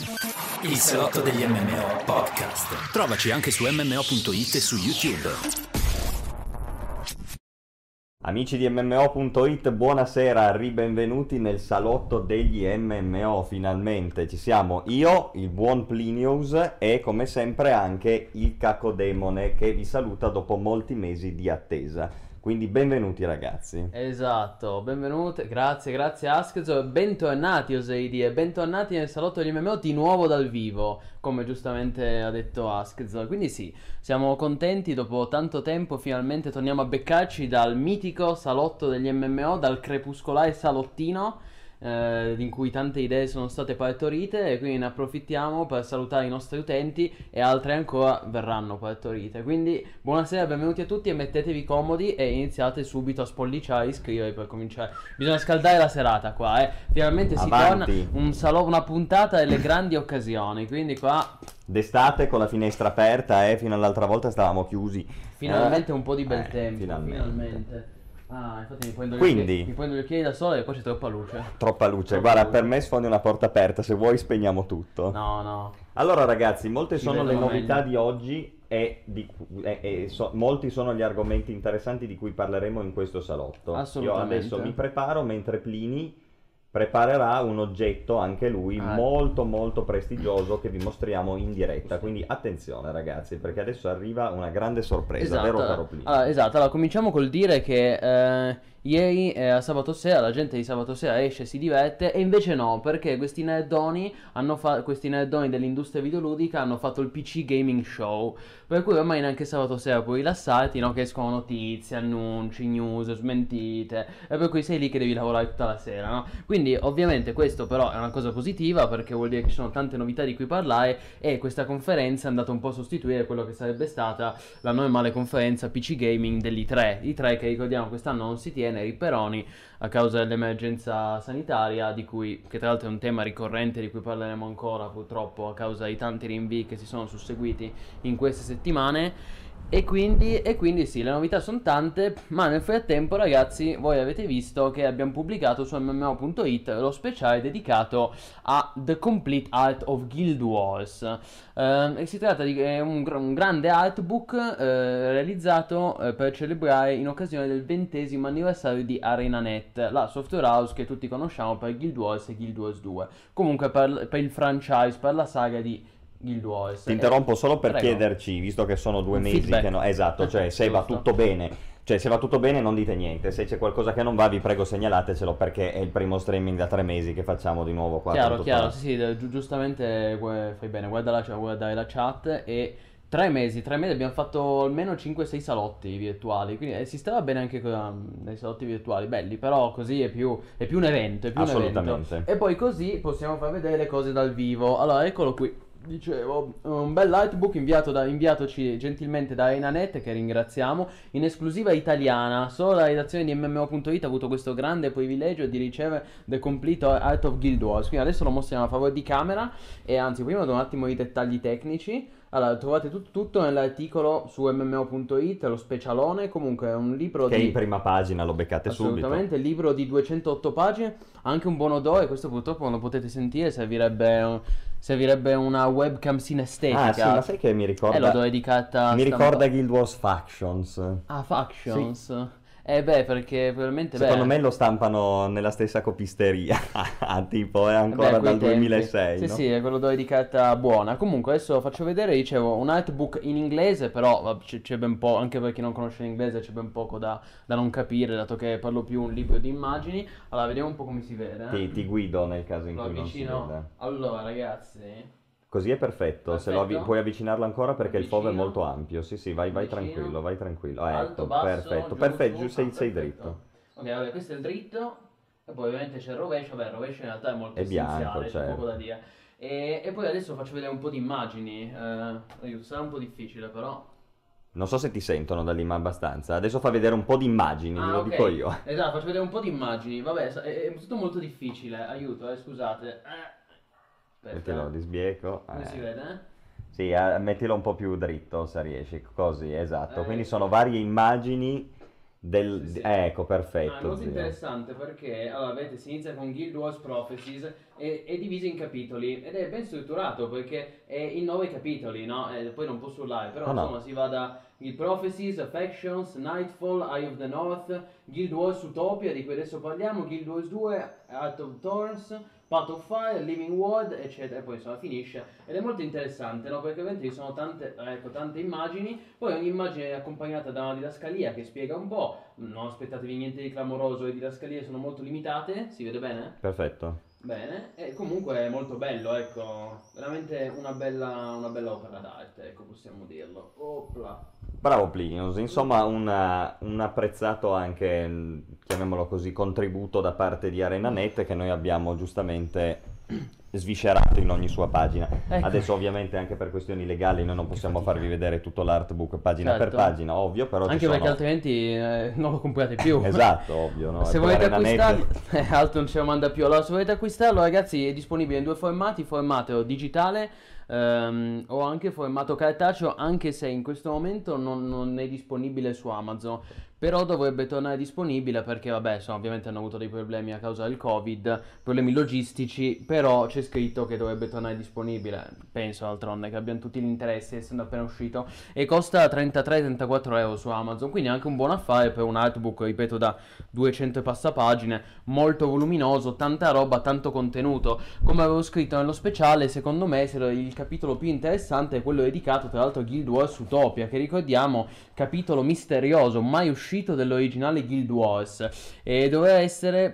Il salotto degli MMO podcast. Trovaci anche su MMO.it e su YouTube. Amici di MMO.it, buonasera, ribenvenuti nel salotto degli MMO. Finalmente ci siamo io, il buon Plinius e come sempre anche il Cacodemone che vi saluta dopo molti mesi di attesa. Quindi benvenuti ragazzi. Esatto, benvenuti, grazie Askezo, bentornati oserei dire, bentornati nel salotto degli MMO di nuovo dal vivo, come giustamente ha detto Askezo. Quindi sì, siamo contenti, dopo tanto tempo finalmente torniamo a beccarci dal mitico salotto degli MMO, dal crepuscolare salottino in cui tante idee sono state partorite, e quindi ne approfittiamo per salutare i nostri utenti, e altre ancora verranno partorite. Quindi buonasera, benvenuti a tutti e mettetevi comodi e iniziate subito a spolliciare, iscrivervi per cominciare. Bisogna scaldare la serata qua, finalmente si Avanti. torna una puntata delle grandi occasioni, quindi qua D'estate con la finestra aperta fino all'altra volta stavamo chiusi. finalmente un po' di bel tempo, finalmente. Ah, infatti mi prendo Quindi- mi prendo gli occhiali da sole e poi c'è troppa luce. Troppa luce, Troppa guarda, luce. per me sfondi una porta aperta, se vuoi spegniamo tutto. No. Allora ragazzi, molte Si sono le vedono novità meglio. di oggi molti sono gli argomenti interessanti di cui parleremo in questo salotto. Assolutamente. Io adesso mi preparo mentre Plini preparerà un oggetto, anche lui, molto molto prestigioso, che vi mostriamo in diretta. Quindi attenzione ragazzi, perché adesso arriva una grande sorpresa, vero caro Plini? Allora, cominciamo col dire che ieri a sabato sera la gente di sabato sera esce e si diverte, e invece no, perché questi nerdoni dell'industria videoludica hanno fatto il PC Gaming Show, per cui ormai neanche sabato sera puoi rilassarti, no? Che escono notizie, annunci, news, smentite, e per cui sei lì che devi lavorare tutta la sera, no? Quindi ovviamente questo però è una cosa positiva, perché vuol dire che ci sono tante novità di cui parlare, e questa conferenza è andata un po' a sostituire quello che sarebbe stata la normale conferenza PC Gaming dell'I3. I3 che ricordiamo quest'anno non si tiene, Ripperoni, a causa dell'emergenza sanitaria, che tra l'altro è un tema ricorrente di cui parleremo ancora purtroppo a causa di tanti rinvii che si sono susseguiti in queste settimane. E quindi sì, le novità sono tante, ma nel frattempo ragazzi voi avete visto che abbiamo pubblicato su MMO.it lo speciale dedicato a The Complete Art of Guild Wars. E si tratta di un grande artbook realizzato per celebrare in occasione del 20° anniversario di ArenaNet, la software house che tutti conosciamo per Guild Wars e Guild Wars 2, comunque per il franchise, per la saga di Guild Wars. Ti interrompo solo per Prego. chiederci, visto che sono 2 Un mesi feedback. che no, esatto, cioè se va Giusto. tutto bene, se va tutto bene non dite niente, se c'è qualcosa che non va vi prego segnalatecelo, perché è il primo streaming da 3 mesi che facciamo di nuovo qua. Chiaro, sì, giustamente fai bene, guardare la chat. E 3 mesi abbiamo fatto almeno 5-6 salotti virtuali, quindi si stava bene anche nei salotti virtuali, belli, però così è più un evento, Assolutamente. E poi così possiamo far vedere le cose dal vivo. Allora, eccolo qui. Dicevo, un bel artbook inviatoci gentilmente da ArenaNet, che ringraziamo, in esclusiva italiana. Solo la redazione di MMO.it ha avuto questo grande privilegio di ricevere The Complete Art of Guild Wars. Quindi adesso lo mostriamo a favore di camera, e anzi prima do un attimo i dettagli tecnici. Allora, trovate tutto nell'articolo su MMO.it, lo specialone. Comunque è un libro Che è in prima pagina, lo beccate assolutamente, subito. libro di 208 pagine, anche un buon odore. Questo purtroppo non lo potete sentire, servirebbe una webcam sinestetica. Ah sì, ma sai che mi ricorda... l'odore di carta Mi stampata. ricorda Guild Wars Factions. Ah, Factions. Perché probabilmente Secondo me lo stampano nella stessa copisteria, tipo è ancora quei dal tempi. 2006, Sì, no? sì, è quell'odore di carta buona. Comunque adesso faccio vedere, dicevo, un artbook in inglese, però c'è ben po', anche per chi non conosce l'inglese c'è ben poco da non capire, dato che parlo più un libro di immagini. Allora, vediamo un po' come si vede. Ti guido nel caso in Lo cui non si avvicino. veda. Allora, ragazzi, Così è perfetto, se lo Perfetto. puoi avvicinarlo ancora perché il FOV è Avvicino. molto ampio. Sì, vai Vicino. tranquillo. Alto, Ecco, basso, perfetto, giù, sei perfetto. dritto. Ok, vabbè, questo è il dritto. E poi ovviamente c'è il rovescio. Vabbè, il rovescio in realtà è molto È bianco, essenziale, c'è certo. poco da dire. E poi adesso faccio vedere un po' di immagini. Aiuto, sarà un po' difficile però. Non so se ti sentono da lì, ma abbastanza. Adesso fa vedere un po' di immagini, lo ok. dico io. Esatto, faccio vedere un po' di immagini. Vabbè, è tutto molto difficile. Aiuto, scusate. Aspetta. Mettilo di sbieco. Come si vede? Sì, mettilo un po' più dritto se riesci, così, esatto. Quindi sono ok. varie immagini Sì. Ecco, È perfetto, molto zio. interessante perché allora, vedete, si inizia con Guild Wars Prophecies e è diviso in capitoli ed è ben strutturato perché è in 9 capitoli, no? Poi non posso urlare, però No, insomma no, si va da Guild Prophecies, Factions, Nightfall, Eye of the North, Guild Wars Utopia, di cui adesso parliamo, Guild Wars 2, Art of Thorns, Path of Fire, Living World, eccetera, e poi insomma finisce. Ed è molto interessante, no? Perché ovviamente ci sono tante, ecco, tante immagini, poi ogni immagine è accompagnata da una didascalia che spiega un po'. Non aspettatevi niente di clamoroso, le didascalie sono molto limitate, si vede bene? perfetto. Bene, e comunque è molto bello, ecco, veramente una bella opera d'arte, ecco, possiamo dirlo. Opla. Bravo Plinius, insomma un apprezzato anche, chiamiamolo così, contributo da parte di ArenaNet che noi abbiamo giustamente sviscerato in ogni sua pagina. Ecco. Adesso ovviamente anche per questioni legali noi non possiamo farvi vedere tutto l'artbook pagina per Certo. pagina, ovvio, però Anche ci perché sono... altrimenti non lo comprate più. Esatto, ovvio, no? Se Ecco, volete ArenaNet- acquistarlo, altro non ce lo manda più. Allora, se volete acquistarlo, ragazzi, è disponibile in due formati: formato digitale o anche formato cartaceo, anche se in questo momento non è disponibile su Amazon. Però dovrebbe tornare disponibile perché, vabbè, insomma, ovviamente hanno avuto dei problemi a causa del Covid, problemi logistici, però c'è scritto che dovrebbe tornare disponibile. Penso, d'altronde, che abbiano tutti l'interesse, essendo appena uscito. E costa 33-34 euro su Amazon, quindi anche un buon affare per un artbook, ripeto, da 200 e passa pagine, molto voluminoso, tanta roba, tanto contenuto. Come avevo scritto nello speciale, secondo me il capitolo più interessante è quello dedicato, tra l'altro, a Guild Wars Utopia, che ricordiamo, capitolo misterioso, mai uscito dell'originale Guild Wars, e doveva essere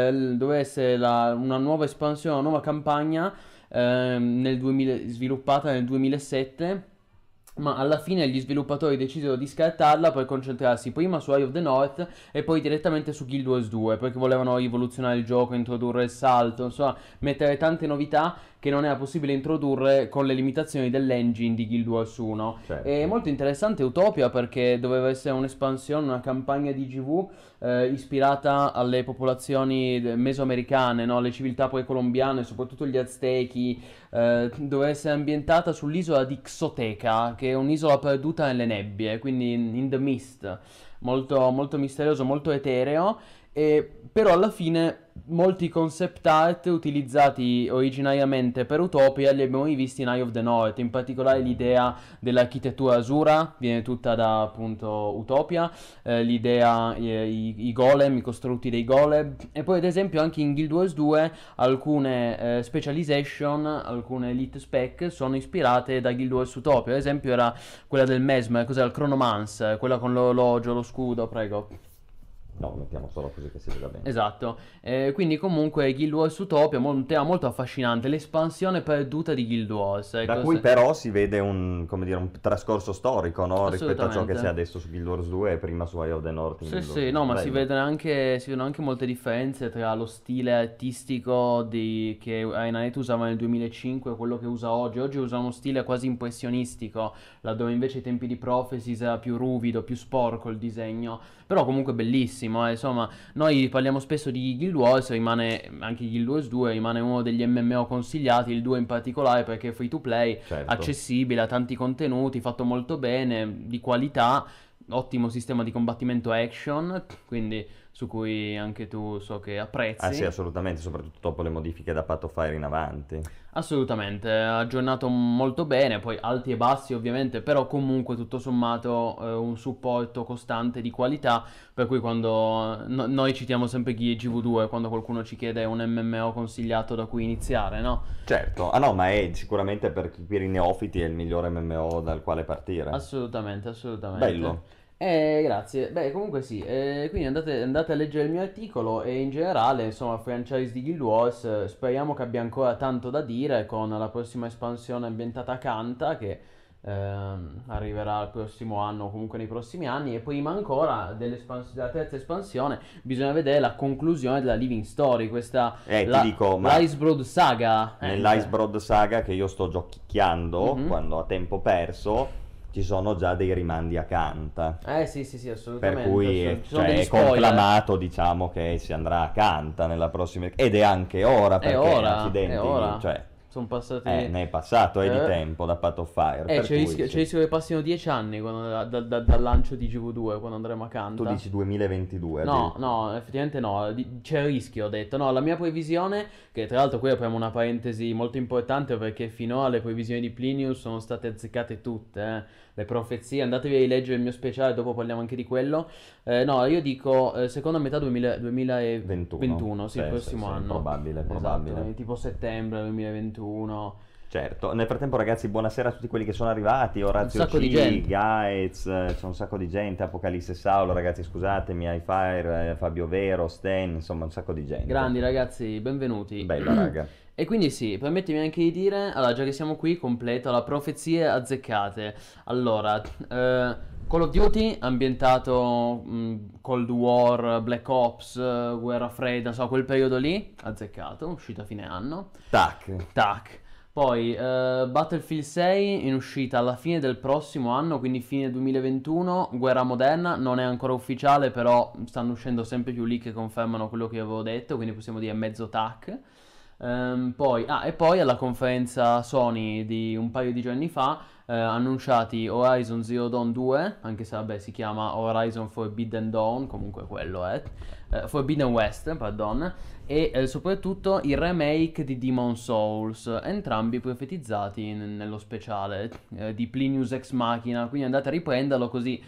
una nuova espansione, una nuova campagna sviluppata nel 2007, ma alla fine gli sviluppatori decisero di scartarla per concentrarsi prima su Eye of the North e poi direttamente su Guild Wars 2, perché volevano rivoluzionare il gioco, introdurre il salto, insomma, mettere tante novità che non era possibile introdurre con le limitazioni dell'engine di Guild Wars 1. Certo. È molto interessante Utopia perché doveva essere un'espansione, una campagna di GV ispirata alle popolazioni mesoamericane, no? Le civiltà precolombiane, soprattutto gli Aztechi. Doveva essere ambientata sull'isola di Xoteca, che è un'isola perduta nelle nebbie, quindi in the mist, molto, molto misterioso, molto etereo. Però alla fine molti concept art utilizzati originariamente per Utopia li abbiamo rivisti in Eye of the North, in particolare l'idea dell'architettura Asura viene tutta da appunto Utopia, l'idea, i golem, i costrutti dei golem, e poi ad esempio anche in Guild Wars 2 alcune specialization, alcune elite spec sono ispirate da Guild Wars Utopia. Ad esempio era quella del Mesmer, cos'era il Chronomance, quella con l'orologio, lo scudo, prego. No, mettiamo solo così che si veda bene. Esatto, quindi comunque Guild Wars Utopia è un tema molto affascinante, l'espansione perduta di Guild Wars. Da cui però si vede un, come dire, un trascorso storico, no? Rispetto a ciò che Assolutamente. c'è adesso su Guild Wars 2 e prima su Eye of the North. in Sì, Guild sì, Wars. no, ma Bello. si vedono anche molte differenze tra lo stile artistico che Ainanet usava nel 2005 e quello che usa oggi. Oggi usa uno stile quasi impressionistico, laddove invece ai tempi di Prophecies era più ruvido, più sporco il disegno, però comunque bellissimo, insomma. Noi parliamo spesso di Guild Wars, anche Guild Wars 2 rimane uno degli MMO consigliati, il 2 in particolare perché è free to play, Certo. accessibile, ha tanti contenuti, fatto molto bene, di qualità, ottimo sistema di combattimento action, quindi su cui anche tu so che apprezzi. Ah sì, assolutamente, soprattutto dopo le modifiche da Path of Fire in avanti. Assolutamente, aggiornato molto bene, poi alti e bassi ovviamente, però comunque tutto sommato un supporto costante di qualità, per cui quando noi citiamo sempre GV2 quando qualcuno ci chiede un MMO consigliato da cui iniziare, no? Certo, ah no, ma è sicuramente per i neofiti è il migliore MMO dal quale partire. Assolutamente, assolutamente. Bello. Grazie. Beh, comunque sì, quindi andate a leggere il mio articolo e in generale, insomma, franchise di Guild Wars, speriamo che abbia ancora tanto da dire con la prossima espansione ambientata a Kanta che arriverà il prossimo anno o comunque nei prossimi anni, e prima ancora della terza espansione bisogna vedere la conclusione della Living Story, questa Ti dico, ma l'Icebroad Saga. nell'Icebroad Saga che io sto giochicchiando, Mhm. quando a tempo perso, ci sono già dei rimandi a Kanta. Sì, sì, sì, assolutamente. Per cui Ci sono cioè, degli è spoiler. conclamato, diciamo, che si andrà a Kanta nella prossima... Ed è anche ora, perché ora, accidenti, è ora. cioè... Sono passati... Ne è passato, è di tempo da Path of Fire. Per c'è il cui, rischio che passino 10 anni dal lancio di GV2 quando andremo a Canta. Tu dici 2022? No, effettivamente no, c'è il rischio, ho detto. No, la mia previsione, che tra l'altro qui apriamo una parentesi molto importante perché finora le previsioni di Plinius sono state azzeccate tutte, le profezie, andatevi a rileggere il mio speciale, dopo parliamo anche di quello. No, io dico seconda metà 2021, sì, il prossimo anno. Probabile. Esatto, tipo settembre 2021. Certo, nel frattempo ragazzi buonasera a tutti quelli che sono arrivati, Orazio Un sacco di C, gente. Gaez, c'è un sacco di gente, Apocalisse Saulo, ragazzi scusatemi, iFire, Fabio Vero, Sten, insomma un sacco di gente. Grandi ragazzi, benvenuti. Bella raga. E quindi sì, permettimi anche di dire, allora già che siamo qui, completo la profezie azzeccate. Allora, Call of Duty ambientato Cold War, Black Ops, Guerra Fredda, so, quel periodo lì, azzeccato, uscito a fine anno. Tac. Poi Battlefield 6 in uscita alla fine del prossimo anno, quindi fine 2021, Guerra Moderna, non è ancora ufficiale, però stanno uscendo sempre più leak che confermano quello che avevo detto, quindi possiamo dire mezzo tac. Poi alla conferenza Sony di un paio di giorni fa annunciati Horizon Zero Dawn 2, anche se vabbè si chiama Horizon Forbidden Dawn, comunque quello è, Forbidden West, pardon, e soprattutto il remake di Demon Souls, entrambi profetizzati nello speciale di Plinius Ex Machina, quindi andate a riprenderlo così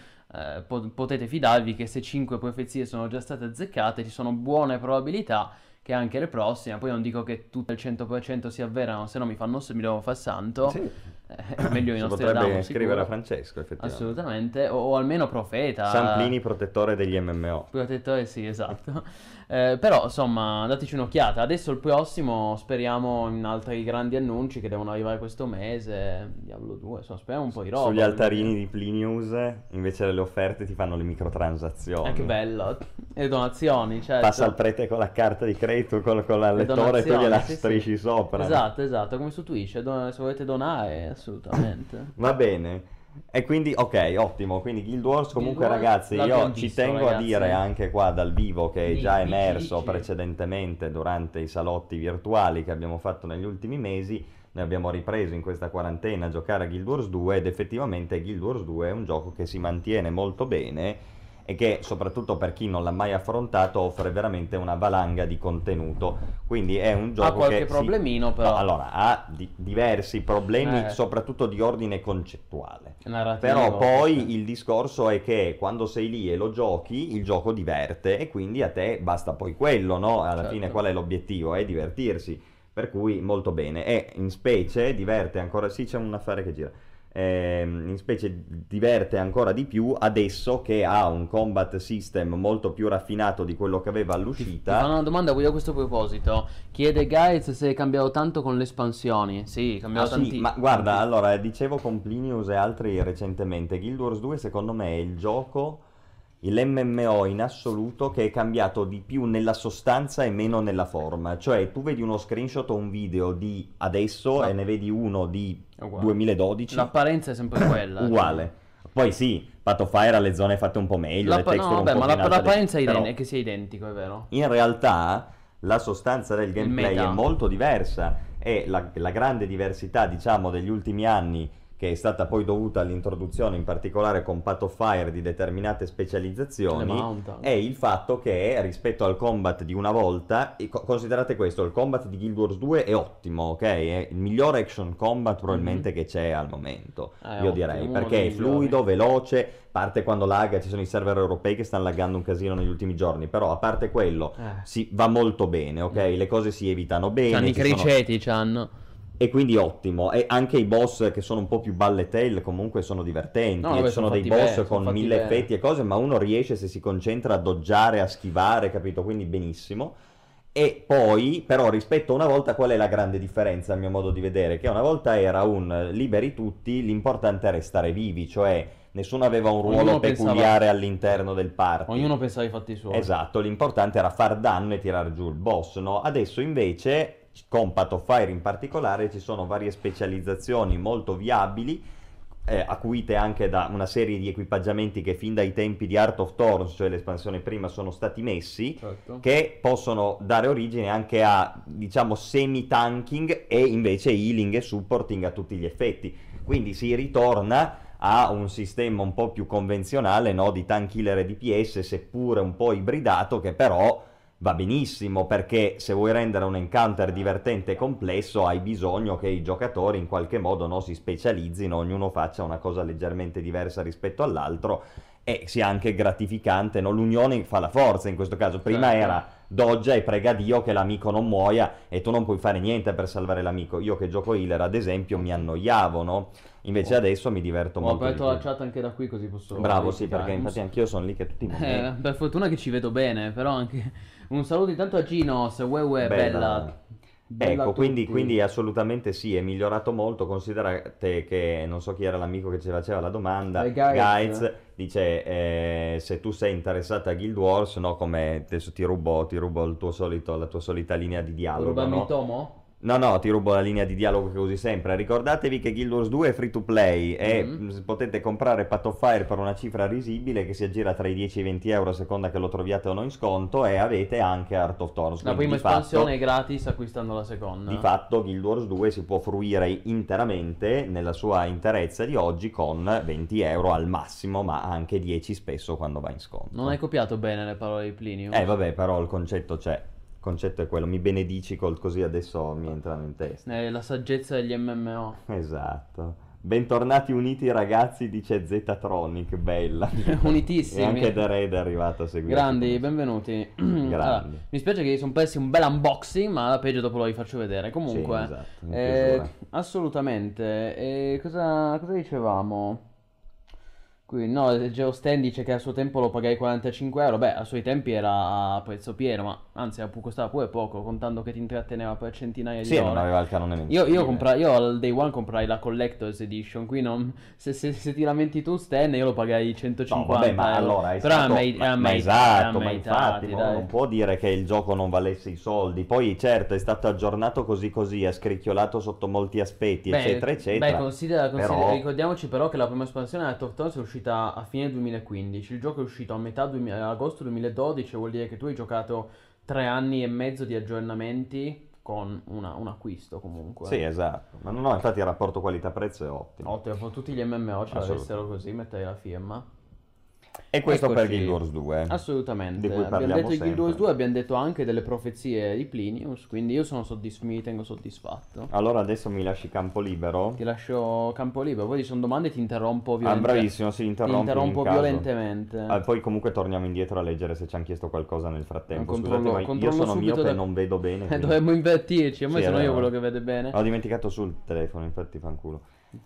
potete fidarvi che se 5 profezie sono già state azzeccate ci sono buone probabilità che anche le prossime, poi non dico che tutte al 100% si avverano, se no mi devo far santo. Sì. Meglio i Si nostri potrebbe scrivere a Francesco, effettivamente. Assolutamente, o almeno profeta. San Plini, protettore degli MMO. Protettore, sì, esatto. Però, insomma, dateci un'occhiata. Adesso il prossimo, speriamo in altri grandi annunci che devono arrivare questo mese. Diablo 2, insomma, speriamo un po' di roba. Sugli altarini di Plinius, invece delle offerte ti fanno le microtransazioni. Che bello. E donazioni, certo. Passa al prete con la carta di credito, con la lettore e tu gliela strisci sopra. Esatto, come su Twitch. Se volete donare, assolutamente. Va bene. E quindi, ok, ottimo. Quindi Guild Wars, comunque, ragazzi, io ci tengo a dire anche qua dal vivo che è già emerso precedentemente durante i salotti virtuali che abbiamo fatto negli ultimi mesi. Noi abbiamo ripreso in questa quarantena a giocare a Guild Wars 2 ed effettivamente Guild Wars 2 è un gioco che si mantiene molto bene e che, soprattutto per chi non l'ha mai affrontato, offre veramente una valanga di contenuto. Quindi è un gioco ha qualche problemino, però. No, allora, ha diversi problemi, soprattutto di ordine concettuale. Narrativo, però poi il discorso è che quando sei lì e lo giochi, il gioco diverte e quindi a te basta poi quello, no? Alla fine qual è l'obiettivo? È divertirsi. Per cui molto bene. E in specie diverte ancora... Sì, c'è un affare che gira. In specie diverte ancora di più adesso che ha un combat system molto più raffinato di quello che aveva all'uscita. Ti fanno una domanda a questo proposito. Chiede Gaez se è cambiato tanto con le espansioni. Sì, è cambiato tantissimo. Ma guarda, allora, dicevo con Plinius e altri recentemente, Guild Wars 2 secondo me è il gioco, l'MMO in assoluto che è cambiato di più nella sostanza e meno nella forma. Cioè tu vedi uno screenshot o un video di adesso e ne vedi uno di 2012. L'apparenza è sempre quella. Uguale. Poi sì, Path of Fire ha le zone fatte un po' meglio, le texture un po' ma più in alta l'apparenza è che sia identico, è vero. In realtà la sostanza del gameplay è molto diversa e la grande diversità, diciamo, degli ultimi anni, che è stata poi dovuta all'introduzione in particolare con Path of Fire di determinate specializzazioni, è il fatto che rispetto al combat di una volta, considerate questo, il combat di Guild Wars 2 è ottimo, ok? È il miglior action combat probabilmente che c'è al momento, io direi, perché è fluido, veloce, parte quando lagga, ci sono i server europei che stanno laggando un casino negli ultimi giorni, però a parte quello si va molto bene, ok? Le cose si evitano bene. C'hanno i criceti, c'hanno... E quindi ottimo, e anche i boss che sono un po' più balletelle comunque sono divertenti, e ci sono dei boss con 1000 effetti e cose, ma uno riesce, se si concentra, a doggiare, a schivare, capito? Quindi benissimo. E poi, però, rispetto a una volta, qual è la grande differenza a mio modo di vedere? Che una volta era un liberi tutti, l'importante è restare vivi, cioè nessuno aveva un ruolo peculiare all'interno del party. Ognuno pensava ai fatti suoi. Esatto, l'importante era far danno e tirare giù il boss, no? Adesso invece, con Path of Fire in particolare, ci sono varie specializzazioni molto viabili, acuite anche da una serie di equipaggiamenti che fin dai tempi di Art of Thorns, cioè l'espansione prima, sono stati messi, Certo. che possono dare origine anche a, diciamo, semi-tanking e invece healing e supporting a tutti gli effetti. Quindi si ritorna a un sistema un po' più convenzionale, no, di tank killer e DPS, seppure un po' ibridato, che però va benissimo, perché se vuoi rendere un encounter divertente e complesso hai bisogno che i giocatori in qualche modo, no, si specializzino, ognuno faccia una cosa leggermente diversa rispetto all'altro e sia anche gratificante, no? L'unione fa la forza in questo caso. Prima Certo. era doggia e prega Dio che l'amico non muoia e tu non puoi fare niente per salvare l'amico. Io che gioco healer ad esempio mi annoiavo, no? Invece adesso mi diverto Ho molto di aperto la più. chat anche da qui così posso... Bravo, sì, verificare. perché infatti anch'io sono lì che tutti i momenti. Per fortuna che ci vedo bene, però anche... Un saluto intanto a Ginos, bella, bella Ecco, a quindi, tutti. quindi assolutamente sì, è migliorato molto. Considerate che non so chi era l'amico che ci faceva la domanda. Guides. Dice se tu sei interessato a Guild Wars, no? Come adesso ti rubo la tua solita linea di dialogo, Rubami il no? tomo? No, ti rubo la linea di dialogo che usi sempre. Ricordatevi che Guild Wars 2 è free to play e potete comprare Path of Fire per una cifra risibile che si aggira tra i 10 e i 20 euro a seconda che lo troviate o no in sconto, e avete anche Art of Thorns. La Quindi prima di fatto, espansione è gratis acquistando la seconda. di fatto Guild Wars 2 si può fruire interamente nella sua interezza di oggi con 20 euro al massimo, ma anche 10 spesso quando va in sconto. Non hai copiato bene le parole di Plinio? Vabbè, però il concetto c'è. Il concetto è quello, mi benedici così adesso mi entrano in testa. La saggezza degli MMO. Esatto. Bentornati uniti ragazzi, dice Zetatronic, bella. Unitissimi. E anche The Raid è arrivato a seguire. Grandi, benvenuti. Allora, mi spiace che sono persi un bel unboxing, ma peggio dopo lo vi faccio vedere. Comunque, Sì, esatto, in chiusura. assolutamente. Cosa dicevamo? Qui, no, Geostan dice che a suo tempo lo pagai 45 euro. Beh, a suoi tempi era a prezzo pieno, ma anzi costava pure poco, contando che ti intratteneva per centinaia di Sì, ore. non aveva il canone mensile. Io al day one comprai la Collector's Edition. Qui se ti lamenti tu, Stan, io lo pagai 150 No, vabbè, ma euro. allora è Però stato, esatto, ma infatti non può dire che il gioco non valesse i soldi. Poi certo è stato aggiornato così, è scricchiolato sotto molti aspetti, eccetera, eccetera. Beh, considera, Però ricordiamoci però che la prima espansione di Top Thrones è uscita a fine 2015, il gioco è uscito a metà agosto 2012, vuol dire che tu hai giocato 3 anni e mezzo di aggiornamenti con un acquisto comunque. sì, esatto. Ma no, infatti il rapporto qualità-prezzo è ottimo. Ottimo, tutti gli MMO ce l'avessero così, metterei la firma. E questo per Eccoci. Guild Wars 2. Assolutamente. Di cui Abbiamo parliamo detto di Guild Wars sempre. 2, abbiamo detto anche delle profezie di Plinius, quindi io mi ritengo soddisfatto. Allora adesso mi lasci campo libero. Ti lascio campo libero, poi ci sono domande e ti interrompo Bravissimo, sì, Ti interrompi interrompo in caso. violentemente. Poi comunque torniamo indietro a leggere se ci hanno chiesto qualcosa nel frattempo. Controllo- Scusate, ma io controllo sono subito miope da- e non vedo bene. quindi- Dovremmo invertirci, ormai Sì, sono è io vero. quello che vede bene. L'ho dimenticato sul telefono, infatti fanculo.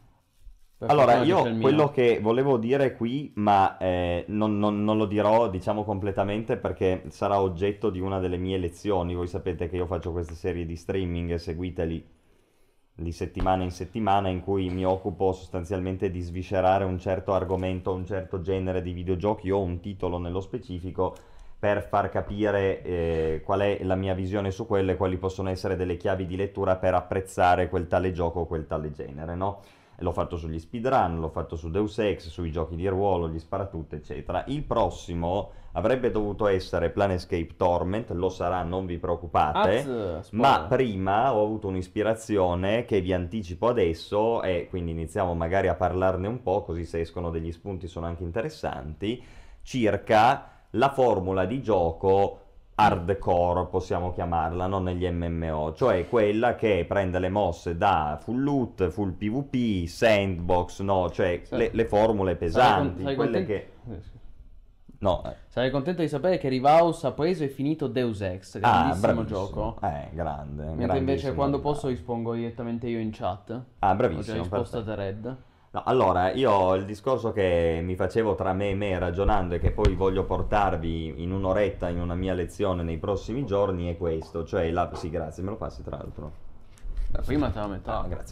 Per Allora, fortuna che c'è il io mio. quello che volevo dire qui, ma non lo dirò, diciamo, completamente perché sarà oggetto di una delle mie lezioni. Voi sapete che io faccio queste serie di streaming, seguiteli di settimana in settimana, in cui mi occupo sostanzialmente di sviscerare un certo argomento, un certo genere di videogiochi o un titolo nello specifico, per far capire qual è la mia visione su quello e quali possono essere delle chiavi di lettura per apprezzare quel tale gioco o quel tale genere, no? L'ho fatto sugli speedrun, l'ho fatto su Deus Ex, sui giochi di ruolo, gli sparatutto, eccetera. Il prossimo avrebbe dovuto essere Planescape Torment, lo sarà, non vi preoccupate. spoiler. Ma prima ho avuto un'ispirazione che vi anticipo adesso e quindi iniziamo magari a parlarne un po', così se escono degli spunti sono anche interessanti, circa la formula di gioco hardcore, possiamo chiamarla, no? Negli MMO, cioè quella che prende le mosse da full loot, full PvP, sandbox, no? Cioè Sì. le formule pesanti, Sarai quelle contento- che... No, Sarei contento di sapere che Rivaus ha preso e finito Deus Ex, grandissimo gioco. grande. Mentre invece grandissimo. quando posso rispondo direttamente io in chat. Bravissimo, Ho già risposto a perfetto. The Red. No, allora, io il discorso che mi facevo tra me e me ragionando e che poi voglio portarvi in un'oretta in una mia lezione nei prossimi giorni è questo, cioè sì, grazie, me lo passi tra l'altro. La prima te la metà. Grazie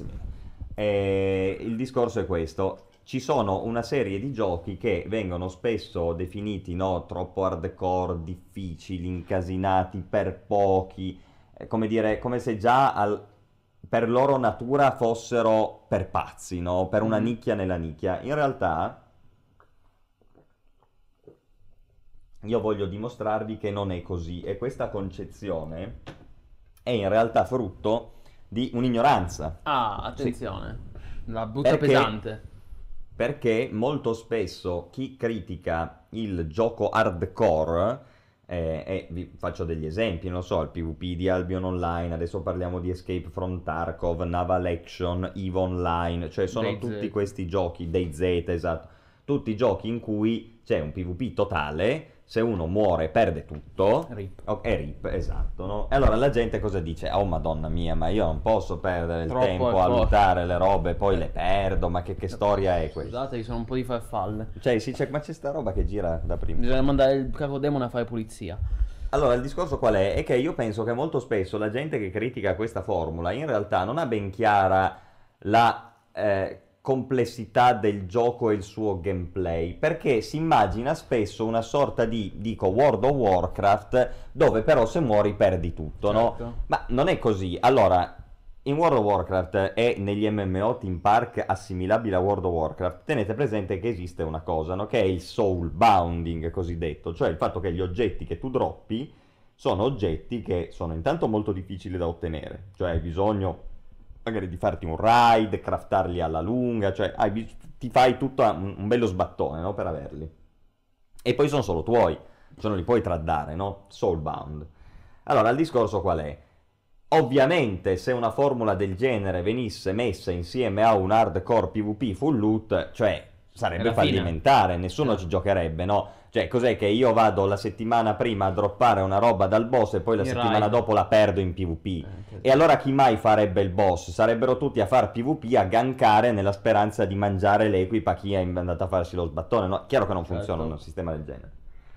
mille. Il discorso è questo. Ci sono una serie di giochi che vengono spesso definiti, no, troppo hardcore, difficili, incasinati per pochi, come dire, come se già per loro natura fossero per pazzi, no? Per una nicchia nella nicchia. In realtà io voglio dimostrarvi che non è così, e questa concezione è in realtà frutto di un'ignoranza. Ah, attenzione, la butta Perché? pesante. Perché molto spesso chi critica il gioco hardcore, e vi faccio degli esempi, non so, il PvP di Albion Online, adesso parliamo di Escape from Tarkov, Naval Action, EVE Online, cioè sono DayZ. tutti questi giochi, DayZ, esatto, tutti giochi in cui c'è un PvP totale, se uno muore perde tutto. Rip. È rip, esatto, no? E allora la gente cosa dice? Oh madonna mia, ma io non posso perdere il Troppo tempo è a forte. lottare le robe, poi le perdo, ma che storia è questa? Scusate, ci sono un po' di farfalle. Cioè, sì, ma c'è sta roba che gira da prima. Bisogna mandare il capodemone a fare pulizia. Allora, il discorso qual è? È che io penso che molto spesso la gente che critica questa formula in realtà non ha ben chiara la complessità del gioco e il suo gameplay, perché si immagina spesso una sorta di, dico, World of Warcraft, dove però se muori perdi tutto, Certo. no? Ma non è così. Allora, in World of Warcraft e negli MMO Team Park assimilabili a World of Warcraft, tenete presente che esiste una cosa, no? Che è il soul bounding cosiddetto, cioè il fatto che gli oggetti che tu droppi sono oggetti che sono intanto molto difficili da ottenere, cioè hai bisogno magari di farti un raid, craftarli alla lunga, cioè ti fai tutto un bello sbattone, no? Per averli. E poi sono solo tuoi, cioè non li puoi tradare, no? Soulbound. Allora, il discorso qual è? Ovviamente se una formula del genere venisse messa insieme a un hardcore PvP full loot, cioè sarebbe È la fine. fallimentare, nessuno ci giocherebbe, no? Cioè cos'è che io vado la settimana prima a droppare una roba dal boss e poi la In settimana raid. dopo la perdo in PvP? Che- E allora chi mai farebbe il boss? Sarebbero tutti a far PvP, a gankare nella speranza di mangiare l'equipa a chi è andato a farsi lo sbattone, no? Chiaro che non Certo. funziona un sistema del genere.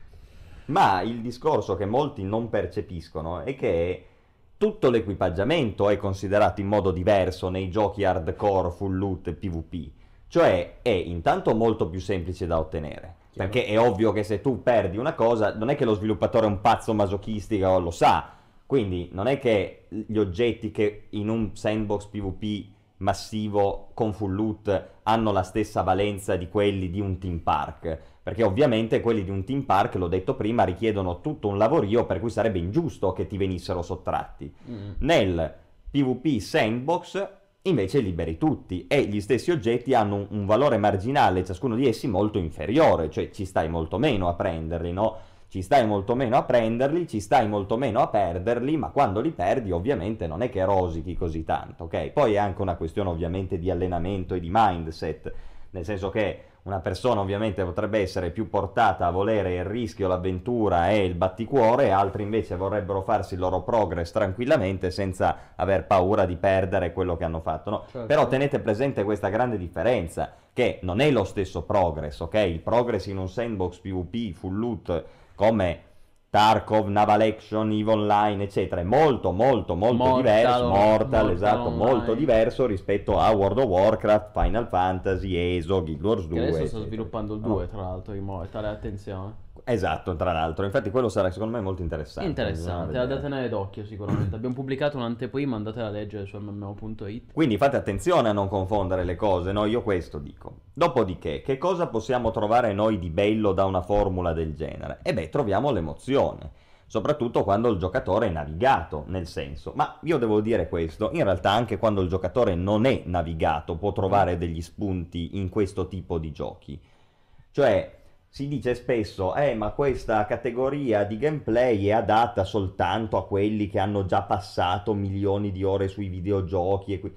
Ma il discorso che molti non percepiscono è che tutto l'equipaggiamento è considerato in modo diverso nei giochi hardcore, full loot e PvP. Cioè è intanto molto più semplice da ottenere. Chiaro. Perché è ovvio che se tu perdi una cosa, non è che lo sviluppatore è un pazzo masochistico, lo sa. Quindi non è che gli oggetti che in un sandbox PvP massivo con full loot hanno la stessa valenza di quelli di un team park, perché ovviamente quelli di un team park, l'ho detto prima, richiedono tutto un lavorio per cui sarebbe ingiusto che ti venissero sottratti. Nel PvP sandbox invece liberi tutti e gli stessi oggetti hanno un valore marginale, ciascuno di essi molto inferiore, cioè ci stai molto meno a prenderli, no? Ci stai molto meno a prenderli, ci stai molto meno a perderli, ma quando li perdi ovviamente non è che rosichi così tanto, ok? Poi è anche una questione ovviamente di allenamento e di mindset, nel senso che una persona ovviamente potrebbe essere più portata a volere il rischio, l'avventura e il batticuore, e altri invece vorrebbero farsi il loro progress tranquillamente senza aver paura di perdere quello che hanno fatto, no? Certo. Però tenete presente questa grande differenza, che non è lo stesso progress, ok? Il progress in un sandbox PvP full loot come Tarkov, Naval Action, EVE Online, eccetera, è molto diverso, Mortal, esatto, Online. molto diverso rispetto a World of Warcraft, Final Fantasy, ESO, Guild Wars 2, Che adesso sto eccetera. sviluppando il No. 2, tra l'altro, tale attenzione. Esatto, tra l'altro, infatti quello sarà secondo me molto interessante. Interessante, bisogna da vedere. tenere d'occhio sicuramente. Abbiamo pubblicato un'anteprima, andatela a leggere su mmo.it. Quindi fate attenzione a non confondere le cose, no? Io questo dico. Dopodiché, che cosa possiamo trovare noi di bello da una formula del genere? E beh, troviamo l'emozione, soprattutto quando il giocatore è navigato, nel senso. Ma io devo dire questo, in realtà anche quando il giocatore non è navigato può trovare degli spunti in questo tipo di giochi. Cioè, si dice spesso, ma questa categoria di gameplay è adatta soltanto a quelli che hanno già passato milioni di ore sui videogiochi e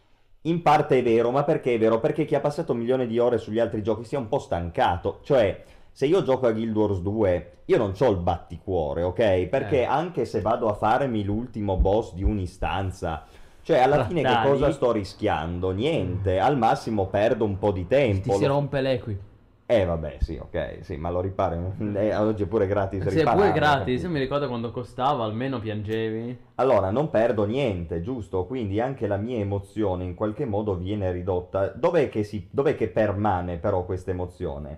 in parte è vero, ma perché è vero? Perché chi ha passato milioni di ore sugli altri giochi si è un po' stancato. Cioè, se io gioco a Guild Wars 2, io non ho il batticuore, ok? Perché anche se vado a farmi l'ultimo boss di un'istanza, cioè alla fine che Dai. cosa sto rischiando? Niente, al massimo perdo un po' di tempo. Ti si rompe l'equi. Vabbè, sì, ok, sì, ma lo ripari. Oggi è pure gratis Se è riparare, pure gratis, capito? io mi ricordo quando costava, almeno piangevi. Allora, non perdo niente, giusto? Quindi anche la mia emozione in qualche modo viene ridotta. Dov'è che permane però questa emozione?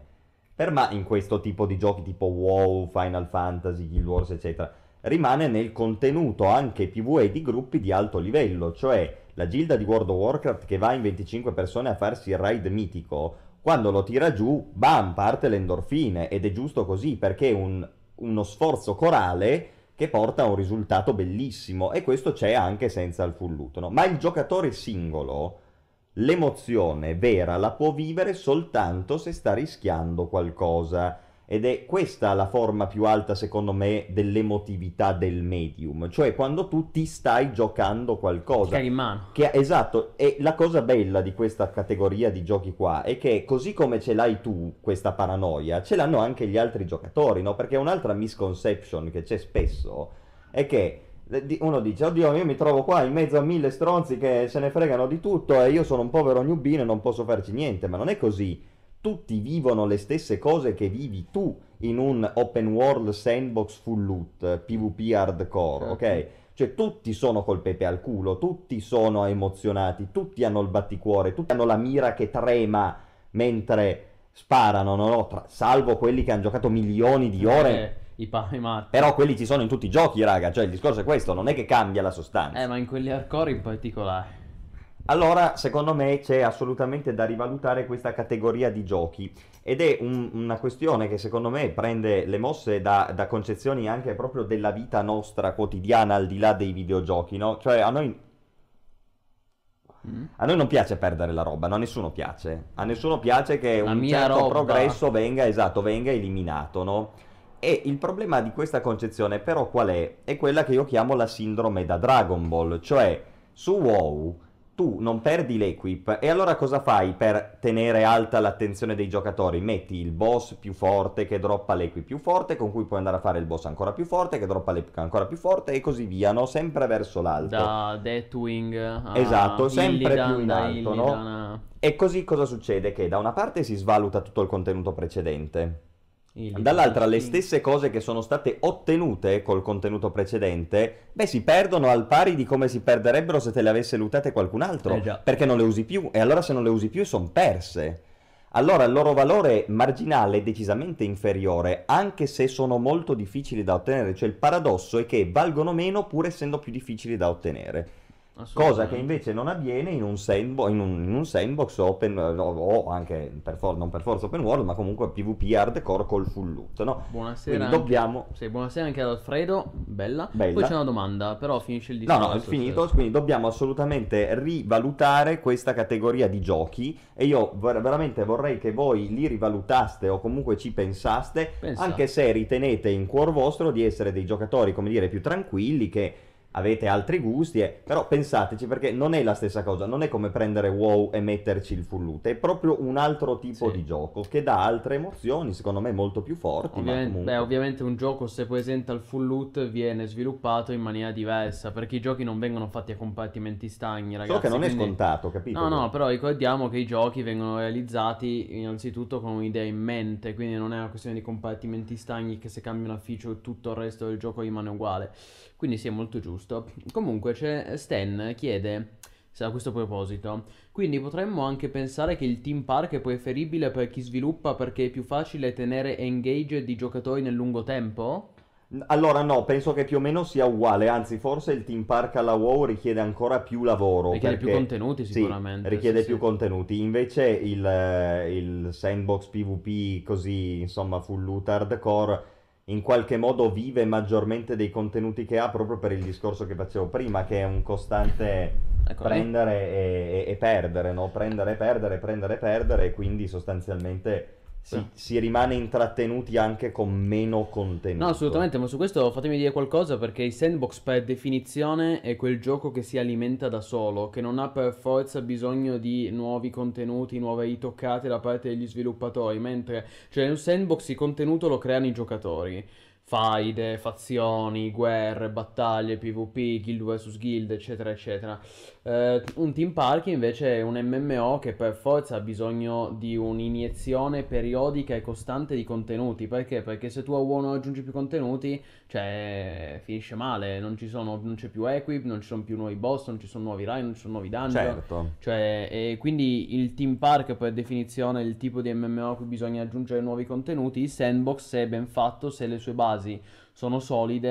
In questo tipo di giochi tipo WoW, Final Fantasy, Guild Wars, eccetera. Rimane nel contenuto anche PvE di gruppi di alto livello, cioè la gilda di World of Warcraft che va in 25 persone a farsi il raid mitico, quando lo tira giù, bam, parte le endorfine, ed è giusto così, perché è uno sforzo corale che porta a un risultato bellissimo, e questo c'è anche senza il full loot, no? Ma il giocatore singolo l'emozione vera la può vivere soltanto se sta rischiando qualcosa, ed è questa la forma più alta secondo me dell'emotività del medium, cioè quando tu ti stai giocando qualcosa. Caghi in mano. Esatto, e la cosa bella di questa categoria di giochi qua è che così come ce l'hai tu, questa paranoia, ce l'hanno anche gli altri giocatori, no? Perché un'altra misconception che c'è spesso è che uno dice, oddio, io mi trovo qua in mezzo a 1000 stronzi che se ne fregano di tutto e io sono un povero newbie e non posso farci niente, ma non è così. Tutti vivono le stesse cose che vivi tu in un open world sandbox full loot, PvP hardcore, ok? Cioè tutti sono col pepe al culo, tutti sono emozionati, tutti hanno il batticuore, tutti hanno la mira che trema mentre sparano, no? Salvo quelli che hanno giocato milioni di ore. I matti. Però quelli ci sono in tutti i giochi, raga, cioè il discorso è questo, non è che cambia la sostanza. Ma in quelli hardcore in particolare. Allora, secondo me c'è assolutamente da rivalutare questa categoria di giochi, ed è una questione che secondo me prende le mosse da concezioni anche proprio della vita nostra quotidiana, al di là dei videogiochi, no? Cioè a noi non piace perdere la roba, no? A nessuno piace. A nessuno piace che La un mia certo roba. progresso venga eliminato, no? E il problema di questa concezione però qual è? È quella che io chiamo la sindrome da Dragon Ball, cioè su WoW tu non perdi l'equip, e allora cosa fai per tenere alta l'attenzione dei giocatori? Metti il boss più forte che droppa l'equip più forte, con cui puoi andare a fare il boss ancora più forte, che droppa l'equip ancora più forte, e così via, no? Sempre verso l'alto. Da Deathwing a Esatto, sempre Illidan, più in da alto, Illidan no? E così cosa succede? Che da una parte si svaluta tutto il contenuto precedente, Illidan, dall'altra le sì. stesse cose che sono state ottenute col contenuto precedente, beh, si perdono al pari di come si perderebbero se te le avesse lootate qualcun altro, Già. perché non le usi più, e allora se non le usi più sono perse. Allora il loro valore marginale è decisamente inferiore, anche se sono molto difficili da ottenere, cioè il paradosso è che valgono meno pur essendo più difficili da ottenere. Cosa che invece non avviene in un sandbox open, o anche non per forza open world, ma comunque PvP hardcore col full loot, no? Buonasera. Quindi dobbiamo... Sì, buonasera anche ad Alfredo, bella. Bella. Poi c'è una domanda, però finisce il No, discorso. no, è finito, quindi dobbiamo assolutamente rivalutare questa categoria di giochi, e io veramente vorrei che voi li rivalutaste o comunque ci pensaste, anche se ritenete in cuor vostro di essere dei giocatori, come dire, più tranquilli, che avete altri gusti, però pensateci, perché non è la stessa cosa, non è come prendere WoW e metterci il full loot, è proprio un altro tipo di gioco che dà altre emozioni, secondo me molto più forti. Ovviamente un gioco, se presenta il full loot, viene sviluppato in maniera diversa, perché i giochi non vengono fatti a compartimenti stagni, ragazzi. Solo che non è scontato, capito? No, però ricordiamo che i giochi vengono realizzati innanzitutto con un'idea in mente, quindi non è una questione di compartimenti stagni che se cambia una feature tutto il resto del gioco rimane uguale. Quindi sì, è molto giusto. Comunque Stan chiede, a questo proposito, quindi potremmo anche pensare che il team park è preferibile per chi sviluppa perché è più facile tenere engaged i giocatori nel lungo tempo? Allora no, penso che più o meno sia uguale, anzi forse il team park alla WoW richiede ancora più lavoro. Richiede più contenuti sicuramente. Sì, richiede più contenuti, invece il sandbox PvP così, insomma, full loot hardcore, in qualche modo vive maggiormente dei contenuti che ha, proprio per il discorso che facevo prima, che è un costante prendere e perdere, no? Prendere e perdere, e quindi sostanzialmente si rimane intrattenuti anche con meno contenuto. No, assolutamente, ma su questo fatemi dire qualcosa, perché il sandbox per definizione è quel gioco che si alimenta da solo, che non ha per forza bisogno di nuovi contenuti, nuove ritoccate da parte degli sviluppatori, mentre cioè nel sandbox il contenuto lo creano i giocatori. Faide, fazioni, guerre, battaglie, PvP, guild vs guild, eccetera, eccetera. Un team park invece è un MMO che per forza ha bisogno di un'iniezione periodica e costante di contenuti. Perché? Perché se tu a uno aggiungi più contenuti, cioè finisce male. Non c'è più equip, non ci sono più nuovi boss, non ci sono nuovi raid, non ci sono nuovi dungeon. Certo. Cioè, e quindi il team park per definizione è il tipo di MMO a cui bisogna aggiungere nuovi contenuti. Il sandbox, se è ben fatto, se le sue basi sono solide,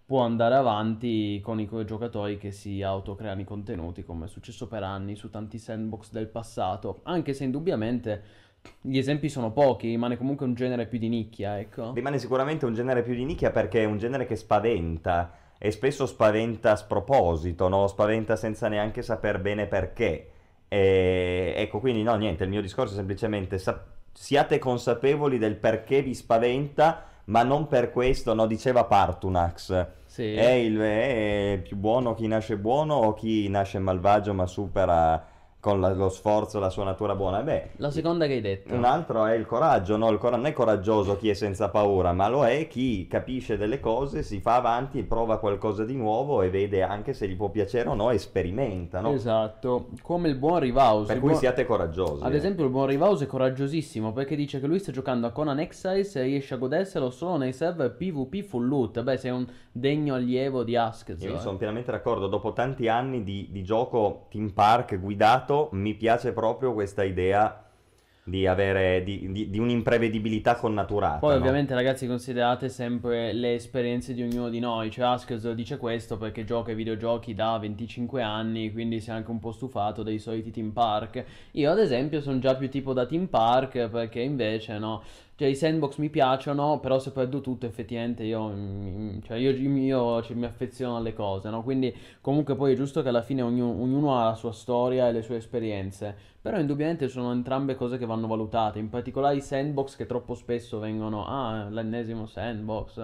può andare avanti con i giocatori che si autocreano i contenuti, come è successo per anni su tanti sandbox del passato, anche se indubbiamente gli esempi sono pochi, rimane comunque un genere più di nicchia, ecco. Rimane sicuramente un genere più di nicchia perché è un genere che spaventa e spesso spaventa a sproposito, no? Spaventa senza neanche saper bene perché. E, ecco, quindi no, niente, il mio discorso è semplicemente siate consapevoli del perché vi spaventa, ma non per questo, no? Diceva Partunax. Sì. È più buono chi nasce buono o chi nasce malvagio ma supera con lo sforzo la sua natura buona? Beh, La seconda che hai detto. un altro è il coraggio, no? Non è coraggioso chi è senza paura, ma lo è chi capisce delle cose, si fa avanti e prova qualcosa di nuovo e vede anche se gli può piacere o no e sperimenta, no? Esatto, come il buon Rivaus. Per cui siate coraggiosi. Ad esempio il buon Rivaus è coraggiosissimo perché dice che lui sta giocando a Conan Exiles e riesce a goderselo solo nei server PvP full loot. Beh, sei un degno allievo di Askz. Io sono pienamente d'accordo, dopo tanti anni di gioco Team Park guidato, mi piace proprio questa idea di avere di un'imprevedibilità connaturata. Poi no? ovviamente ragazzi considerate sempre le esperienze di ognuno di noi, cioè Askz dice questo perché gioca ai videogiochi da 25 anni, quindi si è anche un po' stufato dei soliti Team Park. Io ad esempio sono già più tipo da Team Park perché invece no, cioè i sandbox mi piacciono, però se perdo tutto effettivamente io mi affeziono alle cose, no? Quindi comunque poi è giusto che alla fine ognuno ha la sua storia e le sue esperienze, però indubbiamente sono entrambe cose che vanno valutate, in particolare i sandbox che troppo spesso vengono, l'ennesimo sandbox,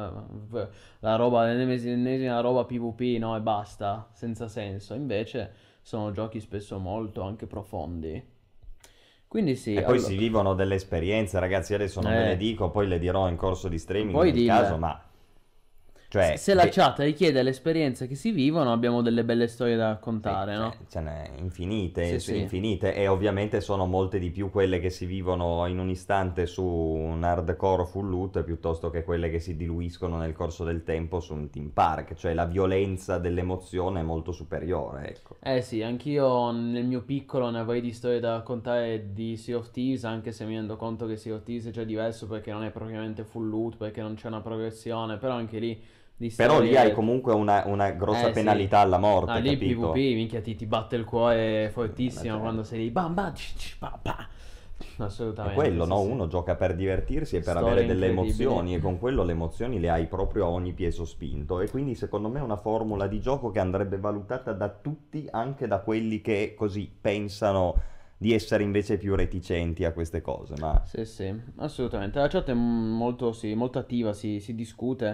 l'ennesima roba PvP, no, e basta, senza senso, invece sono giochi spesso molto anche profondi. Quindi sì, E poi si vivono delle esperienze, ragazzi, adesso non ve le dico, poi le dirò in corso di streaming Poi nel dille. caso, ma... Cioè, se la chat richiede le esperienze che si vivono, abbiamo delle belle storie da raccontare, sì, no? ce n'è infinite, Sì. infinite, e ovviamente sono molte di più quelle che si vivono in un istante su un hardcore full loot piuttosto che quelle che si diluiscono nel corso del tempo su un Team Park, cioè la violenza dell'emozione è molto superiore, ecco. Eh sì, anch'io nel mio piccolo ne avrei di storie da raccontare di Sea of Thieves, anche se mi rendo conto che Sea of Thieves è già diverso perché non è propriamente full loot, perché non c'è una progressione, però anche lì di Però lì storie... hai comunque una grossa sì. penalità alla morte, lì il capito? PvP, minchia, ti batte il cuore fortissimo Cioè, quando sei lì, bam bam, pa. è Assolutamente. quello, sì, no? sì. Uno gioca per divertirsi e per Storie avere delle incredibili. emozioni e con quello le emozioni le hai proprio a ogni piè sospinto e quindi secondo me è una formula di gioco che andrebbe valutata da tutti, anche da quelli che così pensano di essere invece più reticenti a queste cose, ma... Sì, assolutamente. La chat è molto, sì, molto attiva, si discute.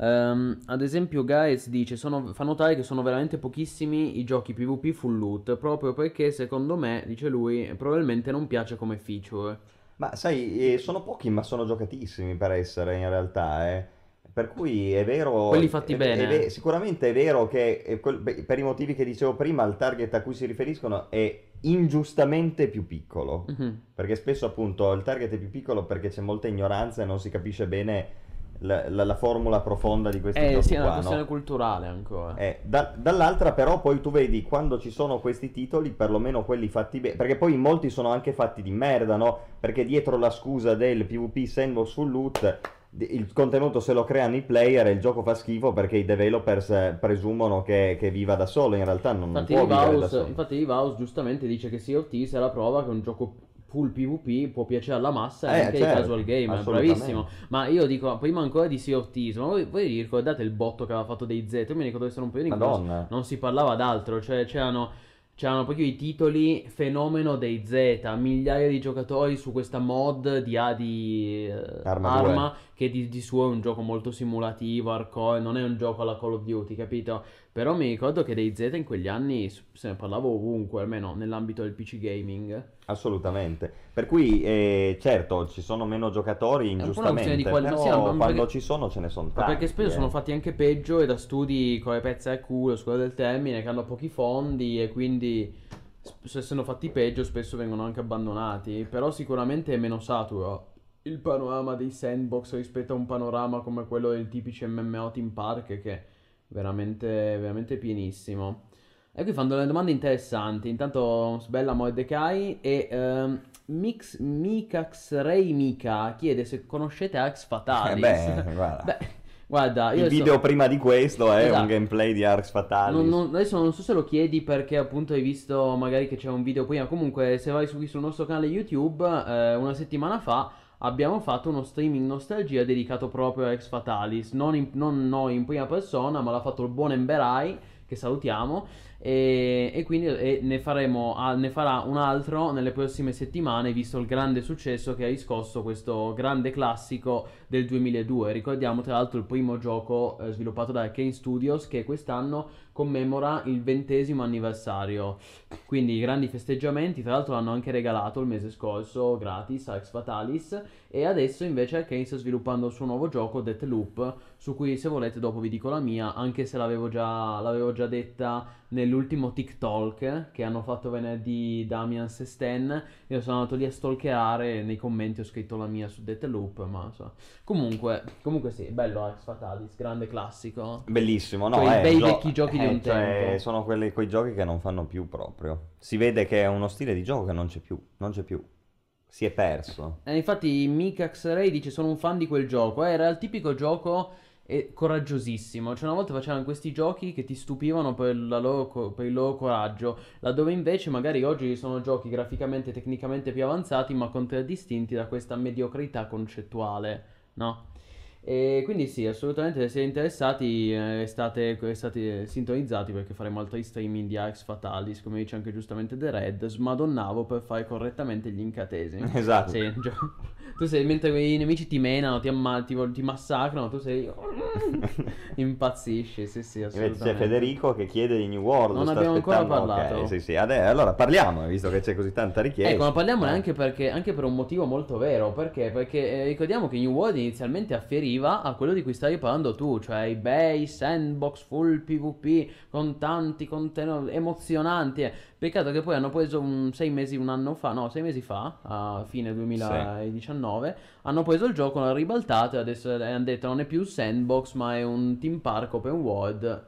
Ad esempio, Gaez dice: fa notare che sono veramente pochissimi i giochi PvP full loot, proprio perché secondo me, dice lui, probabilmente non piace come feature. Ma sai, sono pochi ma sono giocatissimi per essere in realtà, eh. Per cui è vero, Quelli fatti bene. sicuramente è vero che per i motivi che dicevo prima il target a cui si riferiscono è ingiustamente più piccolo, Mhm. perché spesso appunto il target è più piccolo perché c'è molta ignoranza e non si capisce bene la formula profonda di questi giochi Sì, è una qua, questione no? culturale ancora. Dall'altra però poi tu vedi quando ci sono questi titoli, perlomeno quelli fatti bene, perché poi molti sono anche fatti di merda, no? Perché dietro la scusa del PvP sandbox full loot il contenuto se lo creano i player e il gioco fa schifo perché i developers presumono che viva da solo, in realtà non Infatti può vivere da solo. Infatti Rivaus giustamente dice che Sea of Thieves è la prova che un gioco full PvP può piacere alla massa e anche ai certo, casual gamer, assolutamente. bravissimo. Ma io dico, prima ancora di Sea of Thieves, ma voi vi ricordate il botto che aveva fatto dei Z? Io mi ricordo che era un periodo in cui Madonna. non si parlava d'altro, cioè c'erano proprio i titoli fenomeno dei Z, migliaia di giocatori su questa mod di Arma 2. Arma, che di suo è un gioco molto simulativo, hardcore, non è un gioco alla Call of Duty, capito? Però mi ricordo che dei Z in quegli anni se ne parlava ovunque, almeno nell'ambito del PC gaming. Assolutamente. Per cui, certo, ci sono meno giocatori È un po' una questione di ingiustamente, qualità, però sì, quando perché- ci sono ce ne sono Ma tanti. perché spesso sono fatti anche peggio e da studi con le pezze al culo, scuola del termine, che hanno pochi fondi e quindi essendo fatti peggio spesso vengono anche abbandonati. Però sicuramente è meno saturo il panorama dei sandbox rispetto a un panorama come quello del tipici MMO Team Park che è veramente, veramente pienissimo. E qui fanno delle domande interessanti. Intanto Sbella Mordecai e Mikax Ray Mika chiede se conoscete Arx Fatalis. Guarda. Beh, Guarda, io Il video prima di questo è Esatto. un gameplay di Arx Fatalis. Adesso non so se lo chiedi perché appunto hai visto magari che c'è un video prima. Comunque, se vai sul nostro canale YouTube, una settimana fa abbiamo fatto uno streaming nostalgia dedicato proprio a Ex Fatalis. Non noi in prima persona, ma l'ha fatto il buon Emberai, che salutiamo. E quindi ne farà un altro nelle prossime settimane, visto il grande successo che ha riscosso questo grande classico del 2002. Ricordiamo tra l'altro il primo gioco sviluppato da Arcane Studios, che quest'anno commemora il 20° anniversario. Quindi grandi festeggiamenti. Tra l'altro l'hanno anche regalato il mese scorso gratis a Ex Fatalis. E adesso invece Arcane sta sviluppando il suo nuovo gioco Deathloop, su cui se volete dopo vi dico la mia, anche se l'avevo già detta nell'ultimo TikTok che hanno fatto venerdì Damian e Stan. Io sono andato lì a stalkerare e nei commenti ho scritto la mia su Deathloop, ma insomma. Comunque sì, bello Ex Fatalis, grande classico. Bellissimo, no? Quei bei vecchi giochi di un tempo. Sono quei giochi che non fanno più proprio. Si vede che è uno stile di gioco che non c'è più. Si è perso. Infatti Mikax Ray dice sono un fan di quel gioco. Era il tipico gioco coraggiosissimo. Cioè una volta facevano questi giochi che ti stupivano per il loro coraggio, laddove invece magari oggi sono giochi graficamente e tecnicamente più avanzati, ma contraddistinti da questa mediocrità concettuale, no? E quindi sì, assolutamente se siete interessati state sintonizzati, perché faremo altri streaming di Arx Fatalis, come dice anche giustamente The Red. Smadonnavo per fare correttamente gli incantesimi. Esatto. Sì, tu sei, mentre i nemici ti menano, ti massacrano, tu sei impazzisci, sì, Invece assolutamente. c'è Federico che chiede di New World. Non sta abbiamo ancora aspettando. parlato. Ok, sì. Allora parliamo, visto che c'è così tanta richiesta. Ecco, ma parliamone anche per un motivo molto vero. Perché? Perché ricordiamo che New World inizialmente afferiva a quello di cui stavi parlando tu, cioè i bei sandbox full PvP con tanti contenuti emozionanti. Peccato che poi hanno preso 6 mesi, un anno fa, no, 6 mesi fa, a fine 2019, hanno preso il gioco, l'hanno ribaltato e adesso hanno detto non è più sandbox, ma è un team park open world.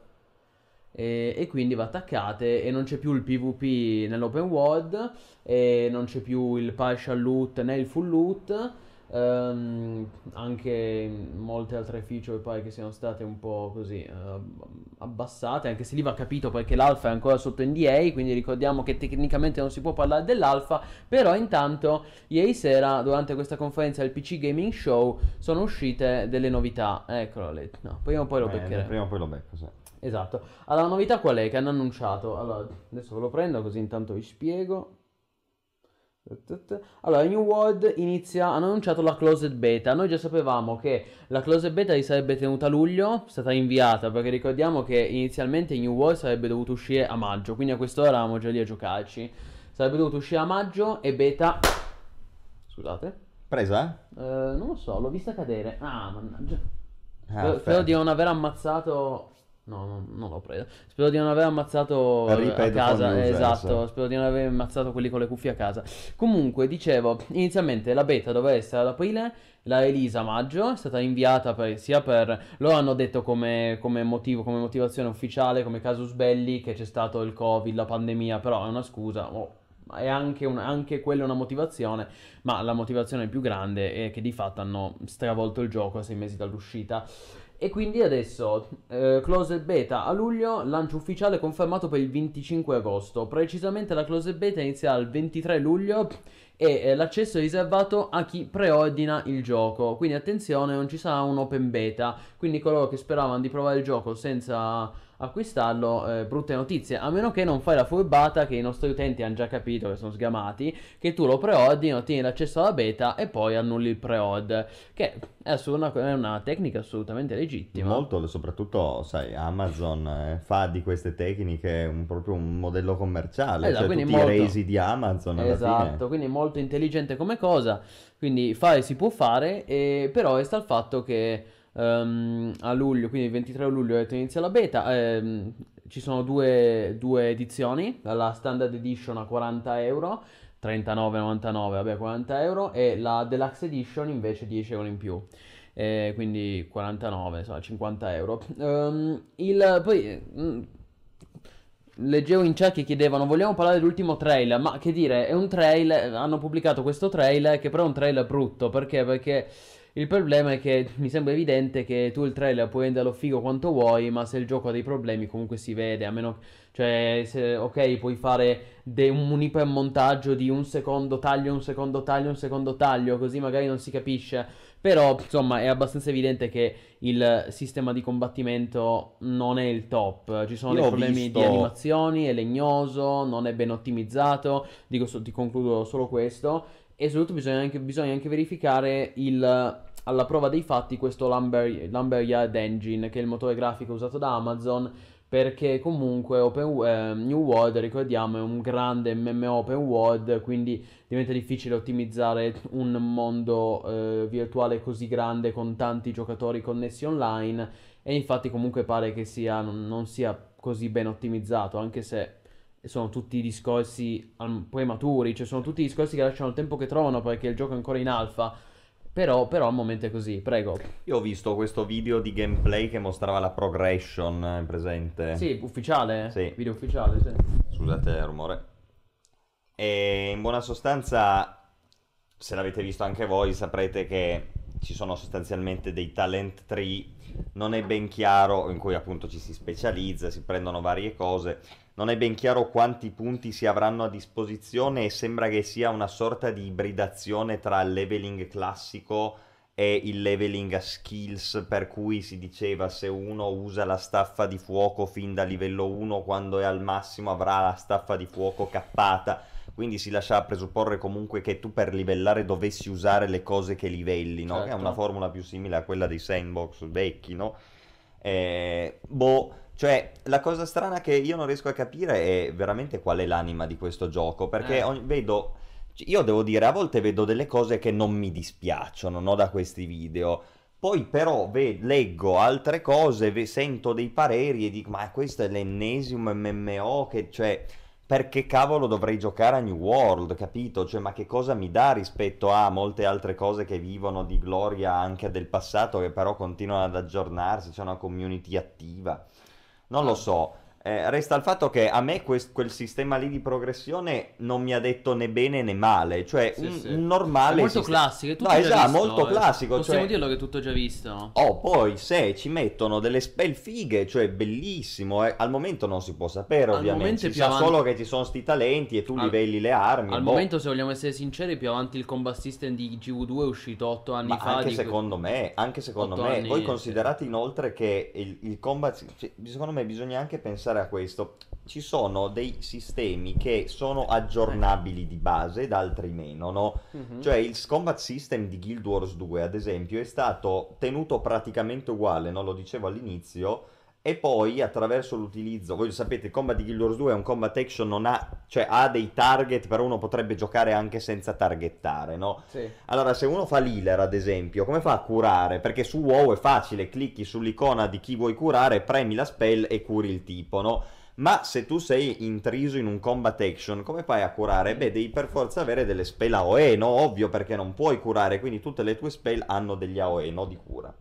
E quindi va attaccate e non c'è più il PvP nell'open world e non c'è più il partial loot né il full loot. Anche molte altre feature pare che siano state un po' così abbassate, anche se lì va capito perché l'alfa è ancora sotto NDA, quindi ricordiamo che tecnicamente non si può parlare dell'alfa. Però intanto ieri sera durante questa conferenza del PC Gaming Show sono uscite delle novità. Eccolo lì, no, prima o poi lo beccheremo. Prima o poi lo becco, sì. Esatto. Allora, la novità qual è? Che hanno annunciato. Allora, adesso ve lo prendo così intanto vi spiego. Allora, New World hanno annunciato la closed beta. Noi già sapevamo che la closed beta si sarebbe tenuta a luglio, è stata inviata, perché ricordiamo che inizialmente New World sarebbe dovuto uscire a maggio, quindi a quest'ora eravamo già lì a giocarci. Sarebbe dovuto uscire a maggio e beta... Scusate. Presa? Non lo so, l'ho vista cadere. Ah, mannaggia. Ah, Spero di non aver ammazzato... No, non l'ho preso. Spero di non aver ammazzato a casa. Esatto, spero di non aver ammazzato quelli con le cuffie a casa. Comunque, dicevo, inizialmente la beta doveva essere ad aprile, la release a maggio, è stata inviata sia per... Loro hanno detto come motivazione ufficiale, come casus belli, che c'è stato il Covid, la pandemia, però è una scusa. È anche quella una motivazione, ma la motivazione più grande è che di fatto hanno stravolto il gioco a 6 mesi dall'uscita. E quindi adesso closed beta a luglio, lancio ufficiale confermato per il 25 agosto. Precisamente la closed beta inizierà il 23 luglio e l'accesso è riservato a chi preordina il gioco. Quindi attenzione, non ci sarà un open beta. Quindi coloro che speravano di provare il gioco senza acquistarlo, brutte notizie. A meno che non fai la furbata che i nostri utenti hanno già capito, che sono sgamati, che tu lo preordini, ottieni l'accesso alla beta e poi annulli il preord. Che è una tecnica assolutamente legittima. Molto, soprattutto, sai, Amazon fa di queste tecniche proprio un modello commerciale. Esatto, cioè quindi tutti i resi di Amazon alla esatto, fine. quindi molto intelligente come cosa. Quindi fare si può fare, però resta il fatto che a luglio, quindi il 23 luglio inizia la beta. Ci sono due edizioni, la standard edition a 40 euro, 39,99, vabbè 40 euro, e la deluxe edition invece 10 euro in più. Quindi 49, insomma 50 euro. Leggevo in chat che chiedevano vogliamo parlare dell'ultimo trailer, ma che dire, è un trailer, hanno pubblicato questo trailer che però è un trailer brutto, perché Il problema è che mi sembra evidente che tu il trailer puoi renderlo figo quanto vuoi, ma se il gioco ha dei problemi comunque si vede, a meno... Cioè, ok, puoi fare un ipermontaggio di un secondo taglio, un secondo taglio, un secondo taglio, così magari non si capisce. Però, insomma, è abbastanza evidente che il sistema di combattimento non è il top. Ci sono Io dei ho problemi visto... di animazioni, è legnoso, non è ben ottimizzato. Dico, ti concludo solo questo. E soprattutto bisogna anche verificare alla prova dei fatti questo Lumberyard Engine, che è il motore grafico usato da Amazon, perché comunque New World, ricordiamo, è un grande MMO open world, quindi diventa difficile ottimizzare un mondo virtuale così grande con tanti giocatori connessi online, e infatti comunque pare che non sia così ben ottimizzato, anche se sono tutti discorsi prematuri, cioè sono tutti discorsi che lasciano il tempo che trovano perché il gioco è ancora in alfa. Però al momento è così, prego. Io ho visto questo video di gameplay che mostrava la progression, presente? Sì, ufficiale? Sì. Video ufficiale, sì. Scusate il rumore. E in buona sostanza, se l'avete visto anche voi, saprete che ci sono sostanzialmente dei talent tree, non è ben chiaro, in cui appunto ci si specializza, si prendono varie cose, non è ben chiaro quanti punti si avranno a disposizione e sembra che sia una sorta di ibridazione tra il leveling classico e il leveling a skills, per cui si diceva se uno usa la staffa di fuoco fin da livello 1, quando è al massimo avrà la staffa di fuoco cappata. Quindi si lasciava presupporre comunque che tu per livellare dovessi usare le cose che livelli, no? Che è una Certo. formula più simile a quella dei sandbox vecchi, no? Cioè, la cosa strana che io non riesco a capire è veramente qual è l'anima di questo gioco, perché vedo... Io devo dire, a volte vedo delle cose che non mi dispiacciono, no, da questi video. Poi però leggo altre cose, sento dei pareri e dico, ma questo è l'ennesimo MMO che, cioè, perché cavolo dovrei giocare a New World, capito? Cioè, ma che cosa mi dà rispetto a molte altre cose che vivono di gloria anche del passato, che però continuano ad aggiornarsi, c'è una community attiva. Non lo so. Resta il fatto che a me quel sistema lì di progressione non mi ha detto né bene né male, cioè Sì, sì. un normale È molto sistema. classico, è tutto No, già esatto, visto. molto classico. Possiamo Cioè... dirlo che è tutto già visto. Oh, poi se ci mettono delle spell fighe, cioè bellissimo, al momento non si può sapere Al ovviamente, momento è si più sa avanti- solo che ci sono sti talenti e tu Al- livelli le armi. Al boh. momento, se vogliamo essere sinceri, più avanti il combat system di GV2 è uscito 8 anni Ma fa. anche secondo me, Otto voi anni, considerate inoltre che il combat, cioè, secondo me bisogna anche pensare a questo. Ci sono dei sistemi che sono aggiornabili di base ed altri meno, no? Mhm. Cioè il combat system di Guild Wars 2, ad esempio, è stato tenuto praticamente uguale, no? Lo dicevo all'inizio, e poi attraverso l'utilizzo, voi sapete, il combat di Guild Wars 2 è un combat action, non ha, cioè ha dei target, però uno potrebbe giocare anche senza targettare, no? Sì. Allora, se uno fa l'healer, ad esempio, come fa a curare? Perché su WoW è facile, clicchi sull'icona di chi vuoi curare, premi la spell e curi il tipo, no? Ma se tu sei intriso in un combat action, come fai a curare? Beh, devi per forza avere delle spell AOE, no? Ovvio, perché non puoi curare, quindi tutte le tue spell hanno degli AOE, no? Di cura.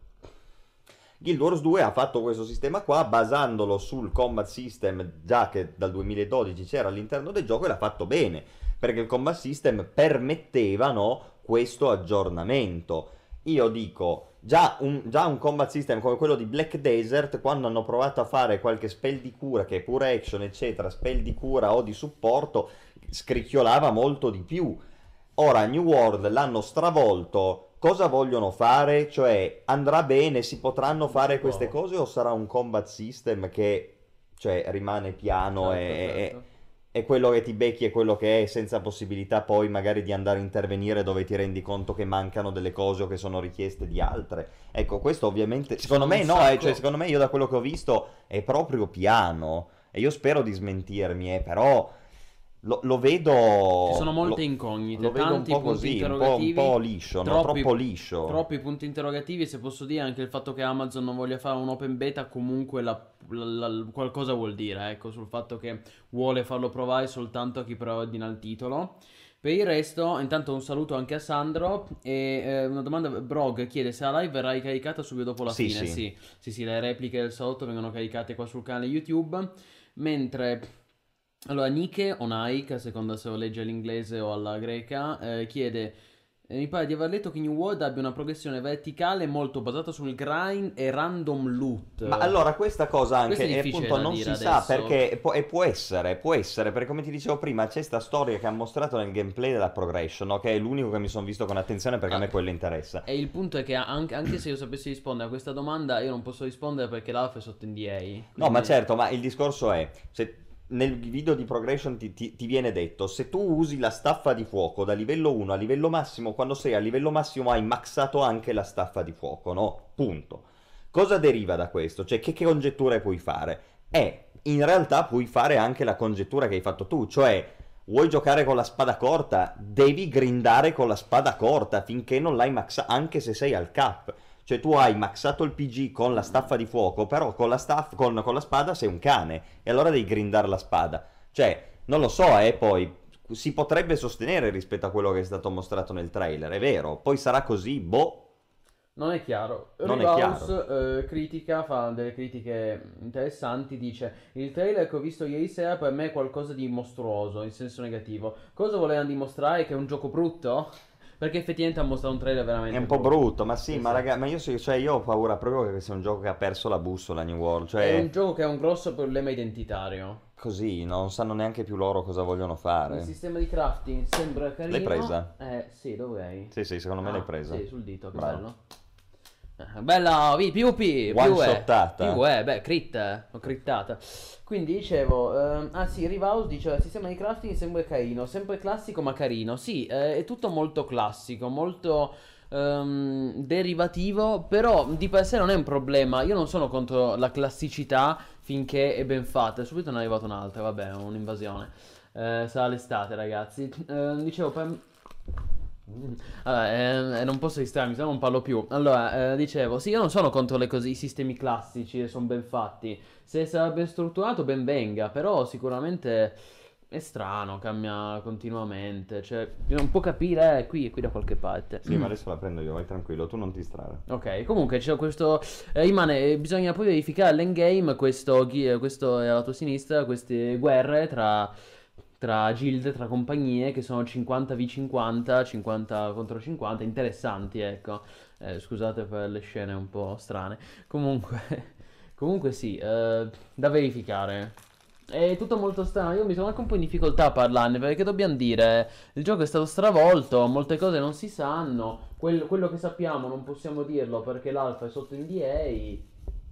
Guild Wars 2 ha fatto questo sistema qua basandolo sul combat system già che dal 2012 c'era all'interno del gioco, e l'ha fatto bene, perché il combat system permetteva, no, questo aggiornamento. Io dico, già un combat system come quello di Black Desert, quando hanno provato a fare qualche spell di cura, che è pure action eccetera, spell di cura o di supporto, scricchiolava molto di più. Ora New World l'hanno stravolto. Cosa vogliono fare? Cioè, andrà bene, si potranno fare queste cose, o sarà un combat system che, cioè, rimane piano Certo. e quello che ti becchi è quello che è, senza possibilità poi magari di andare a intervenire dove ti rendi conto che mancano delle cose o che sono richieste di altre. Ecco, questo ovviamente, secondo me no, cioè, secondo me io da quello che ho visto è proprio piano, e io spero di smentirmi, però... Lo vedo. Ci sono molte incognite, Lo vedo un tanti po' punti così, interrogativi, un po' liscio, no? Troppo liscio. troppi punti interrogativi. Se posso dire, anche il fatto che Amazon non voglia fare un open beta, comunque qualcosa vuol dire, ecco, sul fatto che vuole farlo provare soltanto a chi preordina il titolo. Per il resto, intanto un saluto anche a Sandro e una domanda. Brog chiede se la live verrà ricaricata subito dopo la Sì, fine. sì. Sì, le repliche del salotto vengono caricate qua sul canale YouTube. Mentre... Allora, Nike o Nike, a seconda se lo legge all'inglese o alla greca, chiede Mi pare di aver letto che New World abbia una progressione verticale molto basata sul grind e random loot. Ma allora questa cosa anche Questo è è difficile appunto da non dire si sa adesso. perché può essere, perché come ti dicevo prima c'è sta storia che ha mostrato nel gameplay della progression, no? Che è l'unico che mi sono visto con attenzione perché a me quello interessa. E il punto è che anche se io sapessi rispondere a questa domanda, io non posso rispondere perché l'alfa è sotto NDA. No, ma quindi- certo, ma il discorso è, se nel video di progression ti viene detto, se tu usi la staffa di fuoco da livello 1 a livello massimo, quando sei a livello massimo hai maxato anche la staffa di fuoco, no? Punto. Cosa deriva da questo? Cioè, che congetture puoi fare? In realtà puoi fare anche la congettura che hai fatto tu, cioè, vuoi giocare con la spada corta? Devi grindare con la spada corta finché non l'hai maxata, anche se sei al cap. Cioè tu hai maxato il PG con la staffa di fuoco, però con con la spada sei un cane, e allora devi grindare la spada. Cioè, non lo so, poi si potrebbe sostenere rispetto a quello che è stato mostrato nel trailer, è vero. Poi sarà così, boh. Non è chiaro. Non è Rivaus critica, fa delle critiche interessanti, dice: il trailer che ho visto ieri sera per me è qualcosa di mostruoso, in senso negativo. Cosa volevano dimostrare? Che è un gioco brutto? Perché effettivamente ha mostrato un trailer veramente È un po' brutto, ma sì, Sì, ma sì. raga, ma io ho paura proprio che sia un gioco che ha perso la bussola New World, È cioè un gioco che ha un grosso problema identitario. così, non sanno neanche più loro cosa vogliono Il fare. sistema di crafting sembra carino. L'hai presa? Sì, dovrei. Sì, secondo me l'hai presa. Sì, sul dito, che Bravo. bello. Bella, PvP, One PvE. shottata. PvE, beh, crit, ho crittata. Quindi dicevo, sì, Rivaus dice: il sistema di crafting sembra carino, sempre classico ma carino. Sì, è tutto molto classico, molto derivativo, però di per sé non è un problema. Io non sono contro la classicità finché è ben fatta. Subito ne è arrivata un'altra, vabbè, un'invasione. Sarà l'estate, ragazzi. Dicevo, allora, non posso distrarmi, se no non parlo più. Allora, dicevo, sì, io non sono contro i sistemi classici, sono ben fatti. Se sarà ben strutturato, ben venga. Però sicuramente è strano, cambia continuamente. Cioè, non può capire, è qui da qualche parte. Sì, ma adesso la prendo io, vai tranquillo, tu non ti distrarre. Ok, comunque c'è questo. Rimane, bisogna poi verificare l'endgame. Questo è alla tua sinistra, queste guerre tra guild, tra compagnie che sono 50v50, 50 contro 50, interessanti, ecco. Scusate per le scene un po' strane. Comunque sì, da verificare. È tutto molto strano, io mi sono anche un po' in difficoltà a parlarne perché dobbiamo dire, il gioco è stato stravolto, molte cose non si sanno, quello che sappiamo non possiamo dirlo perché l'alfa è sotto NDA.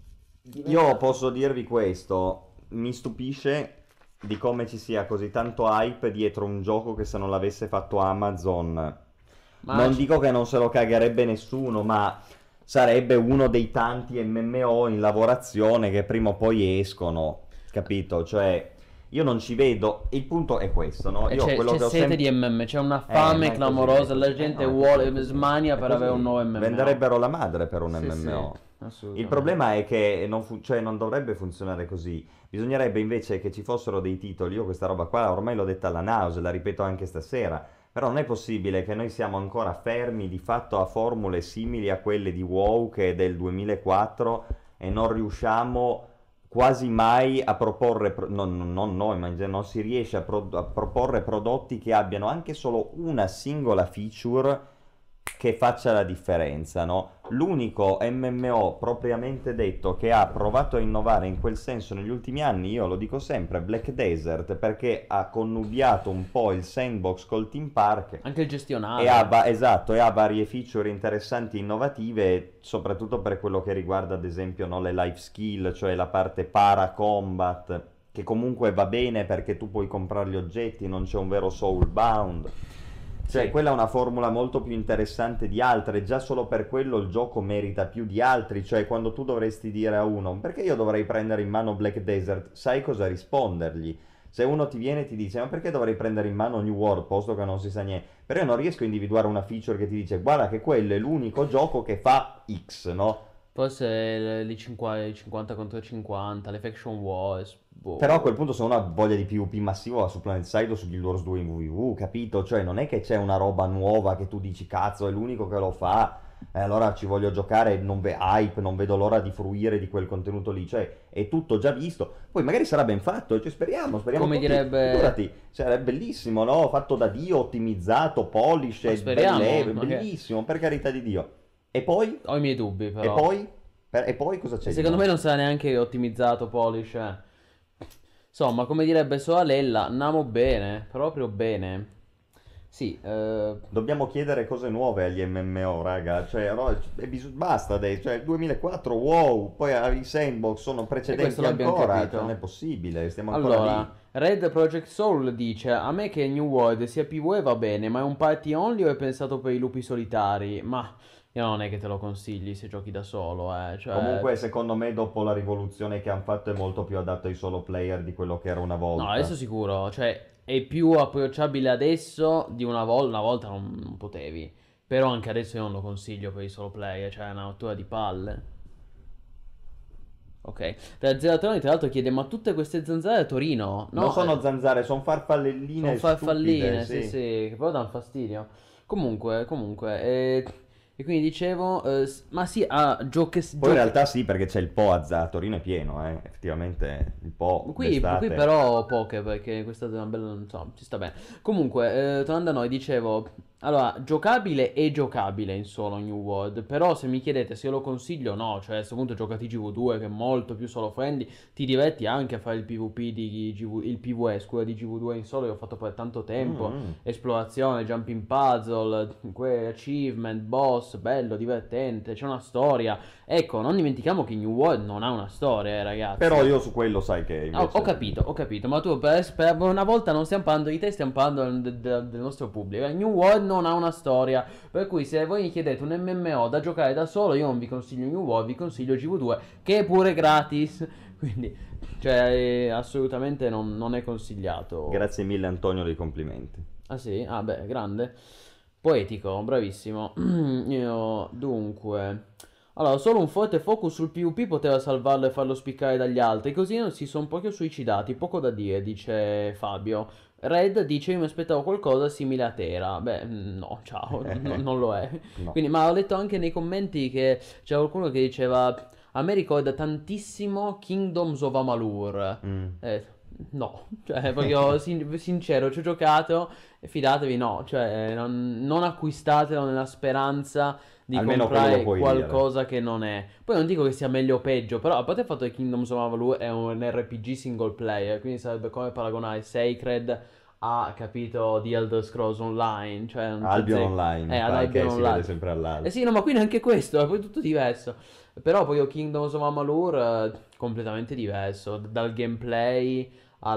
Io posso dirvi questo, mi stupisce di come ci sia così tanto hype dietro un gioco che se non l'avesse fatto Amazon, non dico che non se lo cagherebbe nessuno, ma sarebbe uno dei tanti MMO in lavorazione che prima o poi escono, capito? Cioè, io non ci vedo, il punto è questo, no? Io C'è quello che ho sete sempre... di MM, c'è una ma fame è così, clamorosa, è la così. gente No, è vuole, così. smania È per così. avere un nuovo MMO. Venderebbero la madre per un Sì, MMO. sì, assolutamente. Il problema è che cioè, non dovrebbe funzionare così. Bisognerebbe invece che ci fossero dei titoli. Io questa roba qua ormai l'ho detta alla nausea, la ripeto anche stasera. Però non è possibile che noi siamo ancora fermi di fatto a formule simili a quelle di WoW che è del 2004 e non riusciamo quasi mai a proporre, non noi, ma in genere non si riesce a proporre prodotti che abbiano anche solo una singola feature che faccia la differenza, no? L'unico MMO propriamente detto che ha provato a innovare in quel senso negli ultimi anni, io lo dico sempre, Black Desert, perché ha connubiato un po' il sandbox col Team Park Anche il gestionale. esatto, e ha varie feature interessanti e innovative, soprattutto per quello che riguarda ad esempio, no, le life skill, cioè la parte para combat, che comunque va bene perché tu puoi comprare gli oggetti, non c'è un vero soulbound. Cioè, Sì. quella è una formula molto più interessante di altre, già solo per quello il gioco merita più di altri, cioè quando tu dovresti dire a uno perché io dovrei prendere in mano Black Desert, sai cosa rispondergli. Se uno ti viene e ti dice ma perché dovrei prendere in mano New World posto che non si sa niente, però io non riesco a individuare una feature che ti dice guarda che quello è l'unico gioco che fa X, no? Forse i 50 contro 50, le faction wars. Boh. Però a quel punto se uno ha voglia di PvP massivo va su PlanetSide o su Guild Wars 2 in WoW, capito? Cioè non è che c'è una roba nuova che tu dici cazzo è l'unico che lo fa. allora ci voglio giocare, hype, non vedo l'ora di fruire di quel contenuto lì, cioè è tutto già visto, poi magari sarà ben fatto, cioè speriamo Come tutti, direbbe... figurati, cioè, è bellissimo, no? Fatto da Dio, ottimizzato, Ma polished, speriamo, bellissimo, per carità di Dio. E poi? Ho i miei dubbi, E però. poi? E poi cosa c'è di Secondo me nuovo? non sarà neanche ottimizzato Polish. Insomma, come direbbe Soalella, andiamo bene, proprio bene. Sì, Dobbiamo chiedere cose nuove agli MMO, raga. Cioè, no, basta adesso. Cioè, il 2004, wow. Poi i sandbox sono e precedenti questo l'abbiamo ancora. capito. Cioè, non è possibile, stiamo ancora Allora, lì. Red Project Soul dice: A me che New World sia PvE va bene, ma è un party only o è pensato per i lupi solitari? Ma io non è che te lo consigli se giochi da solo, cioè. Comunque, secondo me, dopo la rivoluzione che hanno fatto, è molto più adatto ai solo player di quello che era una No, adesso volta. sicuro, cioè è più approcciabile adesso di una volta non potevi. Però anche adesso io non lo consiglio per i solo player, cioè è una rottura di palle. Ok, da Zeratroni tra l'altro chiede: ma tutte queste zanzare a Torino? Non No, sono zanzare, sono sono farfalline farfalline, stupide, sì, sì. sì, che però danno fastidio. Comunque, e quindi dicevo, ma sì, Poi in realtà sì, perché c'è il Po a Torino è pieno, effettivamente il Po qui d'estate. però poche, perché questa è una bella, insomma, ci sta bene. Comunque, tornando a noi, dicevo, allora, giocabile e giocabile in solo New World, però se mi chiedete se io lo consiglio, no, cioè a questo punto giocati GV2 che è molto più solo friendly, ti diverti anche a fare il PvP di il PvE, scusa, di GV2 in solo, io ho fatto per tanto tempo, Mm. esplorazione, jumping puzzle, achievement, boss, bello, divertente, c'è una storia. Ecco, non dimentichiamo che New World non ha una storia, ragazzi. Però io su quello sai che invece... Ho capito, ma tu per una volta non stiamo parlando di te, stiamo parlando del nostro pubblico. New World non ha una storia, per cui se voi mi chiedete un MMO da giocare da solo, io non vi consiglio New World, vi consiglio GV2, che è pure gratis. Quindi, cioè, assolutamente non è consigliato. Grazie mille Antonio dei complimenti. Ah sì? Ah beh, grande. Poetico, bravissimo. Io, dunque... Allora, solo un forte focus sul PvP poteva salvarlo e farlo spiccare dagli altri, così non si sono proprio suicidati, poco da dire, dice Fabio. Red dice io mi aspettavo qualcosa simile a Tera. Beh, no, ciao, non lo è. No. Quindi, ma ho letto anche nei commenti che c'è qualcuno che diceva a me ricorda tantissimo Kingdoms of Amalur. Mm. No, cioè proprio sincero, ci ho giocato e fidatevi, no, cioè non acquistatelo nella speranza di Almeno quello lo comprare puoi qualcosa che non è. Poi non dico che sia meglio o peggio, però a parte il fatto che Kingdoms of Amalur è un RPG single player, quindi sarebbe come paragonare Sacred a, capito, The Elder Scrolls Online, cioè non c'è Albion zecco. Online, Ad fai, che Albion si Online. vede sempre all'alto. Eh sì, no, ma qui neanche questo, è poi tutto diverso. Però poi io Kingdoms of Amalur completamente diverso, dal gameplay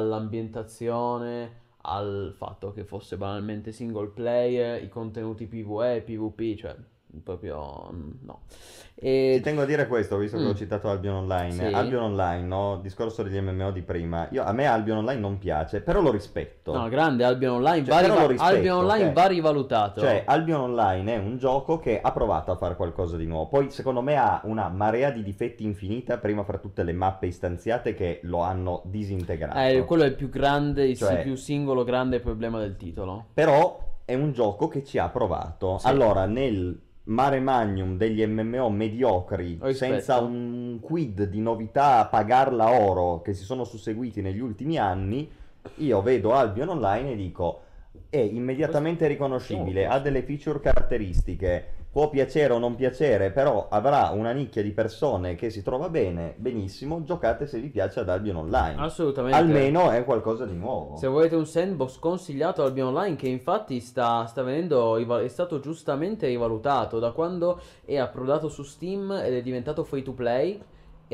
all'ambientazione, al fatto che fosse banalmente single player, i contenuti PvE, PvP, cioè proprio no. Ci E tengo a dire questo, visto che mm, ho citato Albion Online. sì. Albion Online, no? Discorso degli MMO di prima. A me Albion Online non piace, però lo rispetto. No, grande Albion Online, Cioè, però lo rispetto, Albion Online ok? va rivalutato. Cioè, Albion Online è un gioco che ha provato a fare qualcosa di nuovo. Poi, secondo me, ha una marea di difetti infinita. Prima fra tutte le mappe istanziate che lo hanno disintegrato. Quello è il più grande, Cioè- più singolo grande problema del titolo. Però è un gioco che ci ha provato. Sì. Allora, nel mare magnum degli MMO mediocri, Rispetto. senza un quid di novità a pagarla oro che si sono susseguiti negli ultimi anni, io vedo Albion Online e dico è immediatamente riconoscibile, ha delle feature caratteristiche, può piacere o non piacere, però avrà una nicchia di persone che si trova bene, benissimo, giocate se vi piace ad Albion Online. Assolutamente. Almeno è qualcosa di nuovo. Se volete un sandbox consigliato Albion Online, che infatti sta venendo, è stato giustamente rivalutato da quando è approdato su Steam ed è diventato free to play.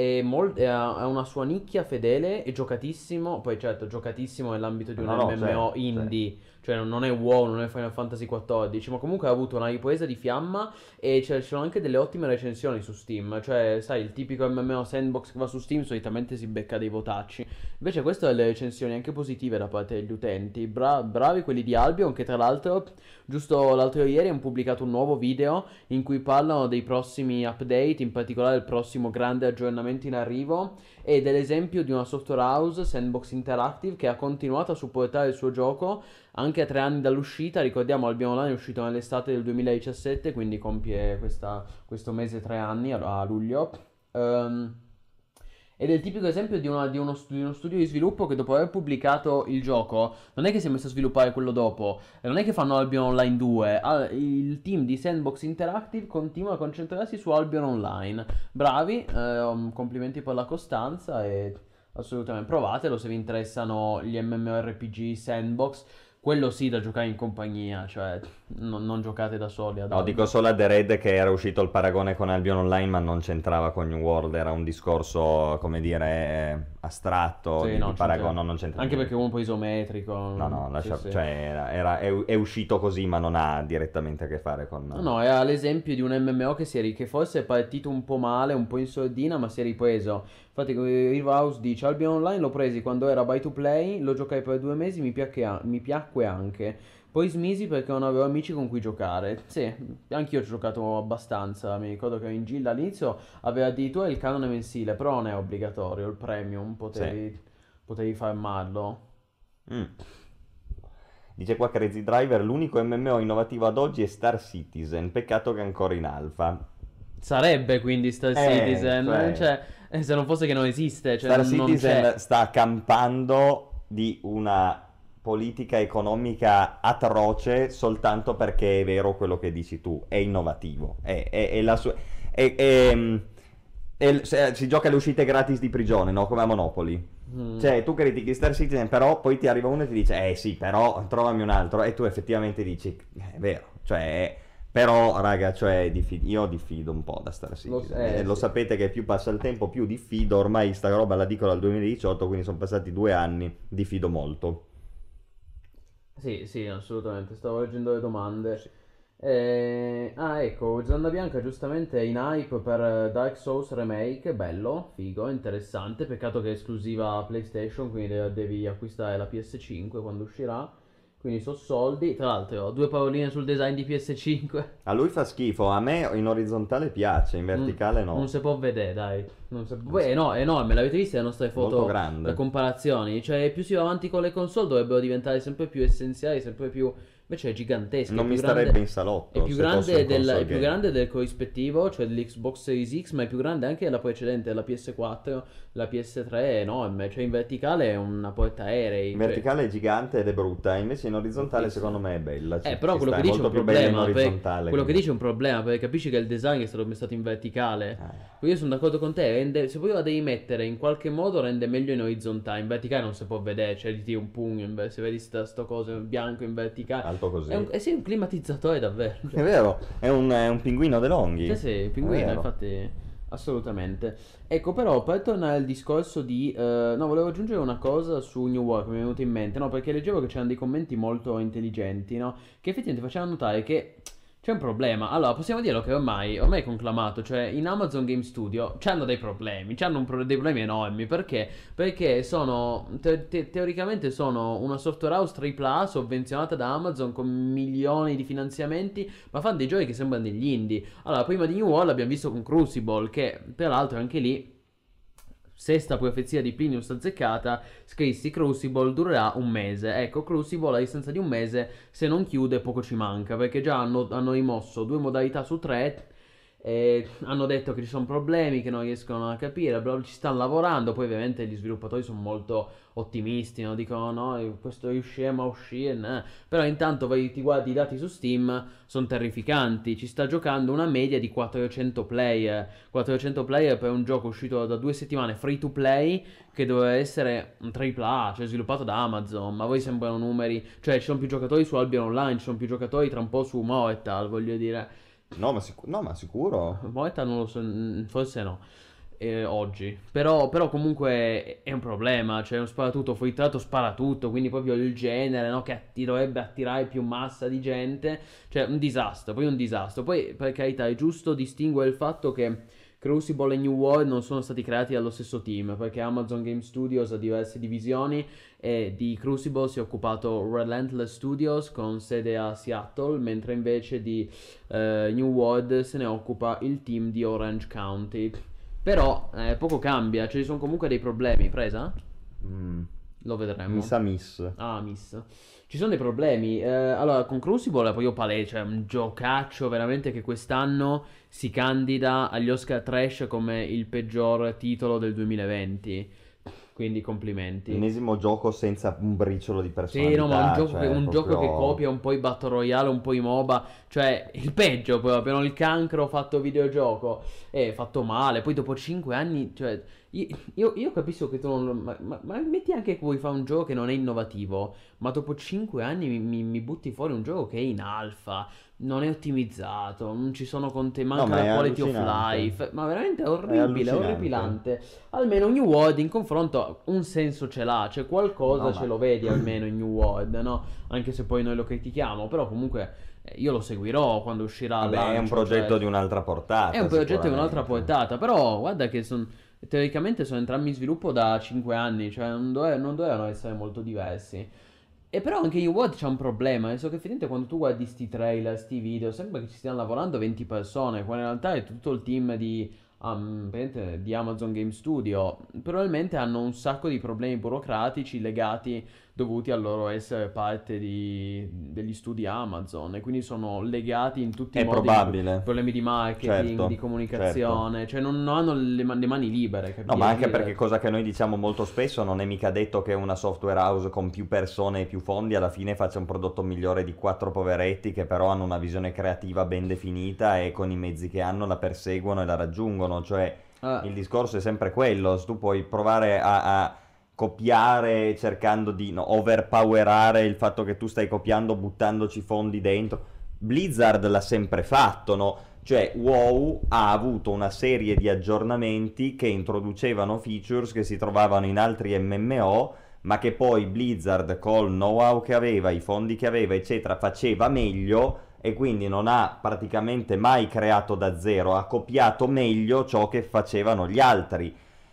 Ha una sua nicchia fedele e giocatissimo. Poi, certo, giocatissimo nell'ambito di un No, MMO certo, indie. Cioè, non è WoW, non è Final Fantasy XIV. Ma comunque ha avuto una ripresa di fiamma. E ci sono anche delle ottime recensioni su Steam. Cioè, sai, il tipico MMO sandbox che va su Steam solitamente si becca dei votacci. Invece, queste sono le recensioni anche positive da parte degli utenti. Bravi quelli di Albion, che tra l'altro, giusto l'altro ieri, hanno pubblicato un nuovo video in cui parlano dei prossimi update, in particolare il prossimo grande aggiornamento in arrivo, ed è l'esempio di una software house, Sandbox Interactive, che ha continuato a supportare il suo gioco anche a 3 anni dall'uscita. Ricordiamo, Albion Online è uscito nell'estate del 2017, quindi compie questo mese 3 anni, a luglio. Ed è il tipico esempio di uno studio di sviluppo che dopo aver pubblicato il gioco non è che si è messo a sviluppare quello dopo, non è che fanno Albion Online 2, il team di Sandbox Interactive continua a concentrarsi su Albion Online. Bravi, complimenti per la costanza e assolutamente provatelo se vi interessano gli MMORPG Sandbox. Quello sì da giocare in compagnia, cioè non giocate da soli ad No, Albion. dico solo a The Red che era uscito il paragone con Albion Online, ma non c'entrava con New World, era un discorso, come dire, astratto, Sì, di no, paragone, c'entra. non c'entra Anche niente. perché è un po' isometrico. No, no, Sì, sì. cioè è uscito così, ma non ha direttamente a che fare con... No, è l'esempio di un MMO che forse è partito un po' male, un po' in sordina, ma si è ripreso. Infatti, Rive House dice: Albion Online l'ho presi quando era buy to play, lo giocai per 2 mesi, mi piacque anche. Poi smisi perché non avevo amici con cui giocare. Sì, anch'io ci ho giocato abbastanza. Mi ricordo che in Gilda all'inizio aveva addirittura il canone mensile, però non è obbligatorio. Il premium Sì. potevi farmarlo. Mm. Dice qua Crazy Driver, l'unico MMO innovativo ad oggi è Star Citizen, peccato che è ancora in alfa. Sarebbe quindi Star Citizen, cioè, se non fosse che non esiste, cioè Star non Citizen c'è. sta campando di una politica economica atroce soltanto perché è vero quello che dici tu, è innovativo, è la sua... si gioca alle uscite gratis di prigione, no? Come a Monopoly. Mm. Cioè, tu critichi Star Citizen, però poi ti arriva uno e ti dice, sì, però trovami un altro, e tu effettivamente dici, è vero, cioè... Però, raga, cioè, io diffido un po' da Star Citizen. Lo Sì. sapete che più passa il tempo, più diffido. Ormai sta roba la dico dal 2018, quindi sono passati 2 anni. Diffido molto. Sì, sì, assolutamente. Stavo leggendo le domande. Ecco, Zanna Bianca giustamente è in hype per Dark Souls Remake. Bello, figo, interessante. Peccato che è esclusiva PlayStation, quindi devi acquistare la PS5 quando uscirà. Quindi so soldi. Tra l'altro, ho due paroline sul design di PS5. A lui fa schifo, a me in orizzontale piace, in verticale no. Non si può vedere, dai. Non si può... Beh, no, è enorme. L'avete vista le nostre Molto foto, grande. le comparazioni? Cioè, più si va avanti con le console, dovrebbero diventare sempre più essenziali, sempre più. Invece è gigantesca. Non è mi più starebbe grande... in salotto È più se fosse grande un console è più game. grande del corrispettivo, cioè dell'Xbox Series X, ma è più grande anche della precedente, la PS4, la PS3 è enorme. Cioè, in verticale è una portaerei. In Cioè... verticale è gigante ed è brutta, invece in orizzontale Bruttissima. secondo me è bella. Però ci quello sta, che è dice è molto un più bella in problema. orizzontale. Quello che che- dice è un problema, perché capisci che il design è stato in verticale. Eh. Poi io sono d'accordo con te, se poi la devi mettere in qualche modo rende meglio in orizzontale. In verticale non si può vedere, cioè di un pugno, se vedi sto coso bianco in verticale. Alto così. Sì, è un climatizzatore davvero. È vero, è un pinguino De Longhi. Sì, sì, il È pinguino, vero. infatti, assolutamente. Ecco, però, per tornare al discorso di... no, volevo aggiungere una cosa su New World che mi è venuta in mente, no? Perché leggevo che c'erano dei commenti molto intelligenti, no? Che effettivamente facevano notare che c'è un problema. Allora, possiamo dirlo che ormai è conclamato, cioè in Amazon Game Studio c'hanno dei problemi, dei problemi enormi. Perché? Perché sono, teoricamente sono una software house AAA sovvenzionata da Amazon con milioni di finanziamenti, ma fanno dei giochi che sembrano degli indie. Allora, prima di New World abbiamo visto con Crucible, che peraltro anche lì, sesta profezia di Plinius azzeccata, scrissi Crucible durerà un mese. Ecco, Crucible a distanza di un mese, se non chiude poco ci manca, perché già hanno rimosso 2 modalità su 3. Hanno detto che ci sono problemi che non riescono a capire, ci stanno lavorando. Poi ovviamente gli sviluppatori sono molto ottimisti, no? Dicono no, questo riusciremo a uscire, però intanto ti guardi i dati su Steam, sono terrificanti. Ci sta giocando una media di 400 player per un gioco uscito da 2 settimane free to play, che doveva essere un AAA, cioè sviluppato da Amazon. Ma voi sembrano numeri, cioè ci sono più giocatori su Albion Online, ci sono più giocatori tra un po' su Mortal, voglio dire. No, ma sicuro. Mortal non lo so, forse no. Oggi però comunque è un problema, cioè un sparatutto filtrato spara tutto, quindi proprio il genere, no, che dovrebbe attirare più massa di gente, cioè un disastro. Poi per carità è giusto distinguere il fatto che Crucible e New World non sono stati creati dallo stesso team, perché Amazon Game Studios ha diverse divisioni e di Crucible si è occupato Relentless Studios con sede a Seattle, mentre invece di New World se ne occupa il team di Orange County. Però poco cambia, cioè ci sono comunque dei problemi. Presa? Lo vedremo. Mi sa miss. Ah, miss. Ci sono dei problemi. Allora, con Crucible è proprio palese, cioè un giocaccio veramente che quest'anno si candida agli Oscar Trash come il peggior titolo del 2020. Quindi complimenti. L'ennesimo gioco senza un briciolo di personalità. Sì, no, ma cioè, un gioco proprio... che copia un po' i Battle Royale, un po' i MOBA. Cioè, il peggio, poi appena il cancro fatto videogioco. Fatto male. Poi dopo 5 anni, cioè... Io capisco che tu non... Ma metti anche che vuoi fare un gioco che non è innovativo. Ma dopo 5 anni mi butti fuori un gioco che è in alfa. Non è ottimizzato, non ci sono manca ma la è quality of allucinante. life. Ma veramente è orribile, è allucinante. orripilante. Almeno New World in confronto un senso ce l'ha, cioè qualcosa No, ce ma- lo vedi almeno in New World, no? Anche se poi noi lo critichiamo, però comunque io lo seguirò quando uscirà al Vabbè, è un lancio, progetto cioè, di un'altra portata. è un progetto di un'altra sicuramente. portata, però guarda che teoricamente sono entrambi in sviluppo da 5 anni, cioè non dovevano essere molto diversi. E però anche New World c'è un problema, nel senso che effettivamente quando tu guardi sti trailer, sti video, sembra che ci stiano lavorando 20 persone, quando in realtà è tutto il team praticamente di Amazon Game Studio. Probabilmente hanno un sacco di problemi burocratici legati, dovuti al loro essere parte degli studi Amazon, e quindi sono legati in tutti i È modi, probabile. problemi di marketing, Certo, di comunicazione, cioè non hanno le mani libere, No, capisci? ma anche perché cosa che noi diciamo molto spesso, non è mica detto che una software house con più persone e più fondi alla fine faccia un prodotto migliore di 4 poveretti che però hanno una visione creativa ben definita e con i mezzi che hanno la perseguono e la raggiungono. Cioè, il discorso è sempre quello: tu puoi provare a copiare cercando di overpowerare il fatto che tu stai copiando buttandoci fondi dentro. Blizzard l'ha sempre fatto, no? Cioè, WoW ha avuto una serie di aggiornamenti che introducevano features che si trovavano in altri MMO, ma che poi Blizzard, col know-how che aveva, i fondi che aveva, eccetera, faceva meglio, e quindi non ha praticamente mai creato da zero, ha copiato meglio ciò che facevano gli altri.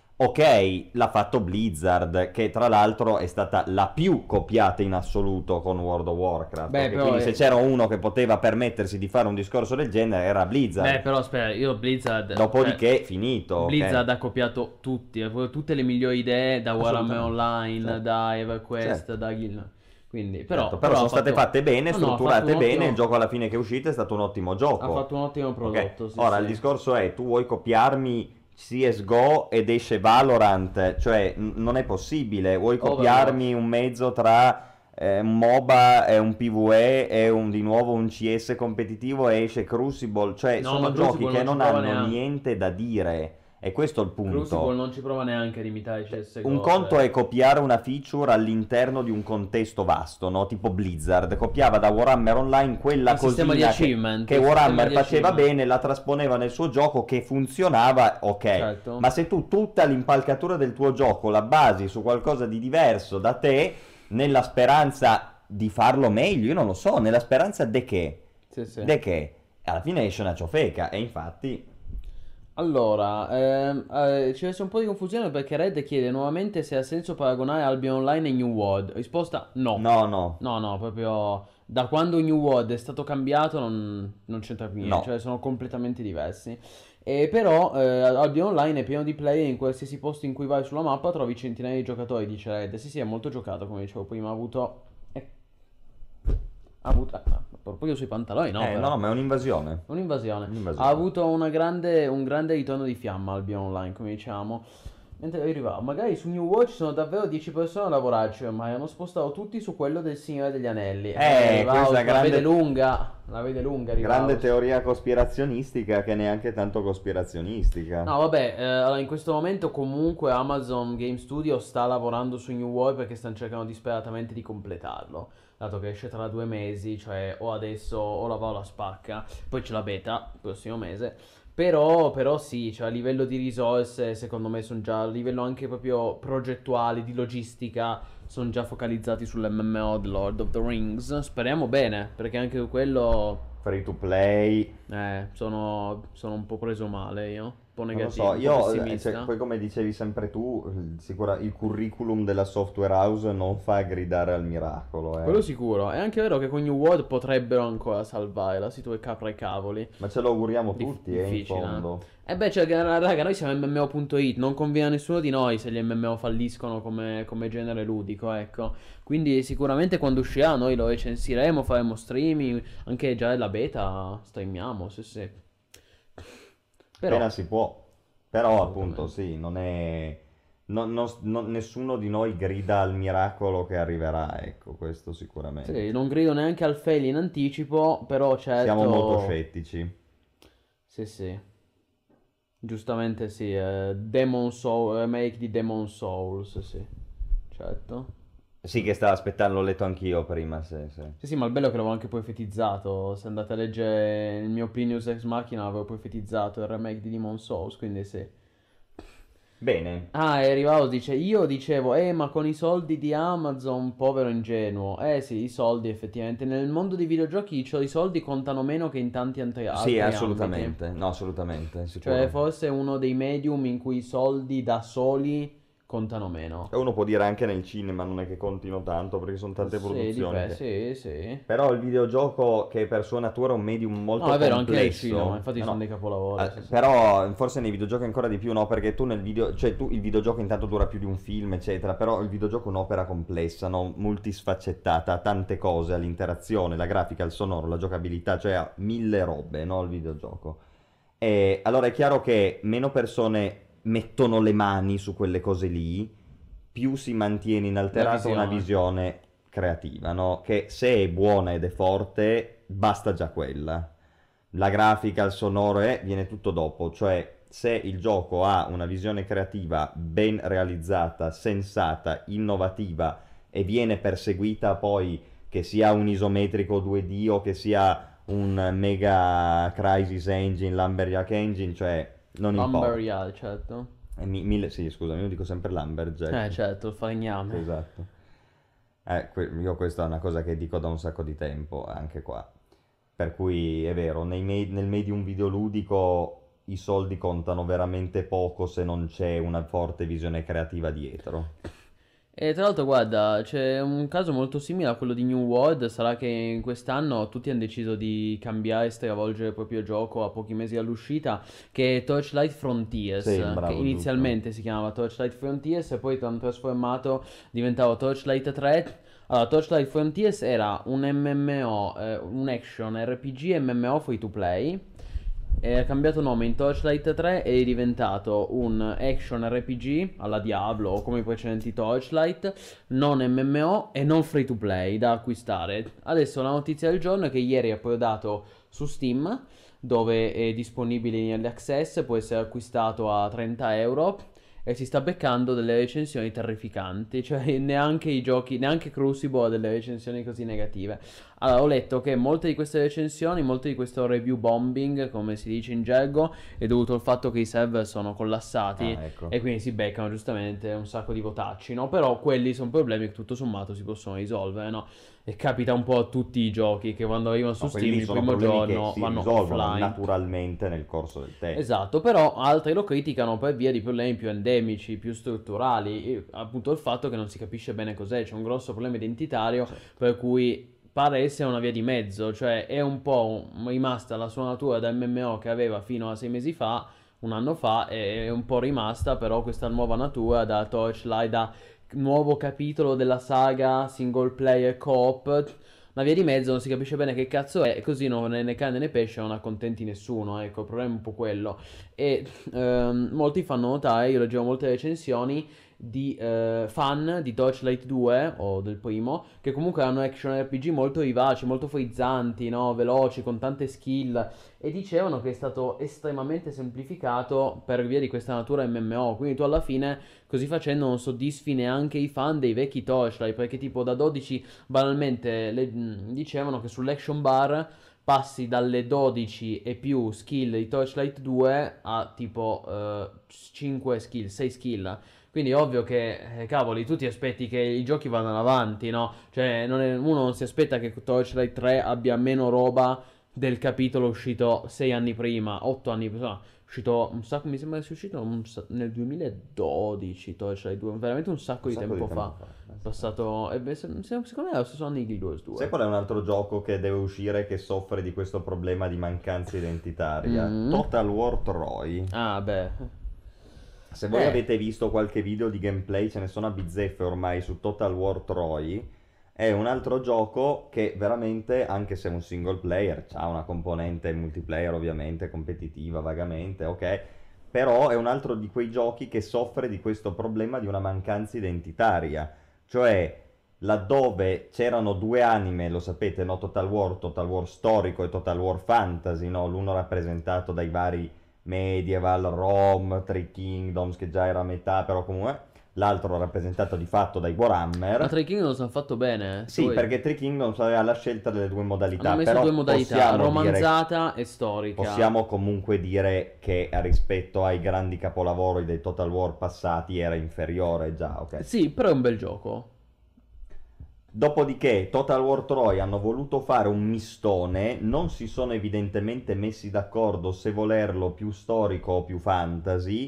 Ok, l'ha fatto Blizzard, che tra l'altro è stata la più copiata in assoluto con World of Warcraft. Beh, ok? però Quindi se c'era uno che poteva permettersi di fare un discorso del genere era Blizzard. Beh, però aspetta, io Blizzard... Dopodiché, finito. ok? Blizzard ha copiato tutte le migliori idee da Warhammer Assolutamente, Online, certo. da EverQuest, Certo. da Guild. Quindi, però, Certo, però sono ha state fatto- fatte bene, No, no, ha fatto strutturate un bene, ottimo- il gioco alla fine che è uscito è stato un ottimo gioco. Ha fatto un ottimo Ok? prodotto, sì, Ora sì. il discorso è: tu vuoi copiarmi CSGO ed esce Valorant, cioè non è possibile. Vuoi copiarmi un mezzo tra un MOBA e un PvE e di nuovo un CS competitivo e esce Crucible, cioè No, sono ma giochi Crucible che non non ci prova hanno neanche. niente da dire, e questo è il punto. Crucible non ci prova neanche a imitare i CSGO. Un conto è copiare una feature all'interno di un contesto vasto, no? Tipo Blizzard copiava da Warhammer Online quella Il sistema di cosina achievement, che il sistema Warhammer di faceva achievement. bene, la trasponeva nel suo gioco che funzionava, ok. Certo. Ma se tu tutta l'impalcatura del tuo gioco la basi su qualcosa di diverso da te, nella speranza di farlo meglio, io non lo so, nella speranza de che? Sì, sì. De che? Alla fine esce una ciofeca, e infatti... Allora, c'è un po' di confusione perché Red chiede nuovamente se ha senso paragonare Albion Online e New World. Risposta no. No, no. No, proprio da quando New World è stato cambiato non c'entra più niente, No. cioè sono completamente diversi. Però Albion Online è pieno di player, in qualsiasi posto in cui vai sulla mappa trovi centinaia di giocatori, dice Red. Sì, è molto giocato, come dicevo prima, proprio sui pantaloni, no? però. No, ma è un'invasione. Un'invasione. Un'invasione. Ha avuto un grande ritorno di fiamma Albion Online, come diciamo. Mentre arrivava, magari su New World ci sono davvero 10 persone a lavorarci, ma hanno spostato tutti su quello del Signore degli Anelli. Questa La grande- vede lunga, Rivaus. Grande teoria cospirazionistica che neanche tanto cospirazionistica. No, vabbè, allora in questo momento comunque Amazon Game Studio sta lavorando su New World perché stanno cercando disperatamente di completarlo. Dato che esce tra 2 mesi, cioè o adesso o la va o la spacca. Poi c'è la beta, il prossimo mese. Però sì, cioè a livello di risorse, secondo me sono già a livello anche proprio progettuale, di logistica, sono già focalizzati sull'MMO The Lord of the Rings. Speriamo bene, perché anche quello Free to play. sono un po' preso male io. po' Non lo negativo, so, un po' io, pessimista. poi come dicevi sempre tu, il curriculum della software house non fa gridare al miracolo, Quello sicuro. È anche vero che con New World potrebbero ancora salvare la situazione capra e cavoli. Ma ce lo auguriamo tutti, in Difficile, fondo. eh? E beh, cioè, raga, noi siamo MMO.it, non conviene a nessuno di noi se gli MMO falliscono come genere ludico, ecco. Quindi sicuramente quando uscirà noi lo recensiremo, faremo streaming, anche già la beta streamiamo, se. Appena Però, si può. Però appunto assolutamente. sì, non è... nessuno di noi grida al miracolo che arriverà, ecco, questo Sì, sicuramente. non grido neanche al fail in anticipo, però Siamo molto certo. scettici. Sì, sì. Giustamente sì, Demon Soul, remake di Demon Souls, sì. Certo. Sì, che stavo aspettando, l'ho letto anch'io prima, sì, sì. Sì, sì, ma il bello è che l'avevo anche profetizzato. Se andate a leggere il mio Opinions Ex Machina, l'avevo profetizzato il remake di Demon Souls, quindi sì. Bene. Ah, e Rivalo dice, io dicevo, ma con i soldi di Amazon, povero ingenuo. Sì, i soldi effettivamente. Nel mondo dei videogiochi i soldi contano meno che in tanti Sì, altri ambiti. assolutamente. No, assolutamente, Cioè, sicuro. forse è uno dei medium in cui i soldi da soli contano meno. E uno può dire anche nel cinema non è che contino tanto perché sono tante Sì, produzioni che... sì, sì. Però il videogioco che per sua natura è un medium No, molto è vero, anche nel cinema, complesso. infatti No, sono no. dei capolavori, sì, sì. Però forse nei videogiochi ancora di più, no? Perché tu nel video, cioè tu il videogioco intanto dura più di un film, eccetera, però il videogioco è un'opera complessa, no? Multisfaccettata, ha tante cose, all'interazione, la grafica, il sonoro, la giocabilità, cioè ha mille robe, no? Il videogioco. E allora è chiaro che meno persone mettono le mani su quelle cose lì, più si mantiene La inalterata una visione. visione creativa, no? Che se è buona ed è forte, basta già quella. La grafica, il sonoro, viene tutto dopo, cioè se il gioco ha una visione creativa ben realizzata, sensata, innovativa e viene perseguita poi che sia un isometrico 2D o che sia un Mega Crisis Engine, Lumberjack Engine, cioè non importa. Lumberyard, certo. Sì, scusami, io dico sempre Lumberjack. Certo, il Sì, falegname. esatto. Io questa è una cosa che dico da un sacco di tempo, anche qua. Per cui è vero, nel medium videoludico i soldi contano veramente poco se non c'è una forte visione creativa dietro. E tra l'altro, guarda, c'è un caso molto simile a quello di New World. Sarà che in quest'anno tutti hanno deciso di cambiare e stravolgere il proprio gioco a pochi mesi dall'uscita, che è Torchlight Sì, Frontiers, che bravo, giusto. inizialmente si chiamava Torchlight Frontiers e poi hanno trasformato, diventava Torchlight 3. Allora, Torchlight Frontiers era un MMO, un action RPG MMO free to play. Ha cambiato nome in Torchlight 3 e è diventato un action RPG alla Diablo o come i precedenti Torchlight, non MMO e non free to play da acquistare. Adesso la notizia del giorno è che ieri è approdato su Steam, dove è disponibile in early access, può essere acquistato a 30 euro e si sta beccando delle recensioni terrificanti, cioè neanche i giochi, neanche Crucible ha delle recensioni così negative. Allora, ho letto che molte di queste recensioni, molte di questo review bombing, come si dice in gergo, è dovuto al fatto che i server sono collassati Ah, ecco. e quindi si beccano giustamente un sacco di votacci, no? Però quelli sono problemi che tutto sommato si possono risolvere, no? E capita un po' a tutti i giochi che quando arrivano su No, Steam quelli il sono primo problemi che giorno si vanno risolvono offline. naturalmente nel corso del tempo. Esatto, però altri lo criticano per via di problemi più endemici, più strutturali, e appunto il fatto che non si capisce bene cos'è, c'è un grosso problema identitario Certo. per cui pare essere una via di mezzo, cioè è un po' rimasta la sua natura da MMO che aveva fino a 6 mesi fa, un anno fa, è un po' rimasta però questa nuova natura da Torchlight, da nuovo capitolo della saga single player co-op. Una via di mezzo, non si capisce bene che cazzo è, così non né cane né pesce, non accontenti nessuno, ecco, il problema è un po' quello. E molti fanno notare, io leggevo molte recensioni di fan di Torchlight 2 o del primo, che comunque hanno action RPG molto vivaci, molto frizzanti, no? Veloci, con tante skill, e dicevano che è stato estremamente semplificato per via di questa natura MMO, quindi tu alla fine così facendo non soddisfi neanche i fan dei vecchi Torchlight, perché tipo da 12 banalmente dicevano che sull'action bar passi dalle 12 e più skill di Torchlight 2 a tipo 5 skill, 6 skill. Quindi è ovvio che, cavoli, tu ti aspetti che i giochi vadano avanti, no? Cioè, uno non si aspetta che Torchlight 3 abbia meno roba del capitolo uscito 6 anni prima, 8 anni prima, uscito un sacco, mi sembra che sia uscito nel 2012, cioè veramente un sacco di tempo fa. Passato, secondo me è lo stesso anno di Guild Wars 2. Sai qual è un altro gioco che deve uscire che soffre di questo problema di mancanza identitaria? Total War Troy. Ah, beh. Se voi avete visto qualche video di gameplay, ce ne sono a bizzeffe ormai su Total War Troy. È un altro gioco che veramente, anche se è un single player, ha una componente multiplayer ovviamente, competitiva vagamente, ok? Però è un altro di quei giochi che soffre di questo problema di una mancanza identitaria. Cioè, laddove c'erano due anime, lo sapete, no? Total War storico e Total War fantasy, no? L'uno rappresentato dai vari Medieval, Rome, Three Kingdoms, che già era a metà, però comunque... L'altro rappresentato di fatto dai Warhammer. Ma Three Kingdoms hanno fatto bene. Sì, perché Three Kingdoms aveva la scelta delle due modalità. Hanno messo però due modalità, romanzata e storica. Possiamo comunque dire che rispetto ai grandi capolavori dei Total War passati era inferiore già, ok? Sì, però è un bel gioco. Dopodiché Total War Troy hanno voluto fare un mistone, non si sono evidentemente messi d'accordo se volerlo più storico o più fantasy,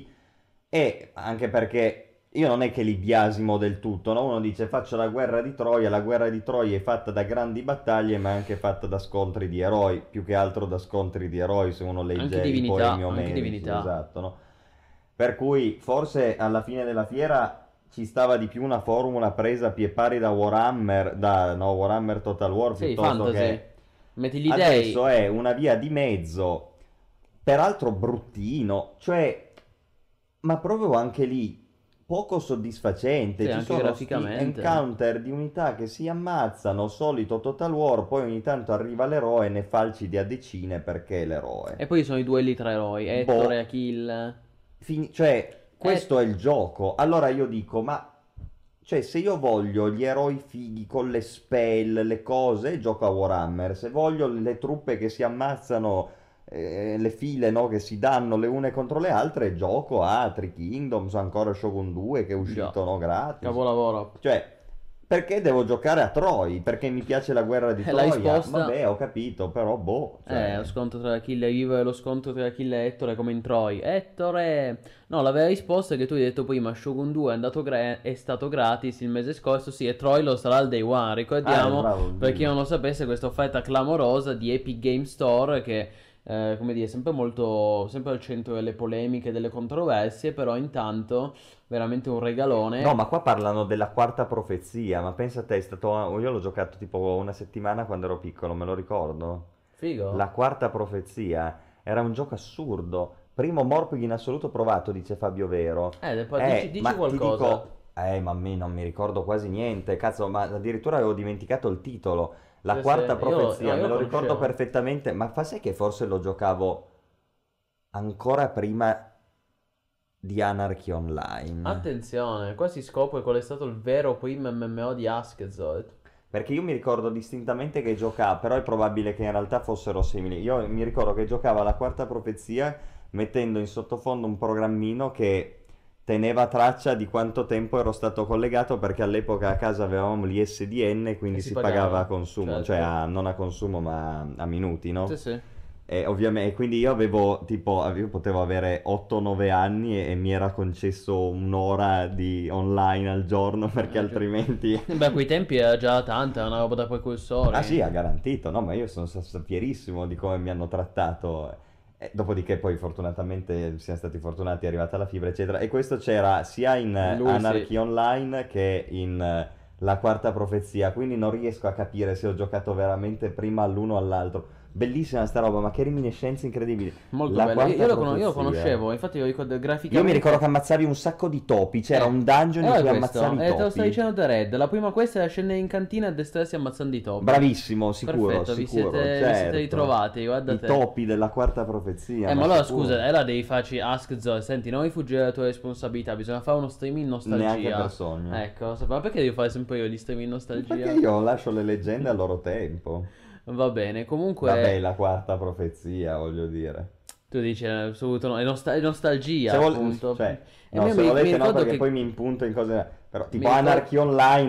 e anche perché io non è che li biasimo del tutto, no? Uno dice faccio la guerra di Troia è fatta da grandi battaglie ma è anche fatta da scontri di eroi, più che altro da scontri di eroi se uno legge i poemi omerici, esatto, no? Per cui forse alla fine della fiera ci stava di più una formula presa a pie pari da Warhammer, Warhammer Total War, sì, piuttosto fantasy. che Metti gli dei. Adesso è una via di mezzo, peraltro bruttino, cioè, ma proprio anche lì poco soddisfacente. Sì, ci anche sono graficamente. encounter di unità che si ammazzano, solito Total War, poi ogni tanto arriva l'eroe e ne falcidi a decine perché è l'eroe. E poi sono i duelli tra eroi, Ettore, Achille. Cioè, questo è il gioco. Allora io dico, ma cioè, se io voglio gli eroi fighi con le spell, le cose, gioco a Warhammer. Se voglio le truppe che si ammazzano, le file, no, che si danno le une contro le altre, gioco a Three Kingdoms, ancora Shogun 2 che è uscito, no, gratis. Capolavoro. Cioè, perché devo giocare a Troy? Perché mi piace la guerra di La Troia? risposta... Vabbè, ho capito, però boh. Cioè... lo scontro tra Achille e Ivo e lo scontro tra Achille e Ettore come in Troy. Ettore! No, la vera risposta è che tu hai detto prima Shogun 2 è stato gratis il mese scorso, sì, e Troy lo sarà al day one. Ricordiamo, bravo, per chi non lo sapesse, questa offerta clamorosa di Epic Game Store che... come dire, sempre al centro delle polemiche, delle controversie, però intanto veramente un regalone. No, ma qua parlano della quarta profezia, ma pensa a te, io l'ho giocato tipo una settimana quando ero piccolo, me lo ricordo. Figo. La quarta profezia era un gioco assurdo. Primo Morpg in assoluto provato, dice Fabio Vero. Dici ma qualcosa. Ti dico, ma a me non mi ricordo quasi niente, cazzo, ma addirittura avevo dimenticato il titolo. La quarta profezia, io me lo ricordo conoscevo. perfettamente, ma fa sai che forse lo giocavo ancora prima di Anarchy Online. Attenzione, qua si scopre qual è stato il vero primo MMO di Askzold. Perché io mi ricordo distintamente che giocava, però è probabile che in realtà fossero simili. Io mi ricordo che giocava la quarta profezia mettendo in sottofondo un programmino che teneva traccia di quanto tempo ero stato collegato, perché all'epoca a casa avevamo gli SDN, quindi si pagava a consumo, certo. cioè non a consumo ma a minuti, no? Sì, sì. E ovviamente, quindi io io potevo avere 8-9 anni e mi era concesso un'ora di online al giorno, perché altrimenti... Beh, a quei tempi era già tanta, era una roba da precursore. Ah sì, ha garantito, no, ma io sono stato fierissimo di come mi hanno trattato. Dopodiché poi fortunatamente siamo stati fortunati, è arrivata la fibra eccetera, e questo c'era sia in Anarchy sì. Online che in la quarta profezia, quindi non riesco a capire se ho giocato veramente prima all'uno o all'altro. Bellissima sta roba, ma che reminiscenze incredibili. Molto La bello. quarta Io lo profezia. conoscevo, infatti lo ricordo graficamente. Io mi ricordo che ammazzavi un sacco di topi, c'era un dungeon in cui ammazzavi i topi. Te lo stai dicendo The Red, la prima questa era scendere in cantina e addestrarsi ammazzando i topi. Bravissimo, sicuro, Perfetto, vi sicuro, siete certo. ritrovati, guarda I te. topi della quarta profezia. Ma allora sicuro. scusa, era devi farci Askzold, senti, non rifuggire dalla tua responsabilità, bisogna fare uno streaming nostalgia. Neanche per sogno. Ecco, ma perché devo fare sempre io gli streaming nostalgia? Perché io lascio le leggende al loro tempo. Va bene, comunque... Vabbè, la quarta profezia, voglio dire. Tu dici, assoluto no, è nostalgia, Se appunto. cioè, E no, io se volete no, ricordo perché che... poi mi impunto in cose... Però tipo ricordo- Anarchy Online,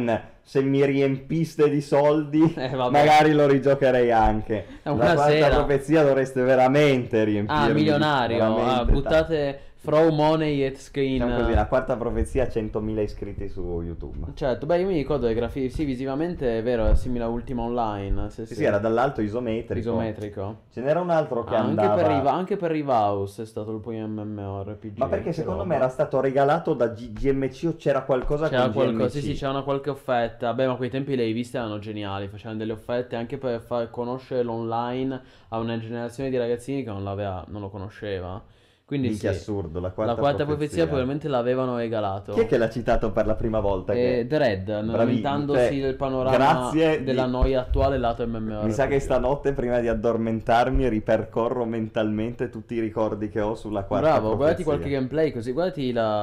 se mi riempiste di soldi, vabbè. magari lo rigiocherei anche. La Una quarta sera. profezia dovreste veramente riempirmi. Milionario. veramente Buttate throw money at screen. Diciamo così, la quarta profezia ha 100.000 iscritti su YouTube. Certo, beh, io mi ricordo che sì, visivamente è vero, è simile a Ultima Online. Sì, era dall'alto isometrico. Isometrico. Ce n'era un altro che Anche andava... anche per Rivaus è stato il primo MMORPG. Ma perché che secondo roba. me era stato regalato da GMC o c'era qualcosa C'era con qualcosa, GMC? sì, c'era una qualche offerta. Beh, ma quei tempi le riviste erano geniali, facevano delle offerte anche per far conoscere l'online a una generazione di ragazzini che non lo conosceva. Quindi Minchia, sì, assurdo, la la quarta profezia probabilmente l'avevano regalato. Chi è che l'ha citato per la prima volta? Dredd, lamentandosi del panorama grazie della noia attuale lato MMORPG. Mi sa che stanotte, prima di addormentarmi, ripercorro mentalmente tutti i ricordi che ho sulla quarta Bravo, profezia. guardati qualche gameplay così, guardati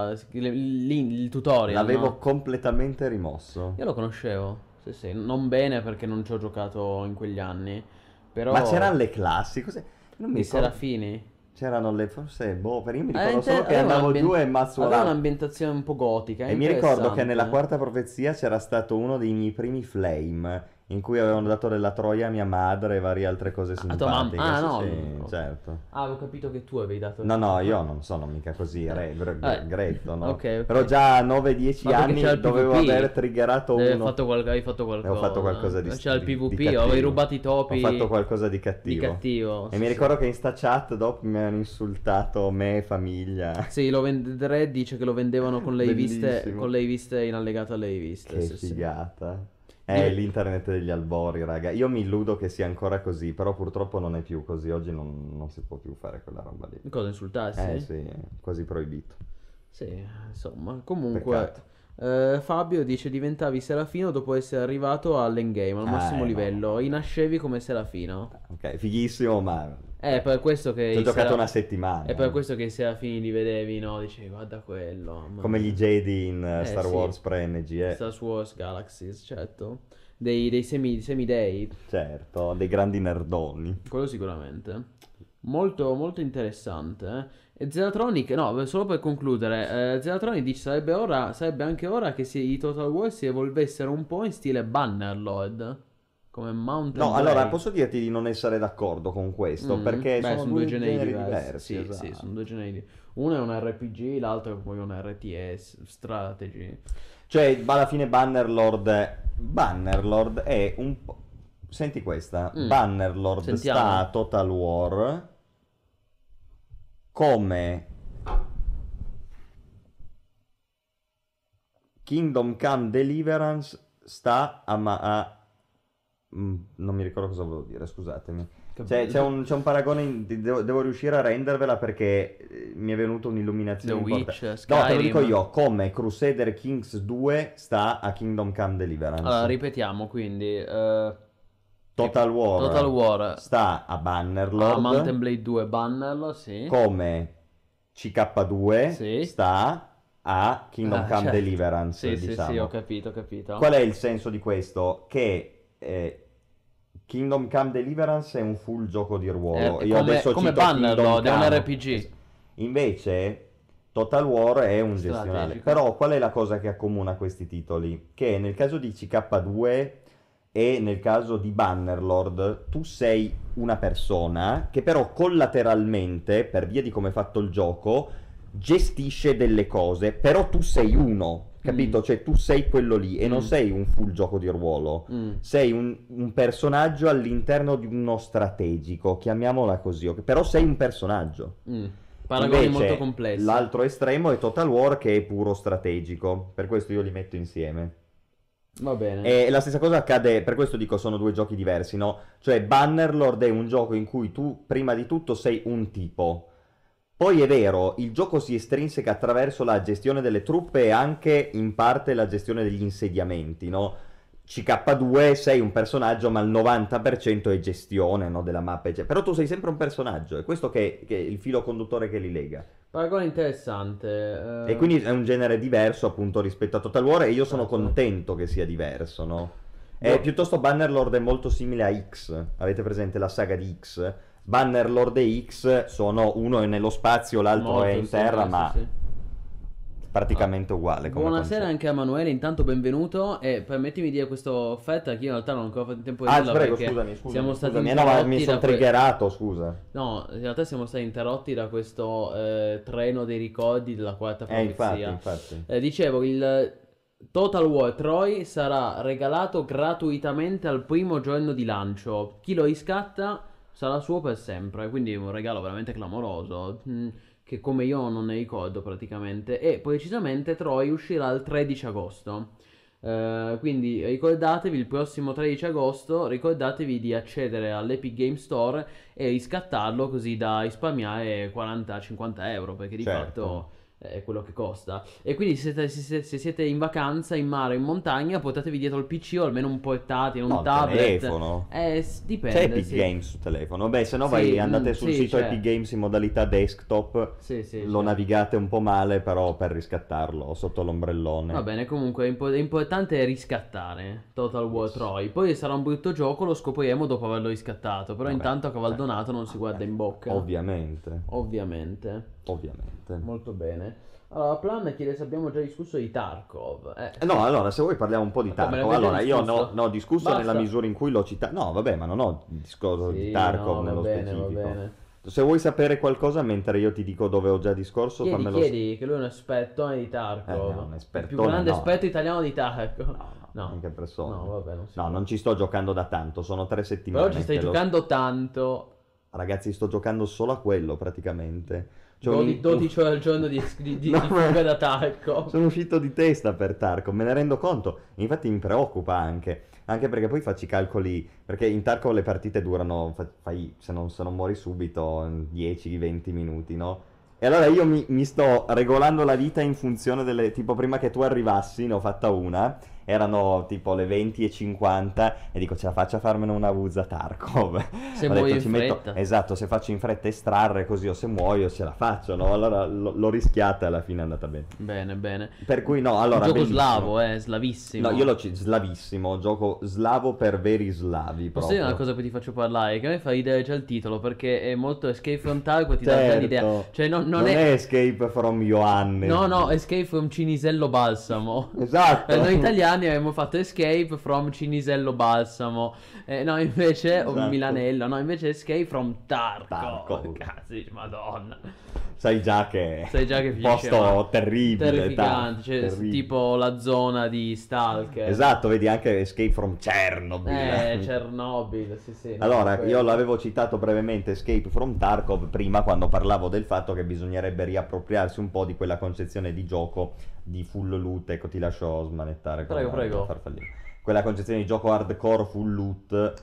il tutorial. L'avevo no? completamente rimosso. Io lo conoscevo, sì, non bene perché non ci ho giocato in quegli anni. Però Ma c'erano le classi? Cos'è? Non mi i ricordo. serafini. C'erano le... forse... Boh, per io mi ricordo solo che andavo giù e mazzo aveva un'ambientazione un po' gotica. E mi ricordo che nella interessante. quarta profezia c'era stato uno dei miei primi flame, in cui avevano dato della troia a mia madre e varie altre cose tua mamma? simpatiche. Ah, Sì, no. sì, certo. Avevo capito che tu avevi dato. No, io non sono mica così gretto, no? Ok. Però già a 9-10 Ma perché anni c'era il dovevo PvP? aver triggerato Hai uno. fatto qualcosa. Ho fatto qualcosa di C'era il di PvP, cattivo. avevi rubato i topi. Ho fatto qualcosa di cattivo. E sì, mi sì. ricordo che in sta chat dopo mi hanno insultato me e famiglia. Sì, Dredd dice che lo vendevano con le Bellissimo. riviste in allegato alle riviste. Che sì. figata. L'internet degli albori, raga. Io mi illudo che sia ancora così, però purtroppo non è più così. Oggi non si può più fare quella roba lì. Cosa, insultarsi? Sì, è quasi proibito. Sì, insomma, comunque Peccato. Fabio dice diventavi Serafino dopo essere arrivato all'endgame, al massimo no. livello, e nascevi come Serafino. Ok, fighissimo, ma È per questo che ci ho giocato una settimana. È per questo che i Serafini li vedevi, no? Dicevi guarda quello. Come gli Jedi in Star sì. Wars pre-NG, Star Wars Galaxies, certo. Dei semidei. Certo, dei grandi nerdoni. Quello sicuramente. Molto, molto interessante. E Zeratronic, no, solo per concludere, Zeratronic dice sarebbe anche ora che i Total War si evolvessero un po' in stile Bannerlord. Come Mountain No, Blade. allora posso dirti di non essere d'accordo con questo, perché sono due generi diversi. Sì, esatto. sì, sono due generi diversi. Uno è un RPG, l'altro è poi un RTS, strategy. Cioè, alla fine Bannerlord è un po'... Senti questa. Bannerlord Sentiamo. sta a Total War come Kingdom Come Deliverance sta non mi ricordo cosa volevo dire, scusatemi. C'è un paragone, devo riuscire a rendervela perché mi è venuta un'illuminazione The importante. Witch, No, te lo Skyrim. dico io, come Crusader Kings 2 sta a Kingdom Come Deliverance. Allora, ripetiamo quindi. Total War sta a Bannerlord, Mountain Blade 2 Bannerlord, sì. come CK2 Sì. sta a Kingdom Come certo. Deliverance, Sì, diciamo. sì, ho capito. Qual è il senso di questo? Che Kingdom Come Deliverance è un full gioco di ruolo. Io adesso come cito Bannerlord, Kingdom è un Come. RPG. Invece Total War è un Strategico. gestionale. Però qual è la cosa che accomuna questi titoli? Che nel caso di CK2 e nel caso di Bannerlord tu sei una persona che però collateralmente, per via di come è fatto il gioco, gestisce delle cose, però tu sei uno. Capito? Cioè tu sei quello lì e non sei un full gioco di ruolo, sei un personaggio all'interno di uno strategico, chiamiamola così, però sei un personaggio. Paragoni Invece, molto complessi. l'altro estremo è Total War che è puro strategico, per questo io li metto insieme. Va bene. E la stessa cosa accade, per questo dico sono due giochi diversi, no? Cioè Bannerlord è un gioco in cui tu prima di tutto sei un tipo. Poi è vero, il gioco si estrinseca attraverso la gestione delle truppe e anche in parte la gestione degli insediamenti, no? CK2 sei un personaggio ma il 90% è gestione, no, della mappa, però tu sei sempre un personaggio, è questo che è il filo conduttore che li lega. Paragone interessante. E quindi è un genere diverso appunto rispetto a Total War e io sono Certo. contento che sia diverso, no? Boh. Piuttosto Bannerlord è molto simile a X, avete presente la saga di X? Bannerlord e X sono, uno è nello spazio, l'altro Molto è in terra, simile, ma sì. praticamente uguale. Come Buonasera concetto. anche a Emanuele, intanto benvenuto e permettimi di dire questa offerta che io in realtà non ho ancora fatto in tempo di dirla Prego, perché scusami. siamo stati No, ma interrotti mi sono da triggerato, scusa. No, in realtà siamo stati interrotti da questo treno dei ricordi della quarta profezia. Infatti. Dicevo, il Total War Troy sarà regalato gratuitamente al primo giorno di lancio. Chi lo riscatta sarà suo per sempre, quindi un regalo veramente clamoroso, che come io non ne ricordo praticamente. E precisamente Troy uscirà il 13 agosto. Quindi ricordatevi il prossimo 13 agosto, ricordatevi di accedere all'Epic Game Store e riscattarlo così da risparmiare 40-50 euro, perché di Certo. fatto è quello che costa. E quindi se siete in vacanza, in mare, in montagna, portatevi dietro il PC o almeno un portatile, un No, il tablet. telefono. Dipende. C'è Epic sì. Games su telefono. Beh, se no Sì, andate sul sì, sito c'è. Epic Games in modalità desktop. Sì, Lo c'è. navigate un po' male, però per riscattarlo sotto l'ombrellone. Va bene, comunque è importante riscattare Total War Troy. Poi sarà un brutto gioco, lo scopriremo dopo averlo riscattato. Però Vabbè, intanto a cavaldonato certo. non si guarda in bocca. Ovviamente. Ovviamente. Molto bene. Allora, Plan chiede se abbiamo già discusso di Tarkov. No, allora, se vuoi parliamo un po' di Ma come, Tarkov. l'avete Allora, io discusso? ho discusso Basta. nella misura in cui l'ho citato. No, vabbè, ma non ho discorso Sì, di Tarkov no, va nello bene, specifico. va bene. Se vuoi sapere qualcosa mentre io ti dico dove ho già discorso, fammelo Chiedi che lui è un espertone di Tarkov. no, un Il espertone, più grande no. esperto italiano di Tarkov. No, anche persone. No, vabbè, non si No, può. non ci sto giocando da tanto, sono 3 settimane. Però ci stai che lo- giocando tanto. Ragazzi, sto giocando solo a quello praticamente. C'ho un- 12 ore al giorno di No, fuga da Tarkov. Sono uscito di testa per Tarkov, me ne rendo conto. Infatti mi preoccupa anche perché poi faccio i calcoli, perché in Tarkov le partite durano, fai, se non muori subito, 10-20 minuti, no? E allora io mi sto regolando la vita in funzione delle, tipo prima che tu arrivassi, ne ho fatta una, erano tipo le 20:50 e dico ce la faccio a farmene una Uza Tarkov. Se Ho muoio detto, in fretta. esatto, se faccio in fretta estrarre così o se muoio ce la faccio, no? Allora l'ho rischiata e alla fine è andata bene. Bene, bene. Per cui no, allora Un gioco bellissimo. slavo, slavissimo. No, io slavissimo, gioco slavo per veri slavi Posso proprio. dire una cosa poi ti faccio parlare? Che a me fa ridere già il titolo perché è molto Escape from Tarkov, ti dà già l'idea. Cioè non è... Escape from Ioannis. No, Escape from Cinisello Balsamo. Esatto. Noi italiani abbiamo fatto Escape from Cinisello Balsamo. No, invece, o Esatto. Milanello, no, invece Escape from Tarkov. Tarkov. Cazzo, madonna. Sai già che Sai già che un finisce posto male. terribile, Terrificante, cioè terribile. tipo la zona di Stalker. Esatto, vedi anche Escape from Chernobyl. Chernobyl, sì. Allora, quello. io l'avevo citato brevemente Escape from Tarkov prima quando parlavo del fatto che bisognerebbe riappropriarsi un po' di quella concezione di gioco di full loot. Ecco, ti lascio smanettare con Prego. la farfallina. Quella concezione di gioco hardcore full loot.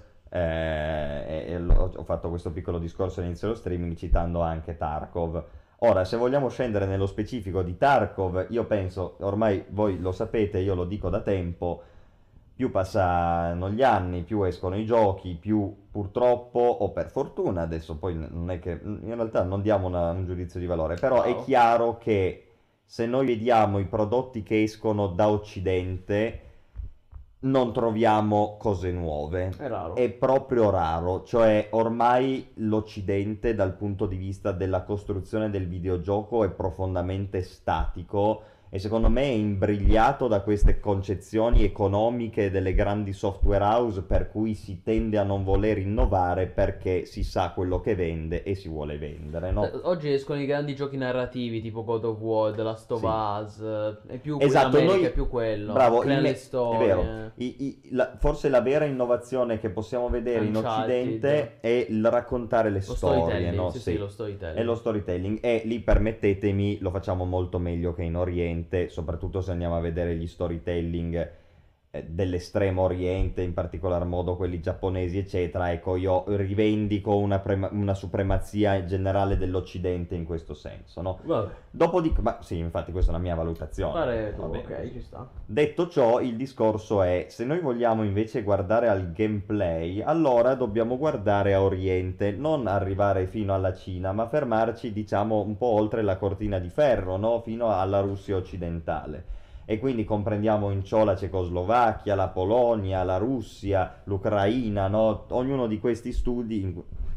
Ho fatto questo piccolo discorso all'inizio dello streaming citando anche Tarkov. Ora, se vogliamo scendere nello specifico di Tarkov, io penso, ormai voi lo sapete, io lo dico da tempo, più passano gli anni, più escono i giochi, più purtroppo, o per fortuna, adesso poi non è che, in realtà non diamo un giudizio di valore, però è chiaro che se noi vediamo i prodotti che escono da Occidente, non troviamo cose nuove. È raro. È proprio raro, cioè ormai l'Occidente dal punto di vista della costruzione del videogioco è profondamente statico e secondo me è imbrigliato da queste concezioni economiche delle grandi software house per cui si tende a non voler innovare perché si sa quello che vende e si vuole vendere, no? Oggi escono i grandi giochi narrativi tipo God of War, The Last of Sì. Us, è più Esatto, in America, noi- è più quello. Bravo, Crea le è storie. vero. Forse la vera innovazione che possiamo vedere in Uncharted. Occidente è il raccontare le Lo storie, storytelling, no? sì, lo storytelling. È lo storytelling e lì permettetemi, lo facciamo molto meglio che in Oriente, soprattutto se andiamo a vedere gli storytelling dell'estremo oriente, in particolar modo quelli giapponesi, eccetera. Ecco, io rivendico una supremazia generale dell'Occidente in questo senso, no? Vabbè, Dopodiché, ma sì, infatti questa è la mia valutazione. pare tu, Va bene ok, così. ci sta. Detto ciò, il discorso è, se noi vogliamo invece guardare al gameplay, allora dobbiamo guardare a Oriente, non arrivare fino alla Cina, ma fermarci, diciamo, un po' oltre la cortina di ferro, no? Fino alla Russia occidentale. E quindi comprendiamo in ciò la Cecoslovacchia, la Polonia, la Russia, l'Ucraina, no? Ognuno di questi studi,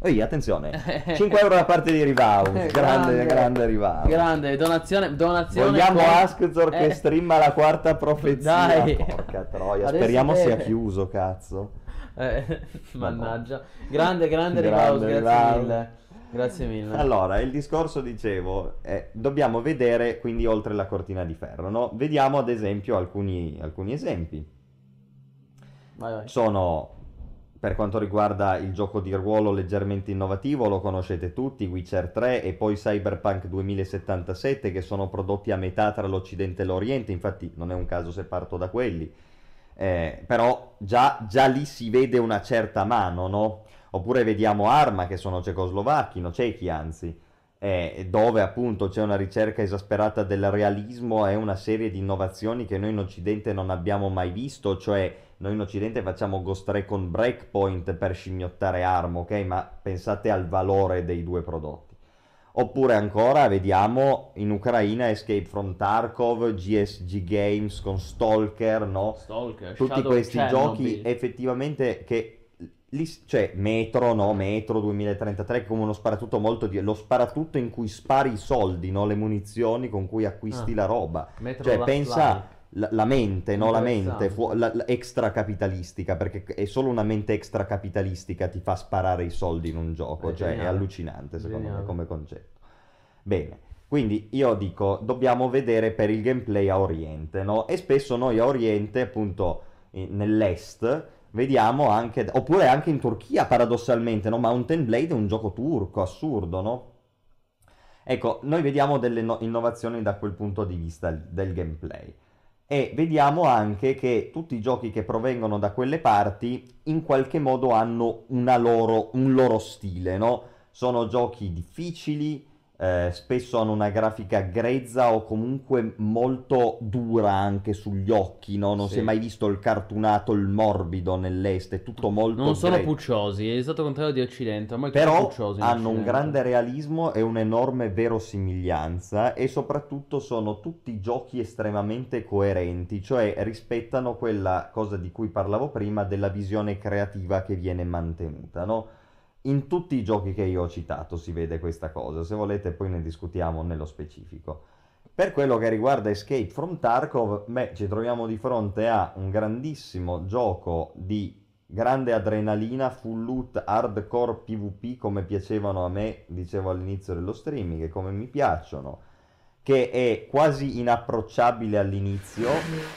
Ehi, attenzione, 5 euro da parte di Rivaus, grande Rivaus. Grande, donazione. Vogliamo Askzor che streama la quarta profezia. Dai. Porca troia, Adesso speriamo sia deve. chiuso, cazzo. Mannaggia. Grande Grande Rivaus, Rivaus. Grazie mille. Allora, il discorso, dicevo, dobbiamo vedere quindi oltre la cortina di ferro, no? Vediamo ad esempio alcuni esempi. Vai. Sono, per quanto riguarda il gioco di ruolo leggermente innovativo, lo conoscete tutti, Witcher 3 e poi Cyberpunk 2077, che sono prodotti a metà tra l'Occidente e l'Oriente, infatti non è un caso se parto da quelli. Però già lì si vede una certa mano, no? Oppure vediamo Arma, che sono cecoslovacchi, no, cechi anzi, dove appunto c'è una ricerca esasperata del realismo e una serie di innovazioni che noi in Occidente non abbiamo mai visto, cioè noi in Occidente facciamo Ghost Recon Breakpoint per scimmiottare Arma, ok? Ma pensate al valore dei due prodotti. Oppure ancora vediamo in Ucraina Escape from Tarkov, GSG Games con Stalker, no? Stalker, Tutti Shadow questi Chernobyl. giochi effettivamente che cioè Metro 2033 è come uno sparatutto lo sparatutto in cui spari i soldi, no? Le munizioni con cui acquisti la roba. Metro Cioè Last pensa la mente, no? La mente Interessante. la extra capitalistica, perché è solo una mente extra capitalistica ti fa sparare i soldi in un gioco, cioè è Geniale. allucinante secondo me Geniale. come concetto. Bene, quindi io dico, dobbiamo vedere per il gameplay a Oriente, no? E spesso noi a Oriente, appunto, nell'est, vediamo anche, oppure anche in Turchia paradossalmente, no? Mountain Blade è un gioco turco, assurdo, no? Ecco, noi vediamo delle innovazioni da quel punto di vista del gameplay. E vediamo anche che tutti i giochi che provengono da quelle parti in qualche modo hanno un loro stile, no? Sono giochi difficili, spesso hanno una grafica grezza o comunque molto dura anche sugli occhi, no? Non Sì. si è mai visto il cartunato, il morbido nell'est, è tutto molto Non sono grezzo. pucciosi, è l'esatto contrario di Occidente. Molto Però pucciosi in hanno un Occidente. grande realismo e un'enorme verosimiglianza e soprattutto sono tutti giochi estremamente coerenti, cioè rispettano quella cosa di cui parlavo prima della visione creativa che viene mantenuta, no? In tutti i giochi che io ho citato si vede questa cosa, se volete poi ne discutiamo nello specifico. Per quello che riguarda Escape from Tarkov, ci troviamo di fronte a un grandissimo gioco di grande adrenalina, full loot, hardcore PvP come piacevano a me, dicevo all'inizio dello streaming, e come mi piacciono, che è quasi inapprocciabile all'inizio,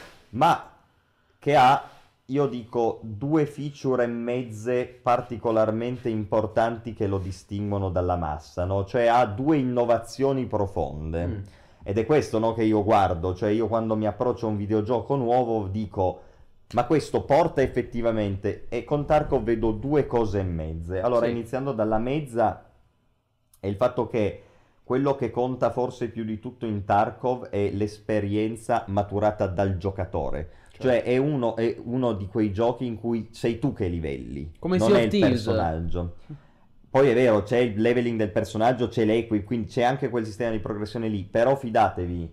ma che ha, io dico, due feature e mezze particolarmente importanti che lo distinguono dalla massa, no? Cioè ha due innovazioni profonde. Ed è questo, no, che io guardo, cioè io quando mi approccio a un videogioco nuovo dico, ma questo porta effettivamente, e con Tarkov vedo due cose e mezze. Allora, Sì. iniziando dalla mezza, è il fatto che quello che conta forse più di tutto in Tarkov è l'esperienza maturata dal giocatore. Cioè è uno di quei giochi in cui sei tu che livelli, Come non Sea è of il Thieves. personaggio. Poi è vero, c'è il leveling del personaggio, c'è l'equip, quindi c'è anche quel sistema di progressione lì, però fidatevi,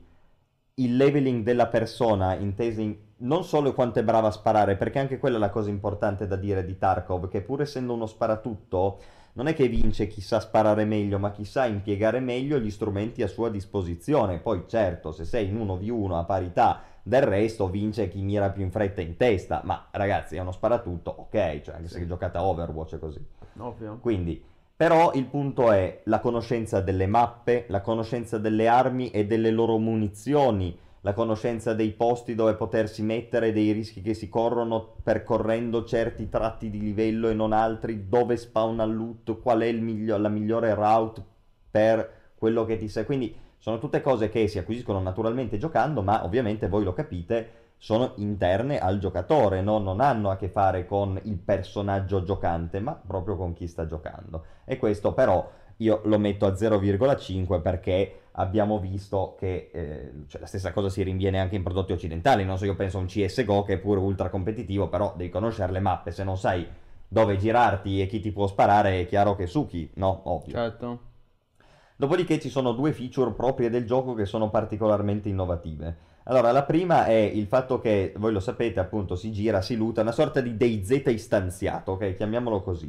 il leveling della persona inteso non solo quanto è brava a sparare, perché anche quella è la cosa importante da dire di Tarkov, che pur essendo uno sparatutto, non è che vince chi sa sparare meglio, ma chi sa impiegare meglio gli strumenti a sua disposizione. Poi certo, se sei in 1v1 a parità del resto, vince chi mira più in fretta in testa, ma ragazzi è uno sparatutto, ok, cioè anche se giocate a Overwatch è così. Ovvio. Quindi, però il punto è la conoscenza delle mappe, la conoscenza delle armi e delle loro munizioni, la conoscenza dei posti dove potersi mettere, dei rischi che si corrono percorrendo certi tratti di livello e non altri, dove spawna il loot, qual è la migliore route per quello che ti serve. Quindi sono tutte cose che si acquisiscono naturalmente giocando, ma ovviamente voi lo capite, sono interne al giocatore, no? Non hanno a che fare con il personaggio giocante, ma proprio con chi sta giocando. E questo però io lo metto a 0,5 perché abbiamo visto che cioè la stessa cosa si rinviene anche in prodotti occidentali. Non so, io penso a un CSGO che è pure ultra competitivo, però devi conoscere le mappe, se non sai dove girarti e chi ti può sparare è chiaro che succhi, no? Ovvio. Certo. Dopodiché ci sono due feature proprie del gioco che sono particolarmente innovative. Allora, la prima è il fatto che, voi lo sapete, appunto, si gira, si loota, una sorta di DayZ istanziato, ok? Chiamiamolo così.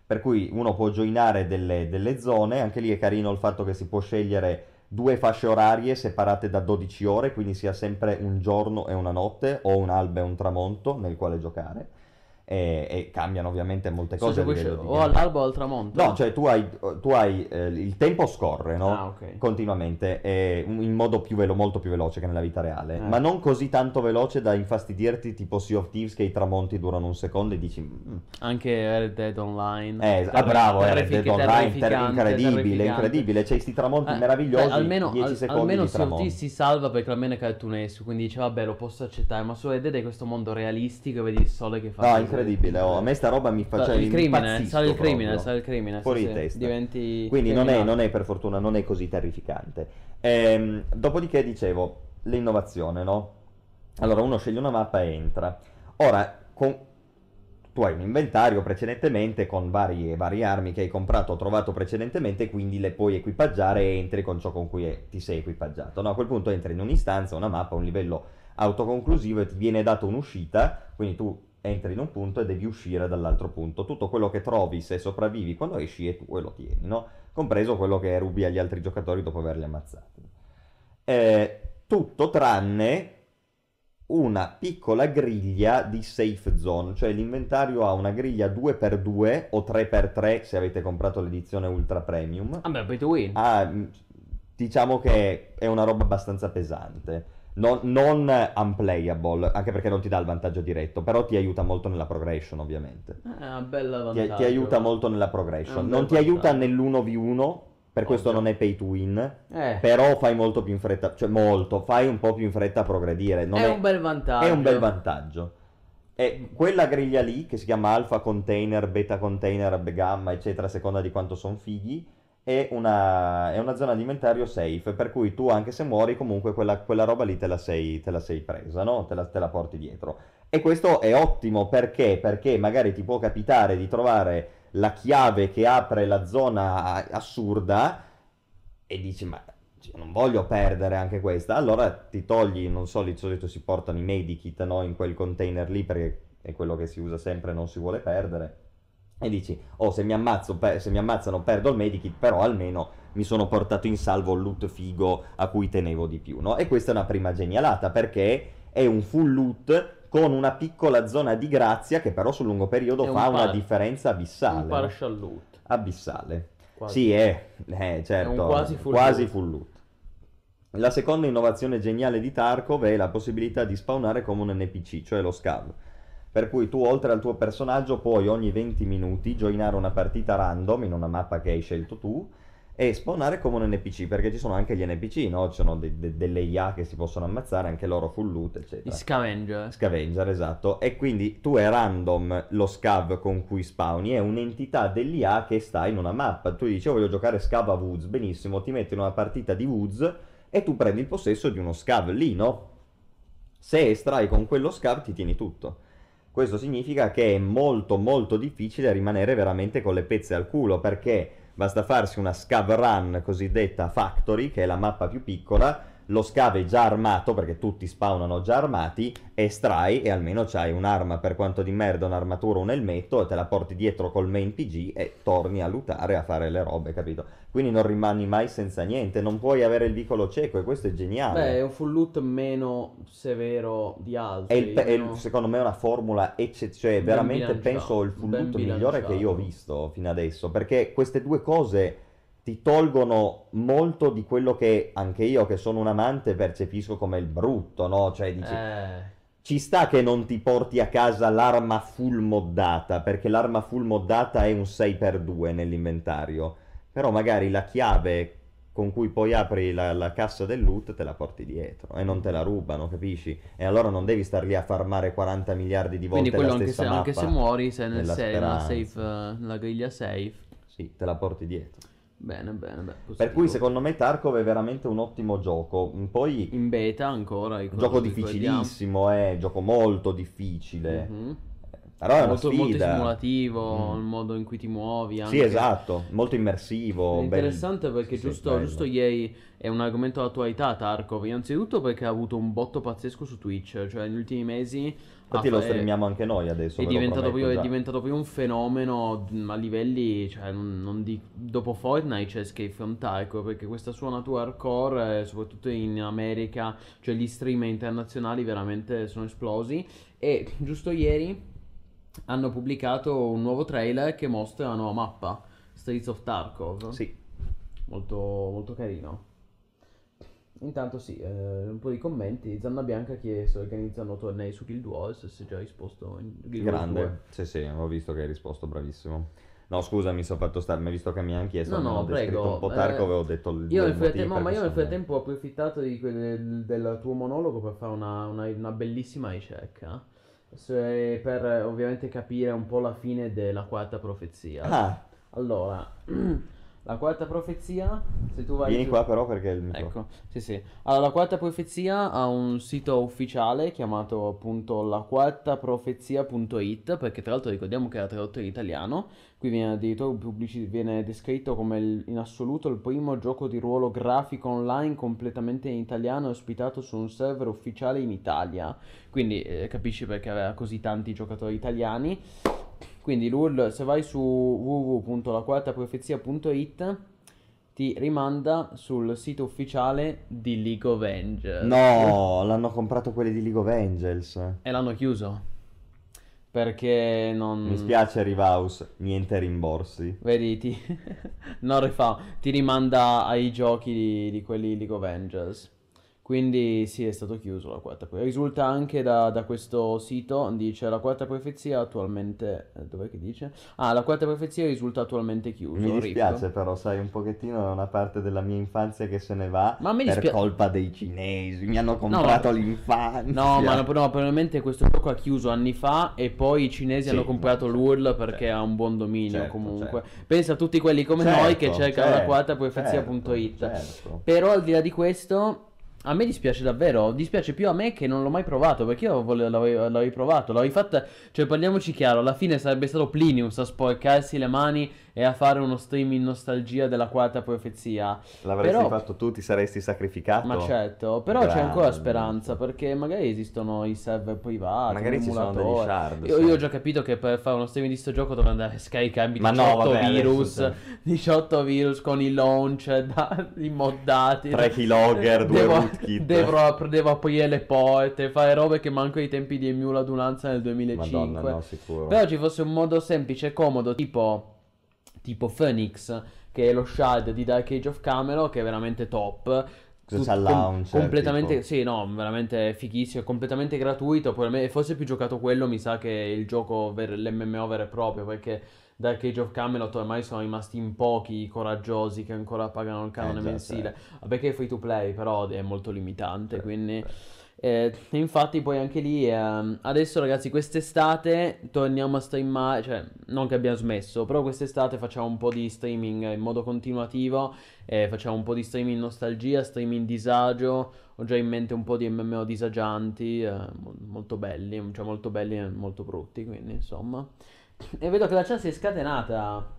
Per cui uno può joinare delle zone, anche lì è carino il fatto che si può scegliere 2 fasce orarie separate da 12 ore, quindi sia sempre un giorno e una notte, o un alba e un tramonto nel quale giocare. E cambiano ovviamente molte cose a livello di o all'alba o al tramonto? No, cioè tu hai il tempo scorre, no? Ah, ok. Continuamente, in modo molto più veloce che nella vita reale, ma non così tanto veloce da infastidirti, tipo Sea of Thieves, che i tramonti durano un secondo e dici... Anche Red Dead Online. Bravo, Red Dead Online, incredibile, c'è questi tramonti meravigliosi, almeno 10 secondi almeno di Sea of tramonti. Thieves si salva perché almeno è cartunesco, quindi dice vabbè lo posso accettare, ma su Red Dead è questo mondo realistico e vedi il sole che fa... No, incredibile, a me sta roba mi fa... il crimine, impazzisco sale il crimine, proprio. Fuori di testa. Diventi Quindi criminale. non è per fortuna, non è così terrificante. Dopodiché dicevo, l'innovazione, no? Allora uno sceglie una mappa e entra. Ora, tu hai un inventario precedentemente con varie armi che hai comprato o trovato precedentemente, quindi le puoi equipaggiare e entri con ciò con cui ti sei equipaggiato. No? A quel punto entri in un'istanza, una mappa, un livello autoconclusivo e ti viene data un'uscita, quindi tu entri in un punto e devi uscire dall'altro punto. Tutto quello che trovi, se sopravvivi quando esci, è tuo e lo tieni, no? Compreso quello che rubi agli altri giocatori dopo averli ammazzati. Tutto tranne una piccola griglia di safe zone, cioè l'inventario ha una griglia 2x2 o 3x3 se avete comprato l'edizione Ultra Premium. Vabbè, pay to win. Diciamo che è una roba abbastanza pesante. Non unplayable, anche perché non ti dà il vantaggio diretto, però ti aiuta molto nella progression, ovviamente. È una bella vantaggio. Ti aiuta molto nella progression. Non ti aiuta nell'1v1, per questo non è pay to win, però fai molto più in fretta, cioè fai un po' più in fretta a progredire. È un bel vantaggio. È un bel vantaggio. E quella griglia lì, che si chiama alpha container, beta container, gamma, eccetera, a seconda di quanto sono fighi, è una zona di inventario safe, per cui tu anche se muori comunque quella roba lì te la sei presa, no? Te la porti dietro. E questo è ottimo perché magari ti può capitare di trovare la chiave che apre la zona assurda e dici ma non voglio perdere anche questa, allora ti togli, non so, di solito si portano i medikit, no? In quel container lì perché è quello che si usa sempre, non si vuole perdere. E dici, se mi ammazzano perdo il medikit, però almeno mi sono portato in salvo il loot figo a cui tenevo di più, no? E questa è una prima genialata, perché è un full loot con una piccola zona di grazia che però sul lungo periodo fa una differenza abissale. Un partial loot. Abissale. Quasi. Sì, certo, è un quasi full loot. La seconda innovazione geniale di Tarkov è la possibilità di spawnare come un NPC, cioè lo scav. Per cui tu oltre al tuo personaggio puoi ogni 20 minuti joinare una partita random in una mappa che hai scelto tu e spawnare come un NPC, perché ci sono anche gli NPC, no? Ci sono delle IA che si possono ammazzare, anche loro full loot, eccetera. Gli scavenger. Scavenger, esatto. E quindi tu è random lo scav con cui spawni, è un'entità dell'IA che sta in una mappa. Tu dici, voglio giocare scav a Woods, benissimo, ti metti in una partita di Woods e tu prendi il possesso di uno scav lì, no? Se estrai con quello scav ti tieni tutto. Questo significa che è molto molto difficile rimanere veramente con le pezze al culo, perché basta farsi una scav run cosiddetta factory, che è la mappa più piccola, lo scav è già armato, perché tutti spawnano già armati, estrai e almeno c'hai un'arma per quanto di merda, un'armatura, un elmetto, e te la porti dietro col main PG e torni a lootare, a fare le robe, capito? Quindi non rimani mai senza niente, non puoi avere il vicolo cieco e questo è geniale. Beh, è un full loot meno severo di altri. Secondo me è una formula eccezionale, cioè veramente penso il full loot migliore che io ho visto fino adesso, perché queste due cose ti tolgono molto di quello che anche io, che sono un amante, percepisco come il brutto, no? Cioè dici, ci sta che non ti porti a casa l'arma full moddata, perché l'arma full moddata è un 6x2 nell'inventario, però magari la chiave con cui poi apri la cassa del loot te la porti dietro e non te la rubano, capisci? E allora non devi star lì a farmare 40 miliardi di volte la stessa mappa. Anche se muori, sei nella nella griglia safe. Sì, te la porti dietro. Bene. Per cui secondo me Tarkov è veramente un ottimo gioco. Poi in beta ancora. Gioco difficilissimo, gioco molto difficile. Però è una molto sfida. simulativo, il modo in cui ti muovi Sì, anche. esatto, molto immersivo. È interessante perché Sì, giusto, bello. giusto ieri è un argomento d'attualità Tarkov, innanzitutto perché ha avuto un botto pazzesco su Twitch, cioè negli ultimi mesi Infatti lo streamiamo anche noi adesso, è ve lo diventato prometto proprio, è già. diventato proprio un fenomeno a livelli, cioè dopo Fortnite c'è Escape from Tarkov perché questa sua natura hardcore, soprattutto in America, cioè gli streamer internazionali veramente sono esplosi e giusto ieri hanno pubblicato un nuovo trailer che mostra la nuova mappa, Streets of Tarkov. Sì. Molto, molto carino. Intanto sì, un po' di commenti. Zanna Bianca chiede se organizzano tornei su Guild Wars, se già risposto in Guild Wars 2. Grande. Sì, sì, ho visto che hai risposto, bravissimo. No, scusa, mi sono fatto stare, ma visto che mi hanno chiesto, No, mi no, hanno descritto prego. un po' Tarkov, avevo detto Io due nel motivi frattempo, per ma cui io nel sono frattempo ho approfittato del tuo monologo per fare una bellissima ricerca. Per ovviamente capire un po' la fine della quarta profezia. Ah, Allora, la quarta profezia, se tu vai vieni su... qua però perché il microfono. Ecco, sì, sì. Allora, la quarta profezia ha un sito ufficiale chiamato appunto laquartaprofezia.it, perché tra l'altro ricordiamo che era tradotto in italiano. Qui viene addirittura viene descritto come in assoluto il primo gioco di ruolo grafico online completamente in italiano ospitato su un server ufficiale in Italia. Quindi capisci perché aveva così tanti giocatori italiani. Quindi l'URL, se vai su www.laquartaprofezia.it ti rimanda sul sito ufficiale di League of Angels. No, l'hanno comprato quelli di League of Angels. E l'hanno chiuso. Perché non... Mi spiace Rivaus, niente rimborsi. Vedi, non ti rimanda ai giochi di quelli League of Angels. Quindi sì, è stato chiuso la quarta profezia. Risulta anche da questo sito, dice la quarta profezia attualmente... dov'è che dice? Ah, la quarta profezia risulta attualmente chiuso. Mi RIP. dispiace però, sai, un pochettino è una parte della mia infanzia che se ne va Ma a me per colpa dei cinesi, mi hanno comprato l'infanzia. No, no, probabilmente questo gioco ha chiuso anni fa e poi i cinesi Sì, hanno comprato ma- l'URL perché certo. ha un buon dominio Certo, comunque. certo. Pensa a tutti quelli come Certo, noi che cercano la certo, quarta profezia.it. certo. Però al di là di questo, a me dispiace davvero, dispiace più a me che non l'ho mai provato, perché io l'avevo provato, l'avevi fatta, cioè parliamoci chiaro, alla fine sarebbe stato Plinius a sporcarsi le mani e a fare uno stream in nostalgia della quarta profezia. L'avresti Però- fatto tu, ti saresti sacrificato? Ma certo, però c'è ancora Grande. speranza perché magari esistono i server privati, Magari un ci sono emulatore. degli shard, Io sì. ho già capito che per fare uno stream di sto gioco dovrò andare a scaricarmi Ma 18 no, vabbè, virus, adesso 18 virus con i launch immoddati. 3 keylogger, 2 rootkit. Devo aprire le porte, fare robe che manco ai tempi di Emula Adunanza nel 2005. Madonna, no, sicuro. Però ci fosse un modo semplice e comodo, tipo Phoenix, che è lo shard di Dark Age of Camelot, che è veramente top. Cosa c'ha il launcher, completamente, tipo? sì, no, veramente fighissimo, completamente gratuito. Per me, forse più giocato quello, mi sa che il gioco, l'MMO vero e proprio, perché Dark Age of Camelot ormai sono rimasti in pochi i coraggiosi che ancora pagano il canone già, mensile. certo. Perché è free to play, però è molto limitante, quindi... certo. Infatti poi anche lì adesso ragazzi quest'estate torniamo a streamare, cioè non che abbiamo smesso, però quest'estate facciamo un po' di streaming in modo continuativo, facciamo un po' di streaming nostalgia, streaming disagio, ho già in mente un po' di MMO disagianti, molto belli, cioè molto belli e molto brutti, quindi insomma. E vedo che la chat si è scatenata.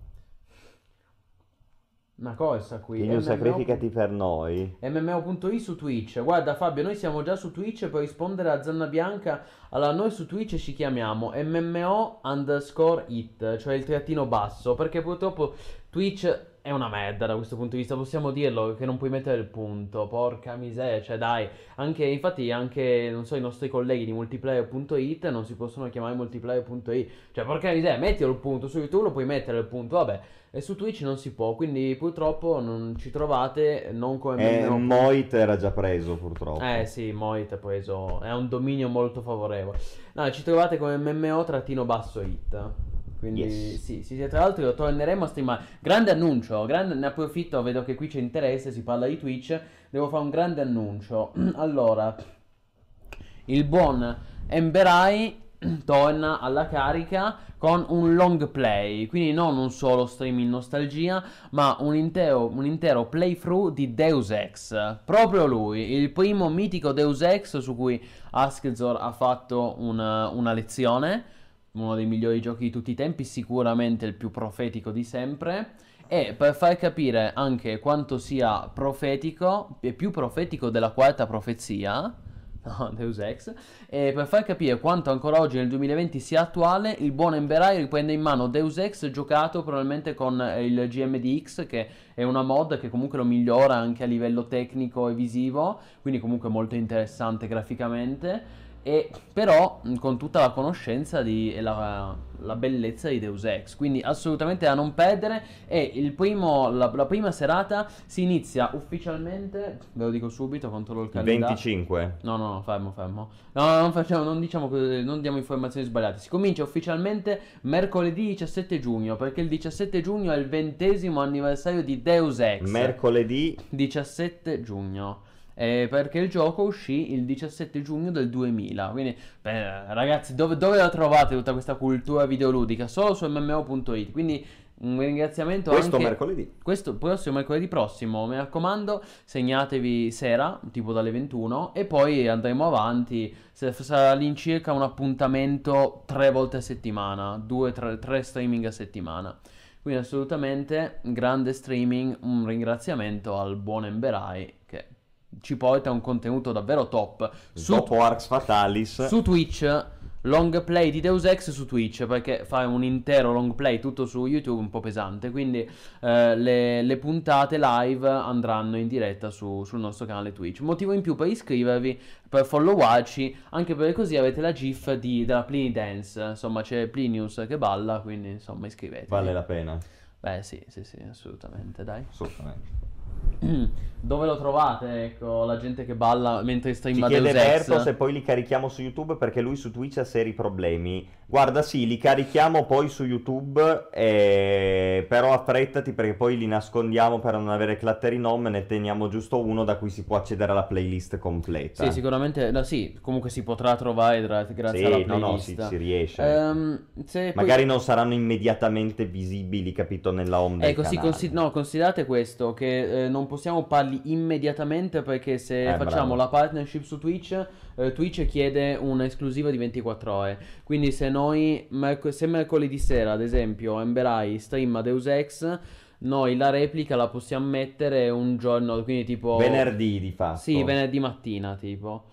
Una cosa qui. Quindi sacrificati per noi. MMO.it su Twitch. Guarda Fabio, noi siamo già su Twitch per rispondere a Zanna Bianca. Allora, noi su Twitch ci chiamiamo MMO_it, cioè il trattino basso, perché purtroppo Twitch è una merda da questo punto di vista, possiamo dirlo, che non puoi mettere il punto, porca miseria, cioè dai, infatti anche, non so, i nostri colleghi di multiplayer.it non si possono chiamare multiplayer.it, cioè porca miseria, mettilo il punto, su YouTube lo puoi mettere il punto, vabbè, e su Twitch non si può, quindi purtroppo non ci trovate, non come MMO. Moit era già preso purtroppo. Sì, Moit è preso, è un dominio molto favorevole. No, ci trovate come MMO_it. Quindi Yes. sì, tra l'altro torneremo a streamare. Grande annuncio, ne approfitto, vedo che qui c'è interesse, si parla di Twitch, devo fare un grande annuncio. Allora, il buon Emberai torna alla carica con un long play, quindi non un solo stream in nostalgia, ma un intero playthrough di Deus Ex. Proprio lui, il primo mitico Deus Ex su cui Askzor ha fatto una lezione. uno dei migliori giochi di tutti i tempi, sicuramente il più profetico di sempre. E per far capire anche quanto sia profetico, e più profetico della quarta profezia, no, Deus Ex, e per far capire quanto ancora oggi nel 2020 sia attuale, il buon Emberai riprende in mano Deus Ex giocato probabilmente con il GMDX, che è una mod che comunque lo migliora anche a livello tecnico e visivo, quindi comunque molto interessante graficamente. E però con tutta la conoscenza e la bellezza di Deus Ex, quindi assolutamente da non perdere. E la prima serata si inizia ufficialmente, ve lo dico subito, controllo il calendario. 25. No, fermo. No, non facciamo, non diciamo non diamo informazioni sbagliate. Si comincia ufficialmente mercoledì 17 giugno, perché il 17 giugno è il 20° anniversario di Deus Ex. Mercoledì 17 giugno. Perché il gioco uscì il 17 giugno del 2000. Quindi, ragazzi, dove la trovate tutta questa cultura videoludica? Solo su MMO.it. Quindi un ringraziamento questo anche mercoledì. questo prossimo mercoledì prossimo, mi raccomando, segnatevi sera, tipo dalle 21, e poi andremo avanti. Sarà all'incirca un appuntamento 3 volte a settimana, 3 streaming a settimana. Quindi assolutamente grande streaming, un ringraziamento al buon Emberai che ci porta un contenuto davvero top Dopo Arx Fatalis. su Twitch. Long play di Deus Ex su Twitch, perché fare un intero long play tutto su YouTube è un po' pesante, quindi le puntate live andranno in diretta sul nostro canale Twitch. Motivo in più per iscrivervi, per followarci, anche perché così avete la gif della Pliny Dance. Insomma, c'è Plinius che balla, quindi insomma iscrivetevi. Vale la pena. Beh sì, assolutamente, dai. Assolutamente. Dove lo trovate, ecco, la gente che balla mentre Ci streama chiede Deus Ex? Berto se poi li carichiamo su YouTube, perché lui su Twitch ha seri problemi. Guarda, sì, li carichiamo poi su YouTube, però affrettati perché poi li nascondiamo per non avere clutter in home, ne teniamo giusto uno da cui si può accedere alla playlist completa. Sì, sicuramente, no, sì, comunque si potrà trovare grazie Sì, alla no, playlist. si riesce. Se poi- Magari non saranno immediatamente visibili, capito, nella home del Ecco, sì, canale. considerate questo, che non possiamo farli immediatamente, perché se facciamo bravo. la partnership su Twitch, Twitch chiede un'esclusiva di 24 ore. Quindi se noi, se mercoledì sera, ad esempio, Emberai streama Deus Ex, noi la replica la possiamo mettere un giorno, quindi tipo... Venerdì di fatto. Sì, venerdì mattina, tipo.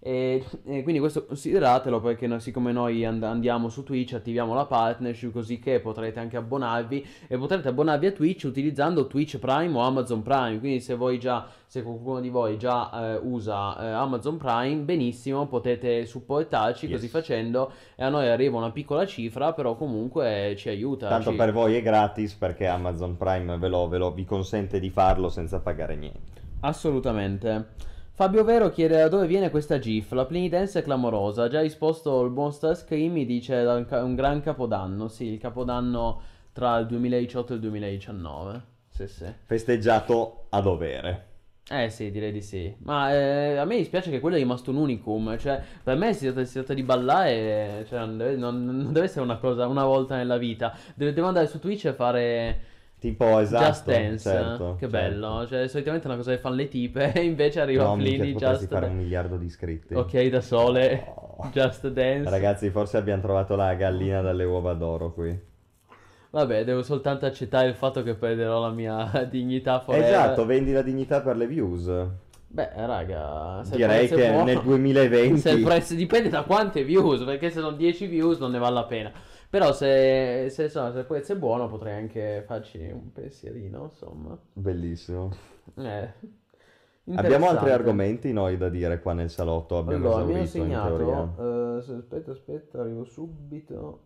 E quindi questo consideratelo, perché siccome noi andiamo su Twitch, attiviamo la partnership, così che potrete anche abbonarvi, e potrete abbonarvi a Twitch utilizzando Twitch Prime o Amazon Prime. Quindi se qualcuno di voi già usa Amazon Prime, benissimo, potete supportarci. Yes. Così facendo, e a noi arriva una piccola cifra, però comunque ci aiuta. Tanto per voi è gratis, perché Amazon Prime vi consente di farlo senza pagare niente. Assolutamente. Fabio Vero chiede da dove viene questa GIF. La Pliny Dance è clamorosa. Ha già risposto il buon Starscream, mi dice da un gran capodanno. Sì, il capodanno tra il 2018 e il 2019. Sì. Festeggiato a dovere. Sì, direi di sì. Ma a me dispiace che quello è rimasto un unicum. Cioè, per me si tratta di ballare. Cioè, non deve essere una cosa una volta nella vita. Devo andare su Twitch e fare... Tipo, esatto. Just Dance, certo, che certo. bello. Cioè, solitamente è una cosa che fanno le tipe, e invece arriva No, mica Pliny, potresti Just fare 1 miliardo di iscritti. Ok, da sole, Oh. Just Dance. Ragazzi, forse abbiamo trovato la gallina dalle uova d'oro qui. Vabbè, devo soltanto accettare il fatto che perderò la mia dignità forever. Esatto, vendi la dignità per le views. Beh, raga, se il Direi prezzo è che buono- nel 2020... Se il prezzo dipende da quante views, perché se sono 10 views non ne vale la pena. Però se il prezzo è buono, potrei anche farci un pensierino, insomma. Bellissimo. Interessante. Abbiamo altri argomenti noi da dire qua nel salotto, abbiamo Allora, mi ho esaurito in teoria. segnato. Aspetta, arrivo subito.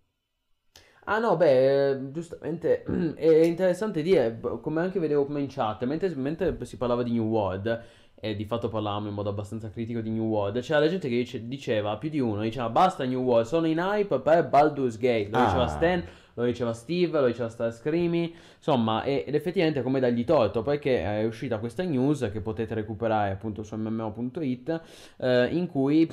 Ah no, beh, giustamente è interessante dire, come anche vedevo come in chat, mentre si parlava di New World, e di fatto parlavamo in modo abbastanza critico di New World, c'era la gente che diceva, più di uno, diceva basta New World, sono in hype per Baldur's Gate, lo diceva Stan, lo diceva Steve, lo diceva Starscreamy, insomma, ed effettivamente come dargli torto, perché è uscita questa news che potete recuperare appunto su MMO.it, in cui...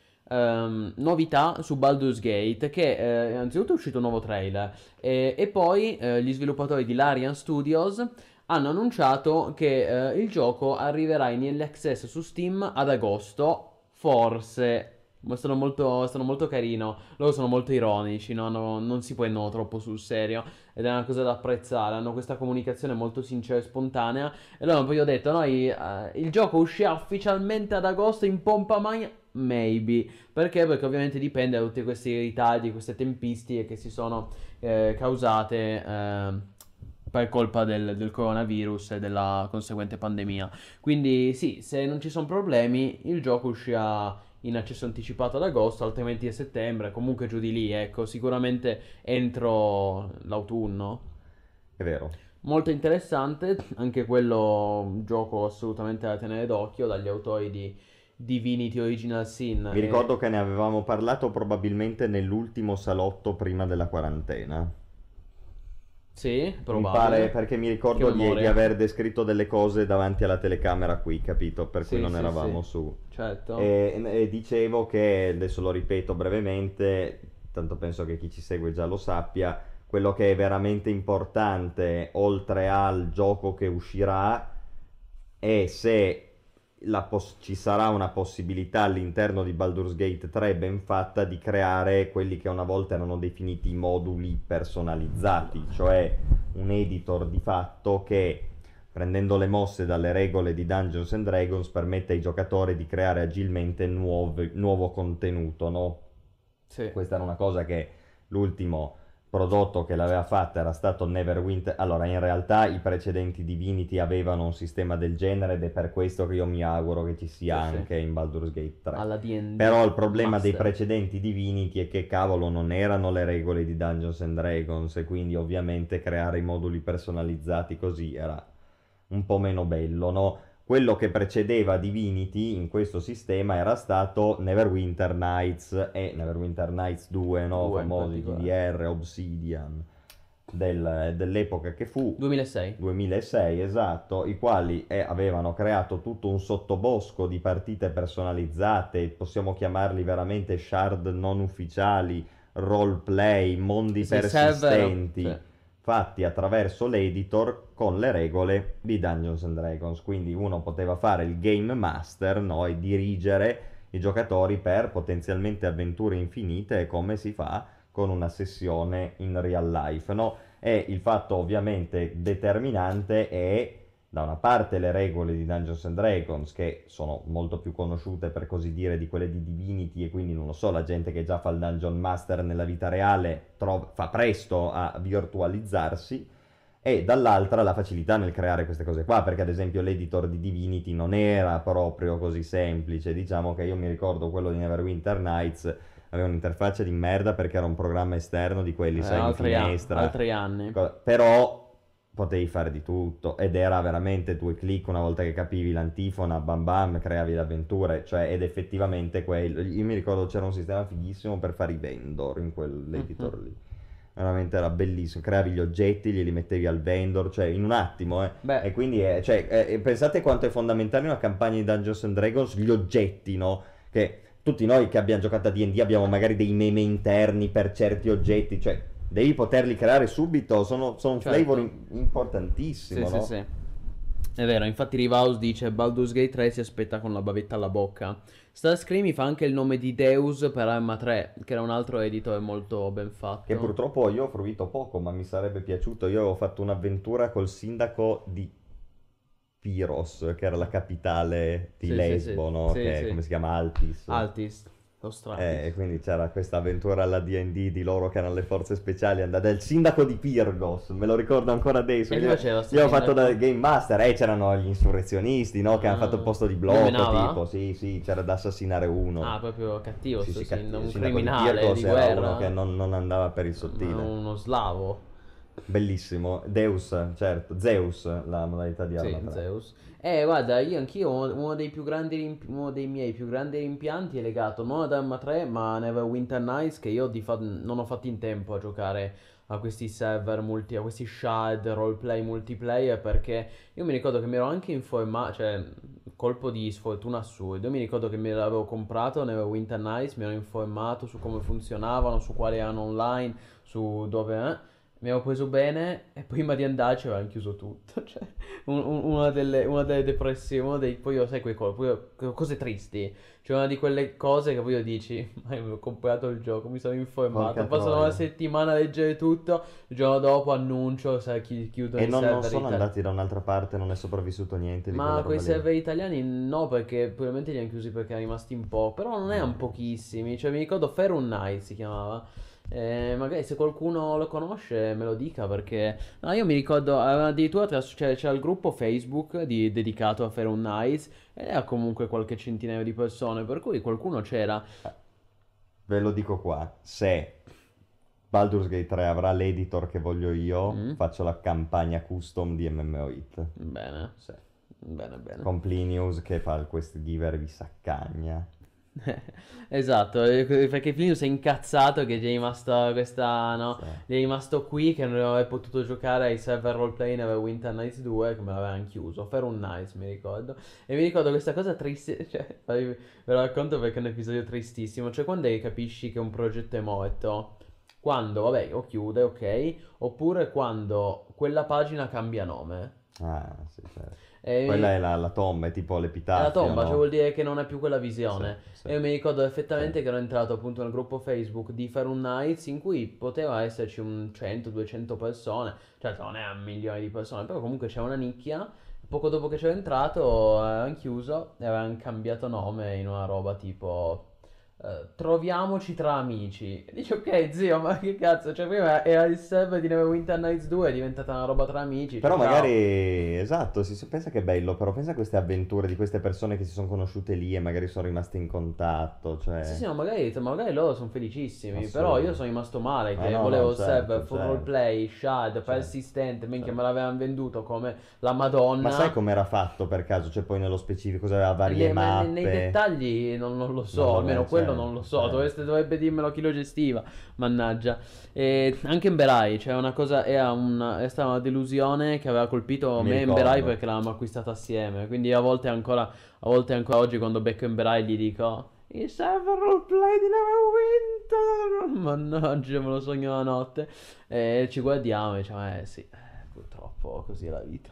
novità su Baldur's Gate, che innanzitutto è uscito un nuovo trailer, e poi gli sviluppatori di Larian Studios hanno annunciato che il gioco arriverà in early access su Steam ad agosto, forse Ma sono molto carino. Loro sono molto ironici, no? Non si prendono troppo sul serio. Ed è una cosa da apprezzare. Hanno questa comunicazione molto sincera e spontanea. E allora poi ho detto, noi, il gioco uscirà ufficialmente ad agosto in pompa magna. Maybe. Perché? Perché ovviamente dipende da tutti questi ritardi, queste tempistiche che si sono causate per colpa del coronavirus e della conseguente pandemia. Quindi sì, se non ci sono problemi, il gioco uscirà in accesso anticipato ad agosto, altrimenti a settembre, comunque giù di lì, ecco, sicuramente entro l'autunno. È vero. Molto interessante, anche quello un gioco assolutamente da tenere d'occhio dagli autori di Divinity Original Sin. Mi ricordo che ne avevamo parlato probabilmente nell'ultimo salotto prima della quarantena. Sì, Mi pare probabile. perché mi Che ricordo di memoria. aver descritto delle cose davanti alla telecamera qui, capito? Per cui Sì, non sì, eravamo sì, su. certo. E dicevo che, adesso lo ripeto brevemente, tanto penso che chi ci segue già lo sappia, quello che è veramente importante, oltre al gioco che uscirà, è se ci sarà una possibilità all'interno di Baldur's Gate 3 ben fatta di creare quelli che una volta erano definiti moduli personalizzati, cioè un editor di fatto che, prendendo le mosse dalle regole di Dungeons and Dragons, permette ai giocatori di creare agilmente nuovo contenuto, no? Sì. Questa era una cosa che l'ultimo prodotto che l'aveva fatta era stato Neverwinter. Allora, in realtà i precedenti Divinity avevano un sistema del genere ed è per questo che io mi auguro che ci sia Sì, sì. anche in Baldur's Gate 3. Alla D&D Però il problema dei Master. precedenti Divinity è che cavolo non erano le regole di Dungeons and Dragons e quindi ovviamente creare i moduli personalizzati così era un po' meno bello, no? Quello che precedeva Divinity in questo sistema era stato Neverwinter Nights e Neverwinter Nights 2, no? Due in Famosi particolare. DDR, Obsidian, dell'epoca che fu, 2006. 2006, esatto, i quali avevano creato tutto un sottobosco di partite personalizzate, possiamo chiamarli veramente shard non ufficiali, roleplay, mondi Sì, server. persistenti Sì. fatti attraverso l'editor con le regole di Dungeons and Dragons. Quindi uno poteva fare il game master, no? E dirigere i giocatori per potenzialmente avventure infinite, come si fa con una sessione in real life, no? E il fatto ovviamente determinante è da una parte le regole di Dungeons and Dragons, che sono molto più conosciute per così dire di quelle di Divinity, e quindi non lo so, la gente che già fa il Dungeon Master nella vita reale fa presto a virtualizzarsi, e dall'altra la facilità nel creare queste cose qua, perché ad esempio l'editor di Divinity non era proprio così semplice. Diciamo che io mi ricordo quello di Neverwinter Nights aveva un'interfaccia di merda perché era un programma esterno di quelli, sai, in finestra. Altri anni. Però potevi fare di tutto ed era veramente due clic una volta che capivi l'antifona, bam bam, creavi le avventure, cioè, ed effettivamente quello. Io mi ricordo c'era un sistema fighissimo per fare i vendor in quell'editor lì. Veramente era bellissimo, creavi gli oggetti, glieli mettevi al vendor, cioè in un attimo, E Beh, quindi, pensate quanto è fondamentale una campagna di Dungeons and Dragons, gli oggetti, no? Che tutti noi che abbiamo giocato a D&D abbiamo magari dei meme interni per certi oggetti, cioè devi poterli creare subito, sono un certo. flavor Sì, importantissimo, no? sì, sì. È vero, infatti Rivaus dice Baldur's Gate 3 si aspetta con la bavetta alla bocca. Starscream fa anche il nome di Deus per Arma 3, che era un altro editor molto ben fatto. Che purtroppo io ho fruito poco, ma mi sarebbe piaciuto. Io avevo fatto un'avventura col sindaco di Pyros, che era la capitale di Sì, sì, Lesbo, sì. no? Sì, Che sì. come si chiama? Altis. Altis, lo E Stratis. quindi c'era questa avventura alla D&D di loro che erano le forze speciali, andate il sindaco di Pyrgos, me lo ricordo ancora adesso. E che faceva sto Io ho fatto sindaco? da Game Master, c'erano gli insurrezionisti, no? Che hanno fatto il posto di Lo blocco, menava? tipo, sì, c'era da assassinare uno. Ah, proprio cattivo Sì, sto sì, sindaco, un il sindaco di criminale Pyrgos di era uno guerra. che non andava per il sottile. Uno slavo. Bellissimo. Deus, certo. Zeus, la modalità di Sì, Arma 3. Zeus. Guarda, anch'io uno dei più grandi uno dei miei più grandi rimpianti è legato non ad Arma 3, ma a Neverwinter Nights, che io non ho fatto in tempo a giocare a questi server a questi shard roleplay multiplayer, perché io mi ricordo che mi ero anche informato, cioè colpo di sfortuna assurdo. Io mi ricordo che me l'avevo comprato Neverwinter Nights, mi ero informato su come funzionavano, su quali erano online, su dove abbiamo preso bene e prima di andarci avevano chiuso tutto. Cioè, una delle depressioni, poi io sai poi cose tristi. Cioè una di quelle cose che poi io dici, ma io mi ho comprato il gioco, mi sono informato, Porca passo troia. una settimana a leggere tutto, il giorno dopo annuncio, sai, chiudono E i non server sono italiani. andati da un'altra parte, non è sopravvissuto niente di Ma quella quei roba lì. server italiani no, perché probabilmente li hanno chiusi perché erano rimasti un po', però non erano pochissimi, cioè mi ricordo Ferun Night si chiamava. Magari se qualcuno lo conosce me lo dica perché no, io mi ricordo addirittura c'era il gruppo Facebook dedicato a Fair Nights ed era comunque qualche centinaio di persone, per cui qualcuno c'era. Ve lo dico qua, se Baldur's Gate 3 avrà l'editor che voglio io, faccio la campagna custom di MMO Hit. Bene, sì. Bene, bene. Con Plinius che fa il quest giver vi saccagna. Esatto, perché Plinius è incazzato che gli è rimasto questa, no? Sì. Gli è rimasto qui che non aveva potuto giocare ai server roleplay Neverwinter Nights 2 che me l'avevano chiuso, Fair Nights mi ricordo. E mi ricordo questa cosa triste, cioè, ve lo racconto perché è un episodio tristissimo, cioè quando è che capisci che un progetto è morto? Quando, vabbè, o chiude, ok, oppure quando quella pagina cambia nome. Ah, sì, certo. E Quella è la tomba, è tipo è l'epitaffio, la tomba, no? cioè vuol dire che non è più quella visione. Sì, sì. E io mi ricordo effettivamente Sì. che ero entrato appunto nel gruppo Facebook di Faerun Nights in cui poteva esserci un 100-200 persone, certo non è un milione di persone, però comunque c'è una nicchia. Poco dopo che c'ero entrato avevano chiuso e avevano cambiato nome in una roba tipo troviamoci tra amici. E dici ok zio, ma che cazzo, cioè prima era il server di Neverwinter Nights 2, è diventata una roba tra amici. Però ciao. magari, esatto, si pensa che è bello, però pensa a queste avventure di queste persone che si sono conosciute lì e magari sono rimaste in contatto, cioè... Sì, sì, ma magari loro sono felicissimi, Assurdo. però io sono rimasto male che no, volevo no, il certo, server full certo. roleplay, shard, Certo. persistente, minchia Certo. me l'avevano venduto come la Madonna. Ma sai com'era fatto per caso? Cioè poi nello specifico cosa aveva varie mappe? Nei dettagli non lo so, Non lo almeno so, quello certo, non lo so, certo. dovrebbe dirmelo chi lo gestiva, mannaggia. E anche in Berai, cioè una cosa, è stata una delusione che aveva colpito Mi me e ricordo. Berai perché l'avevamo acquistata assieme, quindi a volte ancora oggi quando becco in Berai gli dico... Il server roleplay di Neverwinter, mannaggia, me lo sogno la notte. E ci guardiamo e diciamo, sì, purtroppo così è la vita.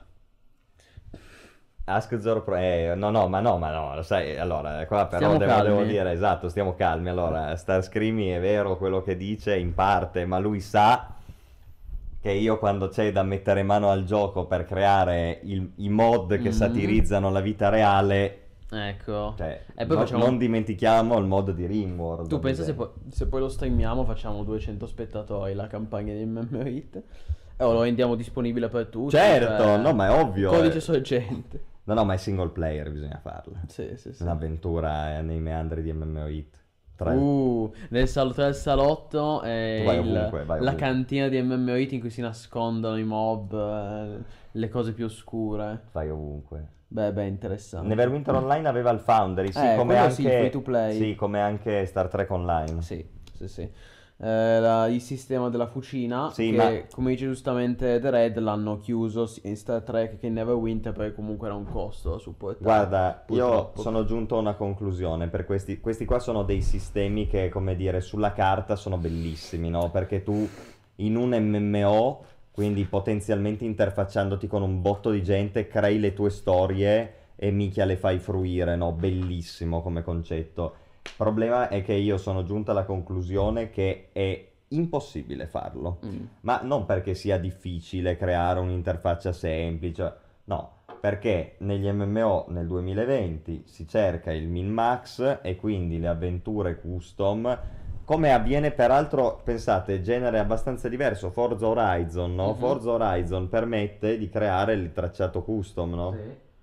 Ask Zoro Pro, ma no, lo sai, allora, qua però Stiamo devo calmi. dire, esatto, stiamo calmi, allora, Starscreamy è vero quello che dice in parte, ma lui sa che io quando c'è da mettere mano al gioco per creare i mod che satirizzano la vita reale, Ecco. cioè, E poi facciamo... non dimentichiamo il mod di Rimworld. Tu ad pensa esempio. se poi lo streamiamo facciamo 200 spettatori la campagna di MMOIT e lo rendiamo disponibile per tutti. Certo, cioè, no, ma è ovvio. Codice sorgente. No, ma è single player, bisogna farla. Sì, sì, sì. Un'avventura nei meandri di MMOIT. Tra Tra il salotto e Tu vai ovunque, vai la ovunque. cantina di MMOIT in cui si nascondono i mob, le cose più oscure. Fai ovunque. Beh, interessante. Neverwinter Online aveva il Foundry, sì, come quello anche sì, free to play. Sì, come anche Star Trek Online. Sì, sì, sì. Il sistema della fucina Sì, che, ma- come dice giustamente The Red, l'hanno chiuso in Star Trek che in Neverwinter perché comunque era un costo da supportare. Guarda, io Purtroppo. sono giunto a una conclusione per questi qua sono dei sistemi che, come dire, sulla carta sono bellissimi, no? Perché tu in un MMO, quindi potenzialmente interfacciandoti con un botto di gente, crei le tue storie e minchia le fai fruire, no? Bellissimo come concetto. Il problema è che io sono giunto alla conclusione che è impossibile farlo. Ma non perché sia difficile creare un'interfaccia semplice, no, perché negli MMO nel 2020 si cerca il min-max e quindi le avventure custom, come avviene peraltro, pensate, genere abbastanza diverso, Forza Horizon, no? Forza Horizon permette di creare il tracciato custom, no?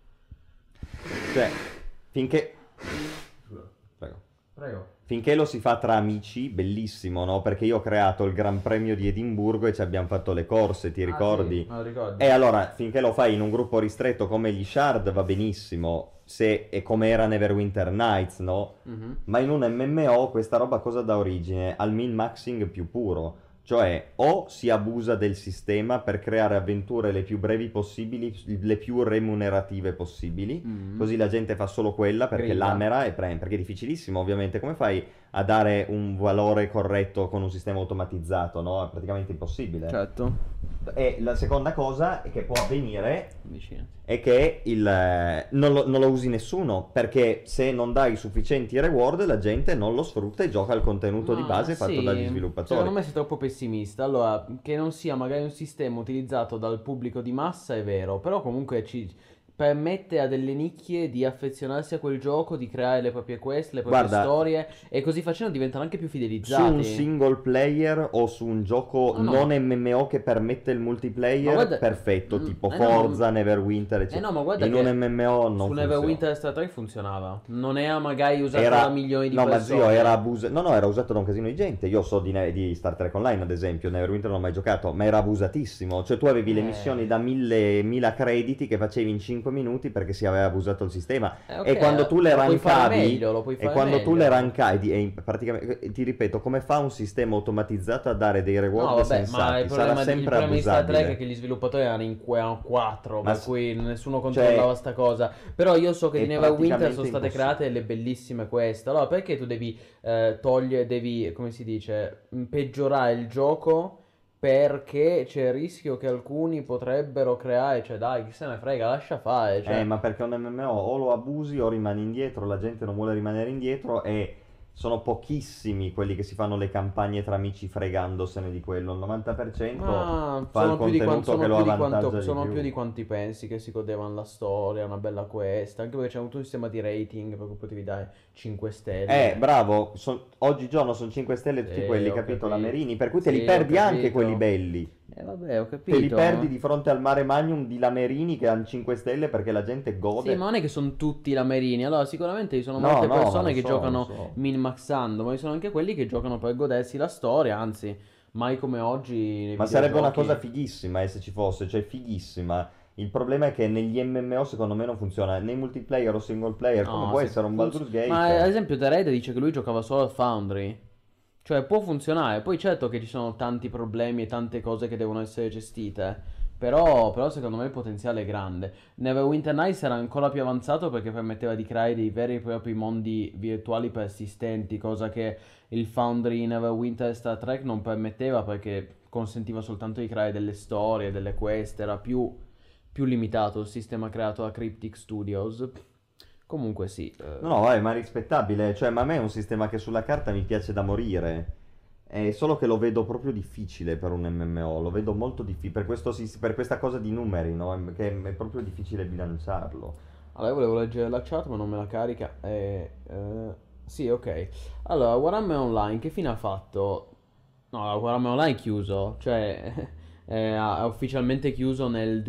Cioè, finché... Prego. Prego. Finché lo si fa tra amici, bellissimo, no? Perché io ho creato il Gran Premio di Edimburgo e ci abbiamo fatto le corse, ti ricordi? Sì, me lo ricordi. E allora, finché lo fai in un gruppo ristretto come gli Shard va benissimo, se è come era Neverwinter Nights, no? Ma in un MMO questa roba cosa dà origine? Al min-maxing più puro. Cioè, o si abusa del sistema per creare avventure le più brevi possibili, le più remunerative possibili, così la gente fa solo quella perché Grilla. l'amera e prende, perché è difficilissimo, ovviamente. Come fai a dare un valore corretto con un sistema automatizzato, no? È praticamente impossibile. Certo. E la seconda cosa che può avvenire Vicino. è che non lo usi nessuno, perché se non dai sufficienti reward la gente non lo sfrutta e gioca il contenuto di base fatto sì, dagli sviluppatori. secondo me sei troppo pessimista. Allora, che non sia magari un sistema utilizzato dal pubblico di massa è vero, però comunque ci permette a delle nicchie di affezionarsi a quel gioco, di creare le proprie quest, le proprie Guarda, storie e così facendo diventano anche più su fidelizzati. un single player o su un gioco No, no. non MMO che permette il multiplayer, Ma guarda- perfetto, tipo no, Forza, Neverwinter, eccetera. no, ma guarda In che un MMO non su funziona. Neverwinter Star Trek funzionava. Non era magari usato Era, da milioni di no, ma persone. zio, era usato da un casino di gente. Io so di Star Trek Online, ad esempio, Neverwinter non ho mai giocato, ma era abusatissimo. Cioè, tu avevi le missioni da 1000 crediti che facevi in 5 minuti perché si aveva abusato il sistema. Ok, E quando tu le lo puoi fare rankavi, meglio, lo puoi e fare quando tu meglio. le rankavi, praticamente, ti ripeto, come fa un sistema automatizzato a dare dei reward No, vabbè, ma sensati? il Sarà problema sempre di Star Trek è abusabile. che gli sviluppatori erano 4, Ma per cui nessuno cioè, controllava sta cosa. Però io so che è di Neverwinter praticamente sono state impossibile. create delle bellissime quest. Allora, perché tu devi devi, come si dice, peggiorare il gioco perché c'è il rischio che alcuni potrebbero creare, cioè dai, chi se ne frega, lascia fare, cioè. Ma perché un MMO o lo abusi o rimani indietro, la gente non vuole rimanere indietro e sono pochissimi quelli che si fanno le campagne tra amici fregandosene di quello. Il 90% Ma fa il contenuto che lo avvantaggia di sono più. più di quanti pensi che si godevano la storia, una bella quest, anche perché c'è avuto un sistema di rating per cui potevi dare 5 stelle. Bravo, oggigiorno sono 5 stelle tutti Sì, quelli, ho capito? La capito. Merini, per cui te li Sì, ho perdi anche capito. quelli belli. Vabbè, ho Te li capito. perdi di fronte al mare magnum di Lamerini che hanno 5 stelle perché la gente gode. Sì, ma non è che sono tutti lamerini. Allora, sicuramente ci sono No, molte no, ma persone lo che so, giocano lo so. min-maxando, ma ci sono anche quelli che giocano per godersi la storia, anzi, mai come oggi nei Ma sarebbe una videogiochi. cosa fighissima, se ci fosse, cioè fighissima. Il problema è che negli MMO secondo me non funziona, nei multiplayer o single player, come No, può sì, essere un Baldur's Gate. ma ad esempio The Red dice che lui giocava solo al Foundry. Cioè può funzionare, poi certo che ci sono tanti problemi e tante cose che devono essere gestite, però secondo me il potenziale è grande. Neverwinter Nights era ancora più avanzato perché permetteva di creare dei veri e propri mondi virtuali persistenti, cosa che il Foundry in Neverwinter e Star Trek non permetteva perché consentiva soltanto di creare delle storie, delle quest, era più limitato il sistema creato da Cryptic Studios. Comunque sì. No, vabbè, ma è rispettabile, cioè, ma a me è un sistema che sulla carta mi piace da morire. È solo che lo vedo proprio difficile per un MMO, lo vedo molto difficile per questa cosa di numeri, no? Che è proprio difficile bilanciarlo. Allora, io volevo leggere la chat, ma non me la carica. Sì, ok. Allora, Warhammer Online, che fine ha fatto? No, Warhammer Online è chiuso. Cioè, è ufficialmente chiuso nel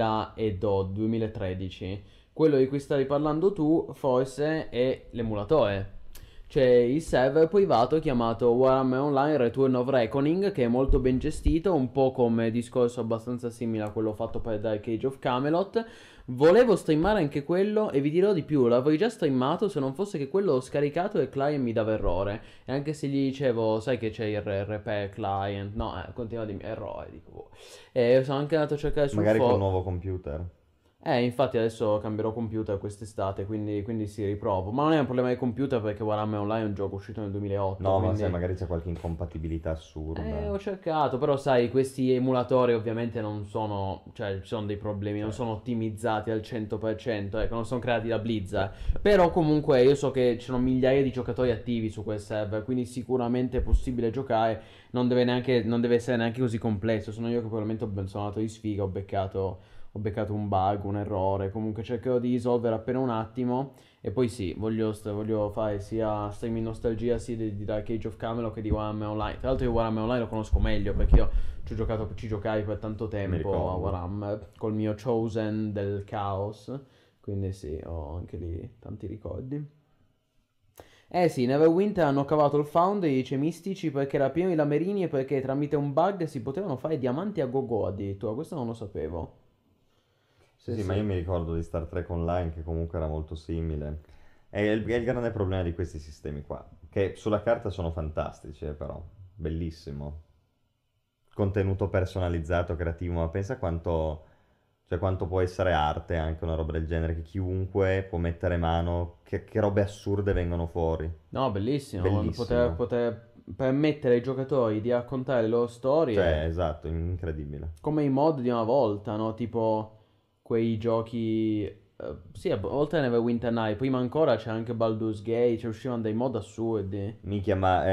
2013. Quello di cui stavi parlando tu, forse, è l'emulatore. C'è il server privato chiamato Warhammer Online Return of Reckoning, che è molto ben gestito, un po' come discorso abbastanza simile a quello fatto per Dark Age of Camelot. Volevo streamare anche quello e vi dirò di più, l'avrei già streamato se non fosse che quello ho scaricato e il client mi dava errore. E anche se gli dicevo, sai che c'è il repair client, no, continua a dirmi errore, dico, boh. E sono anche andato a cercare sul Magari con forum. un nuovo computer. Infatti adesso cambierò computer quest'estate, quindi si riprovo. Ma non è un problema di computer perché Warhammer Online è un gioco uscito nel 2008. No, ma quindi... sai, magari c'è qualche incompatibilità assurda. Ho cercato, però sai, questi emulatori ovviamente non sono, cioè ci sono dei problemi, non sono ottimizzati al 100%, ecco, non sono creati da Blizzard. Però comunque io so che ci sono migliaia di giocatori attivi su quel server, quindi sicuramente è possibile giocare, non deve essere neanche così complesso. Sono io che probabilmente sono andato di sfiga, ho beccato un bug, un errore, comunque cercherò di risolvere appena un attimo. E poi sì, voglio fare sia streaming nostalgia sia di Dark Age of Camelot che di Warhammer Online. Tra l'altro io Warhammer Online lo conosco meglio perché io ci giocai per tanto tempo ricordo. a Warhammer col mio Chosen del Chaos. Quindi sì, ho anche lì tanti ricordi. Eh sì, Neverwinter hanno cavato il Foundry, dice mistici, perché era pieno di lamerini e perché tramite un bug si potevano fare diamanti a go-go addirittura. Questo non lo sapevo. Sì, ma io mi ricordo di Star Trek Online che comunque era molto simile. È il grande problema di questi sistemi qua, che sulla carta sono fantastici, però, bellissimo. contenuto personalizzato, creativo, ma pensa quanto, cioè quanto può essere arte anche una roba del genere, che chiunque può mettere mano, che robe assurde vengono fuori. No, bellissimo. Bellissimo. Poter permettere ai giocatori di raccontare le loro Cioè, storie esatto, incredibile. come i mod di una volta, no? Tipo quei giochi. Sì, a volte Neverwinter Night. Prima ancora c'è anche Baldur's Gate. Cioè, uscivano dei mod assurdi. Minchia, ma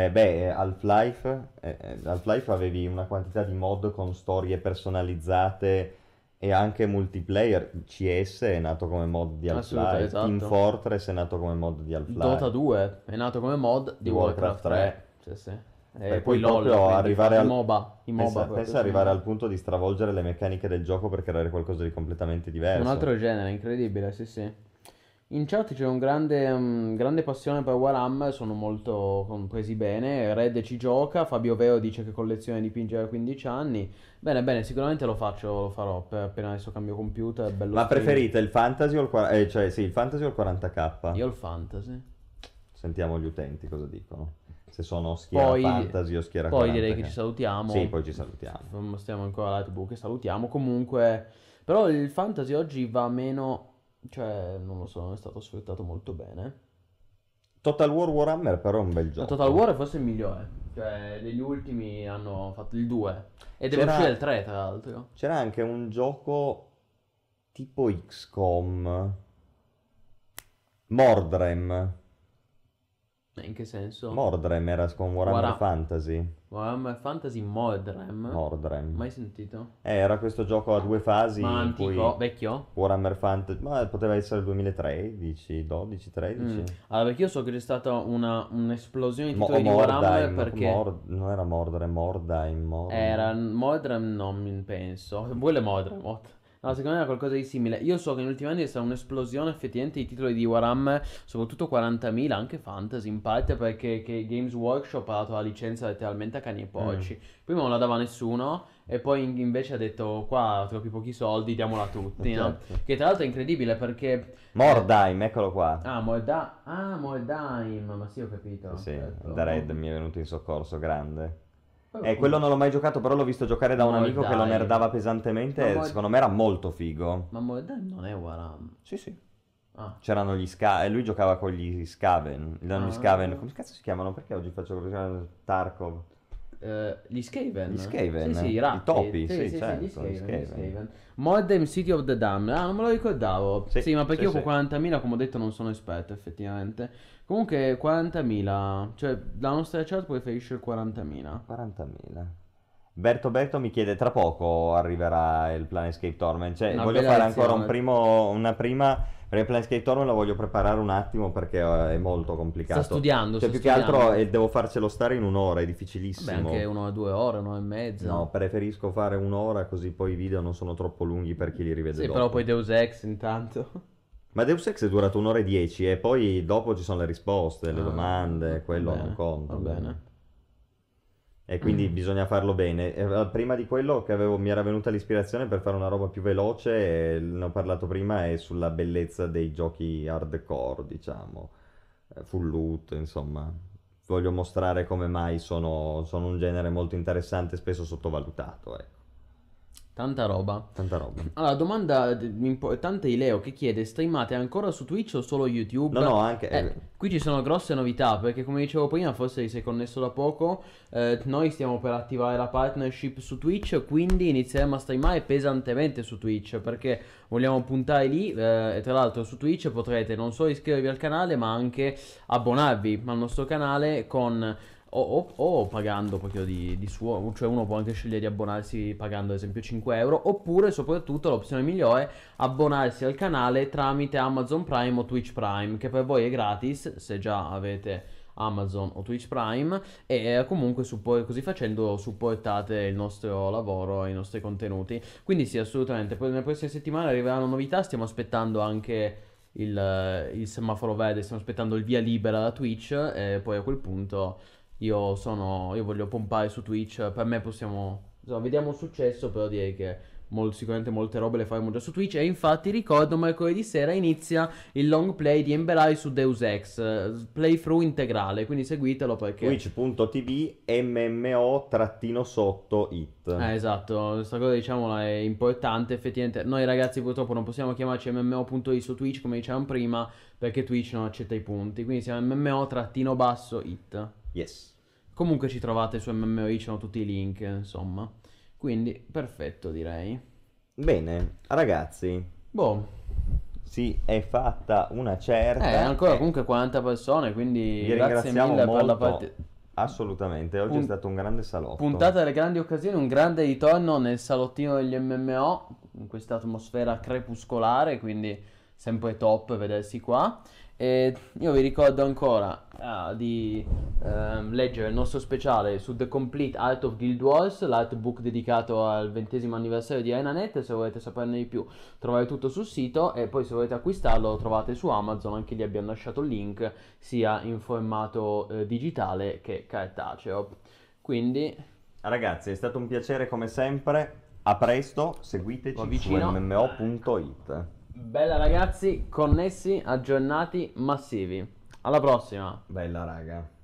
Half-Life avevi una quantità di mod con storie personalizzate e anche multiplayer. CS è nato come mod di Assolutamente, Half-Life, Team esatto. Fortress è nato come mod di Dota Half-Life, 2 è nato come mod di di Warcraft Warcraft 3. 3. Sì, sì. Per E poi poi LOL, proprio quindi arrivare i al... MOBA. I MOBA proprio, pensa sì. arrivare al punto di stravolgere le meccaniche del gioco per creare qualcosa di completamente Un diverso. altro genere, incredibile, sì, sì. In chat c'è un grande passione per Warhammer, sono molto presi bene. Red ci gioca, Fabio Vero dice che collezione dipinge da 15 anni. Bene, bene, sicuramente lo farò appena adesso cambio computer, è bello Ma stream. preferite il fantasy o cioè sì, il fantasy o il 40k? Io il fantasy. Sentiamo gli utenti cosa dicono. Se sono schiera Poi, fantasy o schiera poi 40k. direi che ci salutiamo. Sì, poi ci salutiamo. Stiamo ancora alla TV che salutiamo. Comunque, però il fantasy oggi va meno, cioè, non lo so, non è stato sfruttato molto bene. Total War Warhammer però è un bel La gioco. Total War è forse il migliore. Cioè, degli ultimi hanno fatto il 2. E deve C'era- uscire il 3, tra l'altro. C'era anche un gioco tipo XCOM. Mordrem. In che senso? Mordrem era con Warhammer Wara- Fantasy. Warhammer Fantasy Mordrem. Mordrem. Mai sentito? Era questo gioco a due fasi Ma in antico? cui Vecchio? Warhammer Fantasy, ma poteva essere il 2013, 12, 13. Allora, perché io so che c'è stata un'esplosione di O titoli di Warhammer Mordheim, perché non era Mordrem, Mordheim. era Mordrem, non mi penso. Quello è Mordrem. No, secondo me era qualcosa di simile. Io so che negli ultimi anni è stata un'esplosione effettivamente di titoli di Warhammer, soprattutto 40.000, anche fantasy, in parte perché che Games Workshop ha dato la licenza letteralmente a cani e porci. Prima non la dava nessuno e poi invece ha detto qua troppi pochi soldi, diamola a tutti, no? Certo. Che tra l'altro è incredibile perché... Mordheim, eccolo qua. Mordheim, ma sì, ho capito. Sì, Certo. da Red mi è venuto in soccorso, grande. Poi Quello non l'ho mai giocato, però l'ho visto giocare da un amico che lo Mordheim. nerdava pesantemente Ma e Mord- secondo me era molto figo. Ma Mordheim non è Warhammer. Sì, sì. Ah. C'erano gli e lui giocava con gli Skaven. Non gli Ah. Skaven, come cazzo si chiamano? Perché oggi faccio così? Tarkov. Gli Skaven. Gli Skaven, Sì, sì, i i ratti. topi, sì, sì, certo, gli gli Skaven, Skaven. gli Skaven. Mordheim City of the Damned. Ah, non me lo ricordavo. Sì, Sì, ma perché sì, io con sì. 40.000, come ho detto, non sono esperto, effettivamente. Comunque, 40.000. Cioè, la nostra chat preferisce il 40.000. 40.000. Berto mi chiede, tra poco arriverà il Planescape Torment. Cioè, Una voglio bella fare ancora lezione. una prima. Perché il Planescape Torment lo voglio preparare un attimo perché è molto complicato. Sta studiando, Cioè, sta più che altro studiando. devo farcelo stare in un'ora, è Beh, difficilissimo. anche 1 o 2 ore, 1 ora e mezza. No, preferisco fare un'ora così poi i video non sono troppo lunghi per chi li rivede Sì, dopo. però poi Deus Ex intanto. Ma Deus Ex è durato 1 ora e 10 e poi dopo ci sono le risposte, le domande, va quello bene, non conta. va bene. E quindi bisogna farlo bene. Prima di quello mi era venuta l'ispirazione per fare una roba più veloce, e ne ho parlato prima, è sulla bellezza dei giochi hardcore, diciamo, full loot, insomma. Voglio mostrare come mai sono un genere molto interessante e spesso sottovalutato, ecco. Tanta roba. Tanta roba. Allora, domanda importante di Leo che chiede: streamate ancora su Twitch o solo YouTube? No, anche... Qui ci sono grosse novità perché, come dicevo prima, forse ti sei connesso da poco. Noi stiamo per attivare la partnership su Twitch, quindi inizieremo a streamare pesantemente su Twitch perché vogliamo puntare lì. E tra l'altro, su Twitch potrete non solo iscrivervi al canale, ma anche abbonarvi al nostro canale con. O pagando proprio di suo, cioè uno può anche scegliere di abbonarsi pagando ad esempio 5 euro, oppure soprattutto l'opzione migliore, abbonarsi al canale tramite Amazon Prime o Twitch Prime, che per voi è gratis se già avete Amazon o Twitch Prime, e comunque così facendo supportate il nostro lavoro e i nostri contenuti. Quindi sì, assolutamente, poi nelle prossime settimane arriveranno novità, stiamo aspettando anche il semaforo verde, stiamo aspettando il via libera da Twitch e poi a quel punto... Io voglio pompare su Twitch, per me possiamo, insomma, vediamo un successo, però direi che sicuramente molte robe le faremo già su Twitch. E infatti ricordo, mercoledì sera inizia il long play di Emberai su Deus Ex, playthrough integrale, quindi seguitelo perché... Twitch.tv MMO-it. Esatto, questa cosa diciamola è importante. Effettivamente noi ragazzi purtroppo non possiamo chiamarci MMO.it su Twitch come dicevamo prima, perché Twitch non accetta i punti, quindi siamo MMO-it. Yes. Comunque ci trovate su MMO, ci sono tutti i link, insomma. Quindi perfetto, direi. Bene, ragazzi, Boh, si è fatta una certa. ancora e comunque 40 persone, quindi vi grazie ringraziamo mille per la molto. parte... Assolutamente, oggi è stato un grande salotto. Puntata delle grandi occasioni, un grande ritorno nel salottino degli MMO, in questa atmosfera crepuscolare, quindi sempre top vedersi qua. E io vi ricordo ancora di leggere il nostro speciale su The Complete Art of Guild Wars, l'artbook dedicato al 20° anniversario di ArenaNet. Se volete saperne di più trovate tutto sul sito, e poi se volete acquistarlo lo trovate su Amazon, anche lì abbiamo lasciato il link sia in formato digitale che cartaceo. Quindi Ragazzi, è stato un piacere come sempre. A presto, seguiteci su MMO.it. bella ragazzi, connessi, aggiornati, massivi. Alla prossima. Bella raga.